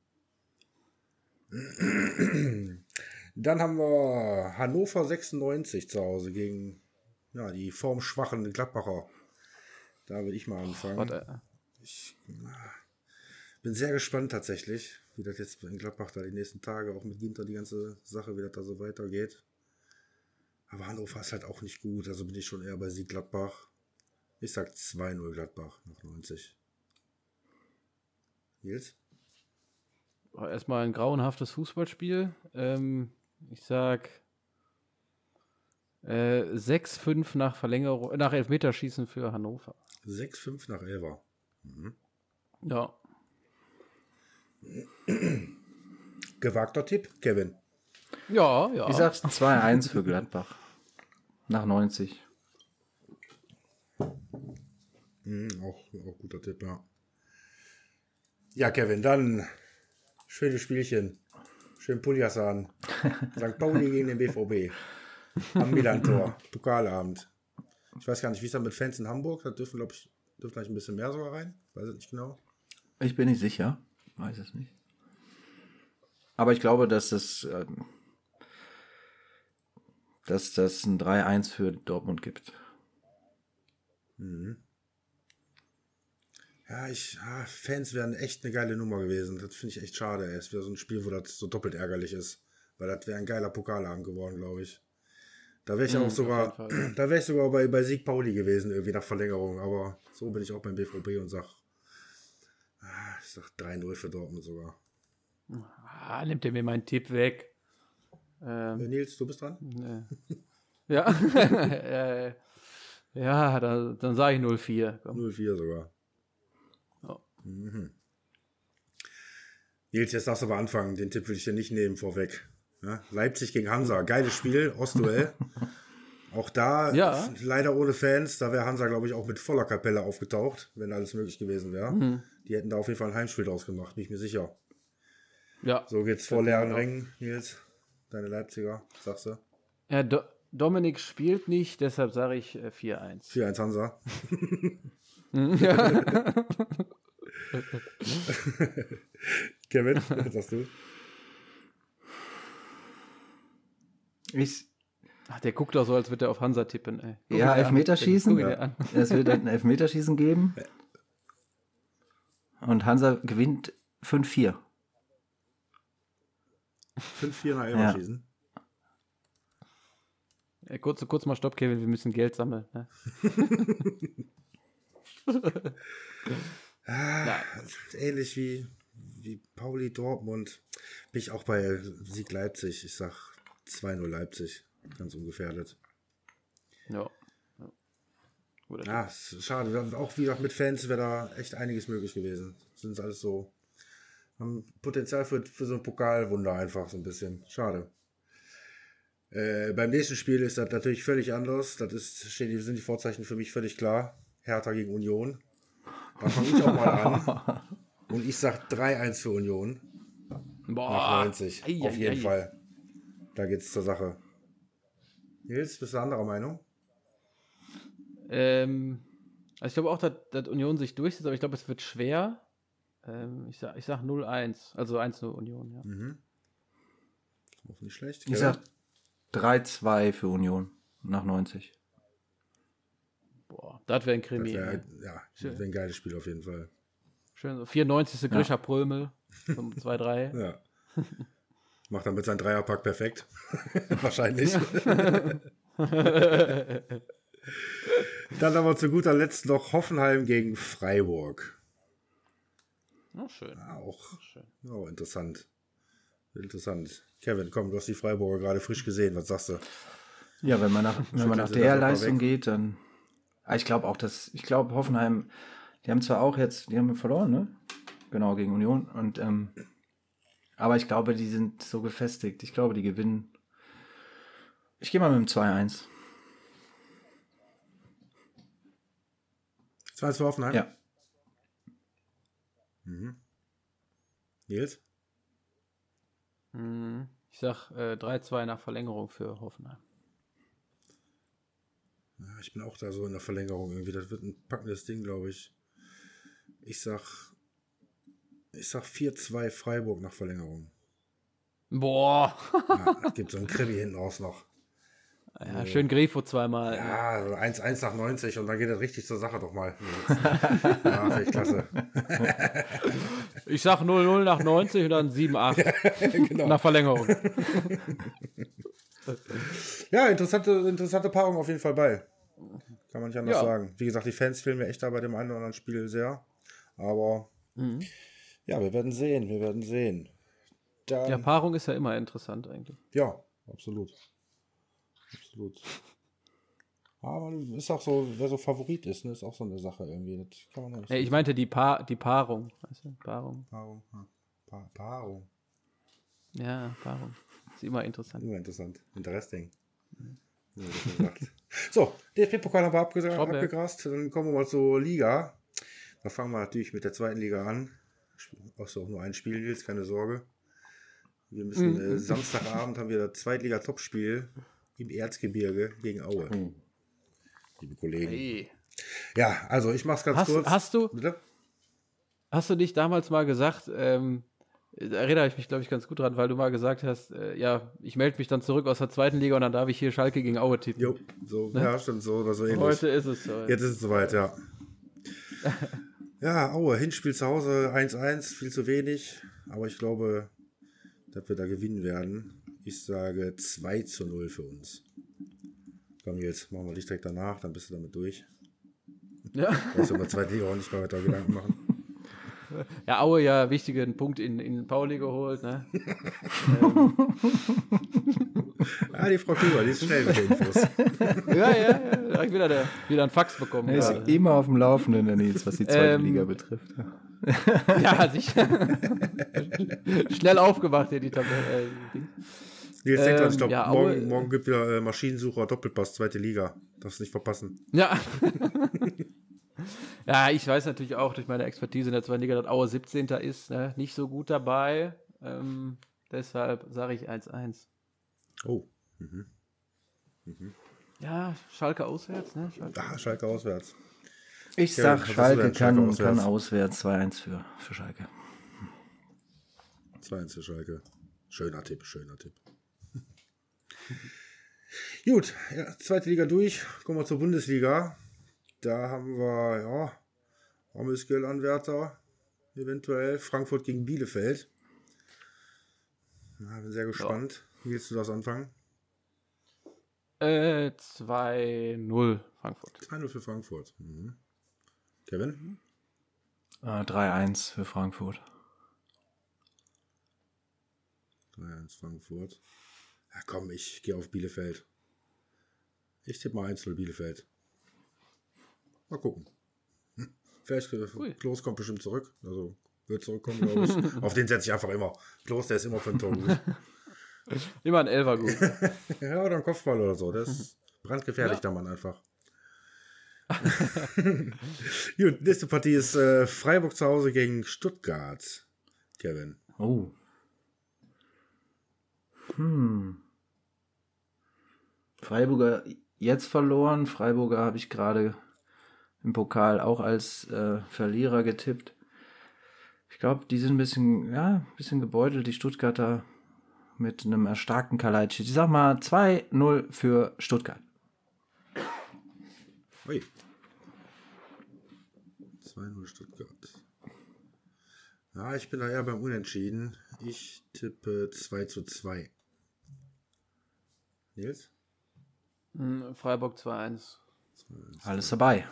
Dann haben wir Hannover 96 zu Hause gegen die formschwachen Gladbacher. Da will ich mal anfangen. Warte. Ich bin sehr gespannt tatsächlich, wie das jetzt in Gladbach da die nächsten Tage auch mit Ginter die ganze Sache, wie das da so weitergeht. Aber Hannover ist halt auch nicht gut, also bin ich schon eher bei Sieg Gladbach. Ich sag 2-0 Gladbach nach 90. Nils? Erstmal ein grauenhaftes Fußballspiel. Ich sag 6-5 nach Verlängerung, nach Elfmeterschießen für Hannover. 6-5 nach Elfer. Mhm. Ja. Gewagter Tipp, Kevin. Ja. Ich sag 2-1 für Gladbach. Nach 90. Auch guter Tipp, ja. Ja, Kevin, dann schönes Spielchen. Schön Pullias an. St. Pauli gegen den BVB. Am Milan-Tor. Pokalabend. Ich weiß gar nicht, wie ist das mit Fans in Hamburg? Da dürfen, glaube ich, gleich ein bisschen mehr sogar rein. Weiß es nicht genau. Ich bin nicht sicher. Weiß es nicht. Aber ich glaube, dass das ein 3-1 für Dortmund gibt. Ja, Fans wären echt eine geile Nummer gewesen. Das finde ich echt schade. Es wäre so ein Spiel, wo das so doppelt ärgerlich ist. Weil das wäre ein geiler Pokalabend geworden, glaube ich. Da wäre ich auch sogar, da wäre ich sogar bei Sieg Pauli gewesen, irgendwie nach Verlängerung. Aber so bin ich auch beim BVB und sag 3-0 für Dortmund sogar. Nimmt ihr mir meinen Tipp weg. Nils, du bist dran? Ja. Ja, dann sage ich 0-4. 0-4 sogar. Ja. Nils, jetzt darfst du aber anfangen. Den Tipp will ich dir nicht nehmen vorweg. Ja, Leipzig gegen Hansa. Geiles Spiel, Ostduell. Auch da, leider ohne Fans. Da wäre Hansa, glaube ich, auch mit voller Kapelle aufgetaucht, wenn alles möglich gewesen wäre. Die hätten da auf jeden Fall ein Heimspiel draus gemacht, bin ich mir sicher. Ja. So geht's vor leeren Rängen, Nils. Deine Leipziger, sagst du? Ja, Dominik spielt nicht, deshalb sage ich 4-1. 4-1 Hansa. Kevin, was sagst du? Der guckt doch so, als würde er auf Hansa tippen, ey. Ja, Elfmeterschießen. Ja. Es wird ein Elfmeterschießen geben. Und Hansa gewinnt 5-4. 5-4 nach Elferschießen. Ja, kurz mal Stopp, Kevin, wir müssen Geld sammeln. Ne? Ähnlich wie Pauli Dortmund bin ich auch bei Sieg Leipzig. Ich sag 2-0 Leipzig. Ganz ungefährdet. Ja. Ist schade. Auch wie gesagt, mit Fans wäre da echt einiges möglich gewesen. Sind alles so. Haben Potenzial für so ein Pokalwunder einfach so ein bisschen. Schade. Beim nächsten Spiel ist das natürlich völlig anders. Sind die Vorzeichen für mich völlig klar. Hertha gegen Union. Da fange ich auch mal an. Und ich sag 3-1 für Union. Nach 90. Auf jeden Fall. Da geht's zur Sache. Nils, bist du anderer Meinung? Also ich glaube auch, dass Union sich durchsetzt, aber ich glaube, es wird schwer. Ich sag 0-1. Also 1-0 Union, ja. Auch nicht schlecht. Ich sag 3-2 für Union nach 90. Boah, das wäre ein Krimi. Das wäre ein geiles Spiel auf jeden Fall. Schön, so 94. Grisha Prömel. 2-3. Ja. Macht dann mit seinem Dreierpack perfekt. Wahrscheinlich. Dann aber zu guter Letzt noch Hoffenheim gegen Freiburg. Schön. Auch interessant. Interessant. Kevin, komm, du hast die Freiburger gerade frisch gesehen. Was sagst du? Ja, wenn man nach der Leistung geht, dann. Ich glaube auch, Hoffenheim, die haben zwar auch jetzt, die haben verloren, ne? Genau, gegen Union. Und aber ich glaube, die sind so gefestigt. Ich glaube, die gewinnen. Ich gehe mal mit dem 2-1. 2-1 für Hoffenheim? Ja. Nils? Ich sag 3-2 nach Verlängerung für Hoffenheim. Ja, ich bin auch da so in der Verlängerung irgendwie. Das wird ein packendes Ding, glaube ich. Ich sag 4-2 Freiburg nach Verlängerung. Boah. Es gibt so einen Krimi hinten raus noch. Ja, schön Grifo zweimal. Ja, 1-1 nach 90 und dann geht das richtig zur Sache doch mal. Ja, finde ich klasse. Ich sag 0-0 nach 90 und dann 7-8 Genau. nach Verlängerung. Ja, interessante Paarung auf jeden Fall bei. Kann man nicht anders sagen. Wie gesagt, die Fans fehlen mir echt da bei dem einen oder anderen Spiel sehr. Aber ja, wir werden sehen. dann, Ja, Paarung ist ja immer interessant eigentlich. ja, absolut. Absolut. Aber ist auch so, wer so Favorit ist, ne, ist auch so eine Sache irgendwie. Das kann man nicht Nee, ich meinte die Paarung. Weißt du? Paarung. Paarung. Paarung. Ja, Paarung. Ist immer interessant. Immer interessant. Interesting. Ja, das man sagt. So, DFB-Pokal haben wir abgegrast. Dann kommen wir mal zur Liga. Da fangen wir natürlich mit der zweiten Liga an. Auch nur ein Spiel, Nils, keine Sorge. Wir müssen Samstagabend haben wir das Zweitliga-Topspiel im Erzgebirge gegen Aue. Liebe Kollegen. Hey. Ja, also ich mach's ganz kurz. Bitte? Hast du dich damals mal gesagt, da erinnere ich mich, glaube ich, ganz gut dran, weil du mal gesagt hast, ja, ich melde mich dann zurück aus der zweiten Liga und dann darf ich hier Schalke gegen Aue tippen. Jo, so, ne? Ja, stimmt, so oder so ähnlich. Heute ist es so. Jetzt ist es soweit, ja. Ja, Aue, Hinspiel zu Hause 1-1, viel zu wenig, aber ich glaube, dass wir da gewinnen werden. Ich sage 2-0 für uns. Komm, jetzt machen wir dich direkt danach, dann bist du damit durch. Ja. Du brauchst über zweite Liga auch nicht mal weiter Gedanken machen. Ja, Aue ja wichtigen Punkt in Pauli geholt, ne? Ah, die Frau Küber, die ist schnell mit den Infos. Ja, da hab ich wieder einen Fax bekommen. Er ist immer auf dem Laufenden, der Nils, was die zweite Liga betrifft. Ja, sicher. Schnell aufgemacht hier die Tabelle. Nils denkt dran, ich glaube, ja, morgen gibt wieder Maschinensucher Doppelpass, zweite Liga. Darfst nicht verpassen. Ja. Ja, ich weiß natürlich auch durch meine Expertise in der zweiten Liga, dass Aue 17. ist, ne? Nicht so gut dabei. Deshalb sage ich 1-1. Oh. Ja, Schalke auswärts, ne? Schalke auswärts. Ich Ja, sag, was Schalke ist denn Schalke kann auswärts? auswärts 2-1 für Schalke. 2-1 für Schalke. Schöner Tipp. Gut, ja, zweite Liga durch. Kommen wir zur Bundesliga. Da haben wir, ja, Anwärter eventuell. Frankfurt gegen Bielefeld. Ja, bin sehr gespannt. Wie willst du das anfangen? 2-0 Frankfurt. 2-0 für Frankfurt. Kevin? 3-1 für Frankfurt. 3-1 Frankfurt. Ja komm, ich gehe auf Bielefeld. Ich tippe mal 1-0 Bielefeld. Mal gucken. Vielleicht Klos kommt bestimmt zurück. Also wird zurückkommen, glaube ich. Auf den setze ich einfach immer. Klos, der ist immer für ein Tor gut. Immer ein Elfer gut. Ja, oder ein Kopfball oder so. Das ist brandgefährlich, der Mann einfach. Gut, nächste Partie ist Freiburg zu Hause gegen Stuttgart. Kevin. Oh. Freiburger jetzt verloren. Freiburger habe ich gerade im Pokal auch als Verlierer getippt. Ich glaube, die sind ein bisschen gebeutelt, die Stuttgarter, mit einem erstarkten Kalajdzic. Ich sag mal 2-0 für Stuttgart. Ui. 2-0 Stuttgart. Ja, ich bin da eher beim Unentschieden. Ich tippe 2-2. Nils? Freiburg 2-1. Alles dabei.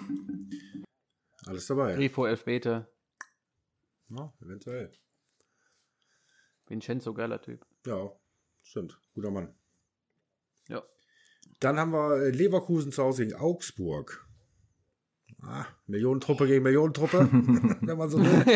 Alles dabei. Grifo Elfmeter. Ja, eventuell. Vincenzo, geiler Typ. Ja, stimmt. Guter Mann. Ja. Dann haben wir Leverkusen zu Hause gegen Augsburg. Millionentruppe gegen Millionentruppe, wenn man so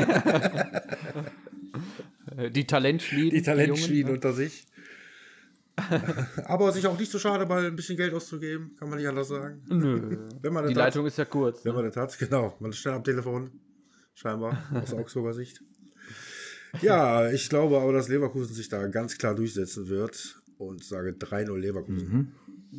will. Die Talentschmieden. Die Talentschmieden unter sich. Aber sich auch nicht so schade, mal ein bisschen Geld auszugeben, kann man nicht anders sagen. Nö. Wenn man Die das Leitung ist ja kurz. Wenn man das hat, genau. Man ist schnell am Telefon. Scheinbar, aus Augsburger Sicht. Ja, ich glaube aber, dass Leverkusen sich da ganz klar durchsetzen wird und sage 3-0 Leverkusen.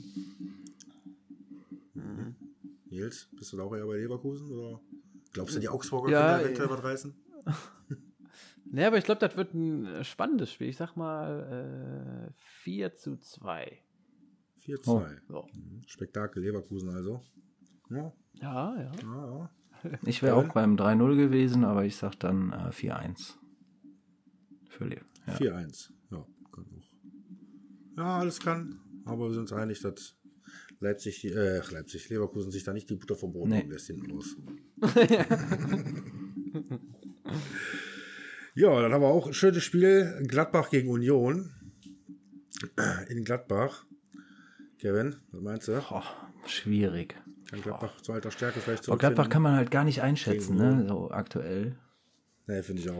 Nils, bist du da auch eher bei Leverkusen? Oder glaubst du, die Augsburger können eventuell was reißen? Ne, aber ich glaube, das wird ein spannendes Spiel. Ich sag mal 4-2. 4-2. So. Spektakel Leverkusen also. Ja. Ja. Ich wäre auch beim 3-0 gewesen, aber ich sag dann 4-1. Für Lev. Ja. 4-1. Ja, kann auch. Ja, alles kann. Aber wir sind uns einig, dass Leverkusen sich da nicht die Butter vom Brot nehmen lässt hinten los. Ja, dann haben wir auch ein schönes Spiel. Gladbach gegen Union. In Gladbach. Kevin, was meinst du? Schwierig. Kann Gladbach zu alter Stärke vielleicht Aber zurückfinden? Gladbach kann man halt gar nicht einschätzen, ne? So aktuell. Nee, finde ich auch.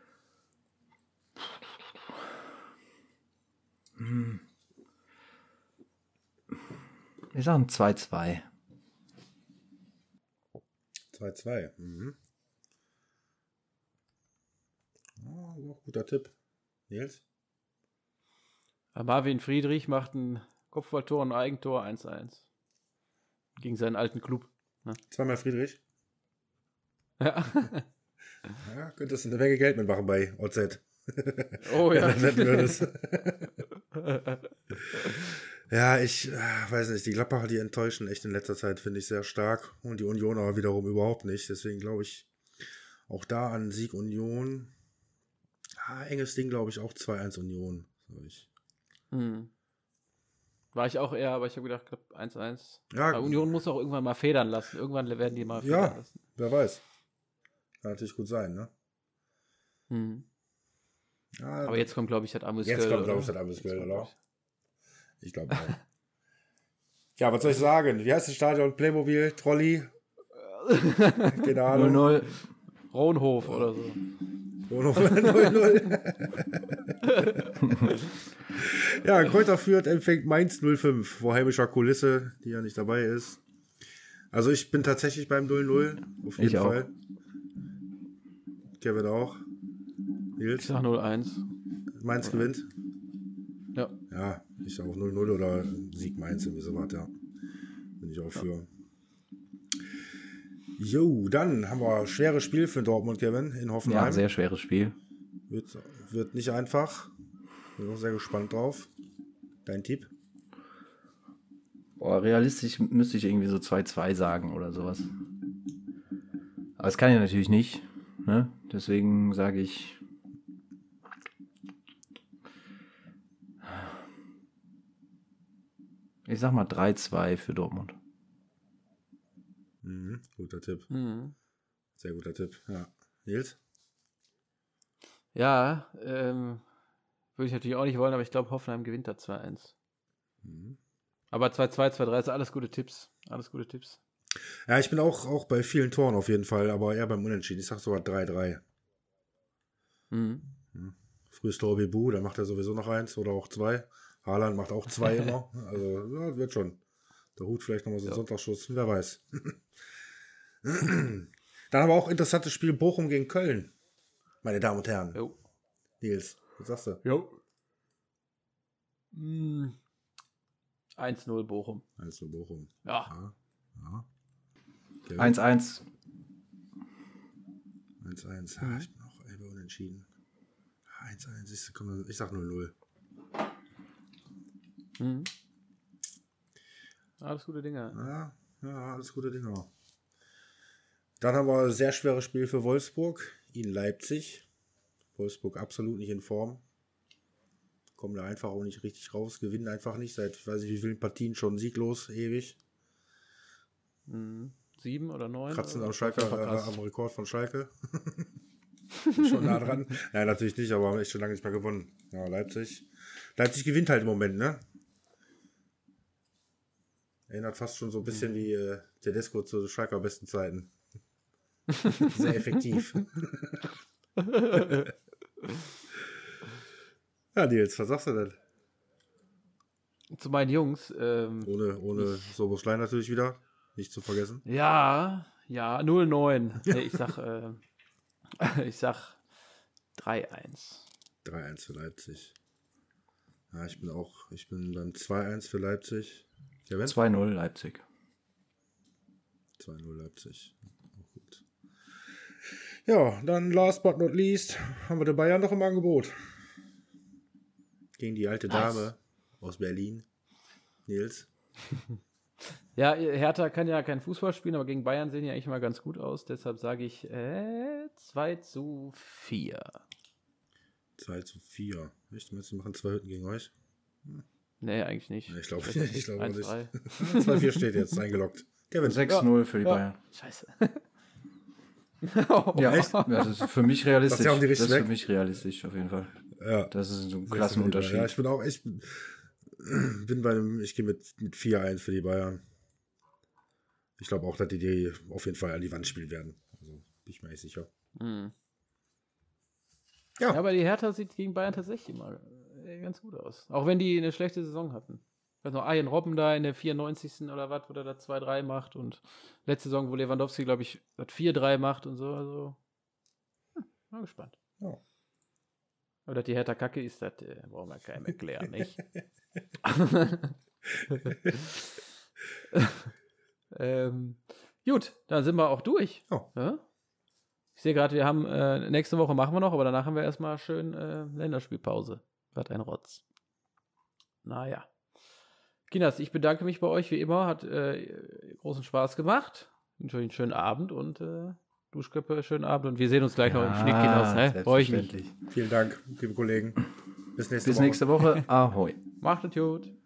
Ich sage ein 2-2. 2-2. Mhm. Oh, guter Tipp. Nils? Marvin Friedrich macht ein Kopfballtor und ein Eigentor 1-1. Gegen seinen alten Club. Ne? Zweimal Friedrich. Ja. Ja, könntest du eine Menge Geld mitmachen bei OZ. Oh ja. Wenn du wetten würdest. Ja, ich weiß nicht, die Gladbacher, die enttäuschen echt in letzter Zeit, finde ich sehr stark. Und die Unioner wiederum überhaupt nicht. Deswegen glaube ich auch da an Sieg Union. Enges Ding, glaube ich, auch 2-1 Union. War ich auch eher, aber ich habe gedacht, 1-1. Ja, Aber Union muss auch irgendwann mal federn lassen. Irgendwann werden die mal federn lassen. Wer weiß. Kann natürlich gut sein, ne? Ja, aber jetzt kommt, glaube ich, das Amüsgöl. Jetzt kommt, glaube ich, das Amüsgöl, oder? Ich glaube auch. Ja, was soll ich sagen? Wie heißt das Stadion? Playmobil? Trolley? Keine Ahnung. 0-0. Ronhof oder so. 0-0. Ja, Kräuter Fürth empfängt Mainz 05 vor heimischer Kulisse, die ja nicht dabei ist. Also ich bin tatsächlich beim 0-0. Auf jeden Fall. Auch. Kevin auch. Nils? Ich sag 0-1. Mainz gewinnt? Ja. Ja, ich auch 0-0 oder Sieg Mainz, irgendwie sowas, ja. Bin ich auch für. Jo, dann haben wir ein schweres Spiel für Dortmund, Kevin, in Hoffenheim. Ja, sehr schweres Spiel. Wird nicht einfach. Bin auch sehr gespannt drauf. Dein Tipp? Realistisch müsste ich irgendwie so 2-2 sagen oder sowas. Aber das kann ich natürlich nicht. Ne? Deswegen sage ich... Ich sag mal 3-2 für Dortmund. Guter Tipp. Sehr guter Tipp. Ja. Nils? Ja, würde ich natürlich auch nicht wollen, aber ich glaube, Hoffenheim gewinnt da 2-1. Aber 2-2, 2-3 ist alles gute Tipps. Alles gute Tipps. Ja, ich bin auch bei vielen Toren auf jeden Fall, aber eher beim Unentschieden. Ich sag sogar 3-3. Frühes Tor Bebu, dann macht er sowieso noch 1 oder auch 2. Haaland macht auch 2 immer. Also, ja, wird schon. Der Hut vielleicht nochmal so ein Sonntagsschuss, wer weiß. Dann aber auch interessantes Spiel Bochum gegen Köln. Meine Damen und Herren. Jo. Nils, was sagst du? Jo. 1-0 Bochum. 1-0 Bochum. Ja. 1-1. 1-1. Ich bin auch über unentschieden. 1-1. Ich sag 0-0. Alles gute Dinge. Ja, alles gute Dinge. Dann haben wir ein sehr schweres Spiel für Wolfsburg in Leipzig. Wolfsburg absolut nicht in Form. Kommen da einfach auch nicht richtig raus. Gewinnen einfach nicht. Seit, ich weiß nicht wie vielen Partien schon sieglos, ewig. 7 oder 9. Kratzen am Rekord von Schalke. Schon nah dran. Nein, natürlich nicht, aber haben echt schon lange nicht mehr gewonnen. Ja, Leipzig. Leipzig gewinnt halt im Moment, ne? Erinnert fast schon so ein bisschen wie Tedesco zu Schalker besten Zeiten. Sehr effektiv. Ja, Nils, was sagst du denn? Zu meinen Jungs. Ohne Soboslai natürlich wieder. Nicht zu vergessen. Ja, 0-9. Nee, ich sag 3-1. 3-1 für Leipzig. Ja, ich bin dann 2-1 für Leipzig. 2-0 Leipzig. 2-0 Leipzig. Auch gut. Ja, dann last but not least haben wir den Bayern noch im Angebot. Gegen die alte Dame aus Berlin. Nils. Ja, Hertha kann ja kein Fußball spielen, aber gegen Bayern sehen die eigentlich mal ganz gut aus. Deshalb sage ich 2-4. 2-4. Echt? Meinst du, wir machen 2 Hütten gegen euch? Nee, eigentlich nicht. Ich glaube nicht. 2-4 steht jetzt eingeloggt. Kevin. 6-0 für die Bayern. Scheiße. Ja, Echt? ja, das ist für mich realistisch. Das ist ja auch Das direkt ist für weg. mich realistisch, auf jeden Fall. Ja. Das ist so ein Ja, Klassenunterschied. ich bin auch echt. Ich gehe mit 4-1 für die Bayern. Ich glaube auch, dass die auf jeden Fall an die Wand spielen werden. Also bin ich mir echt sicher. Mhm. Ja. Ja, aber die Hertha sieht gegen Bayern tatsächlich immer ganz gut aus. Auch wenn die eine schlechte Saison hatten. Ich weiß noch, Arjen Robben da in der 94. oder was, wo der da 2-3 macht und letzte Saison, wo Lewandowski, glaube ich, das 4-3 macht und so. Also, mal gespannt. Ja. Aber dass die Hertha kacke ist, das brauchen wir keinem erklären, nicht? Gut, dann sind wir auch durch. Ja? Ich sehe gerade, wir haben nächste Woche machen wir noch, aber danach haben wir erstmal schön Länderspielpause. Was ein Rotz. Naja. Kinders, ich bedanke mich bei euch wie immer. Hat großen Spaß gemacht. Wünsche euch einen schönen Abend und Duschköppe, schönen Abend. Und wir sehen uns gleich noch im Schnittkinos. Freue ich mich. Vielen Dank, liebe Kollegen. Bis nächste Bis nächste Woche. Ahoi. Macht es gut.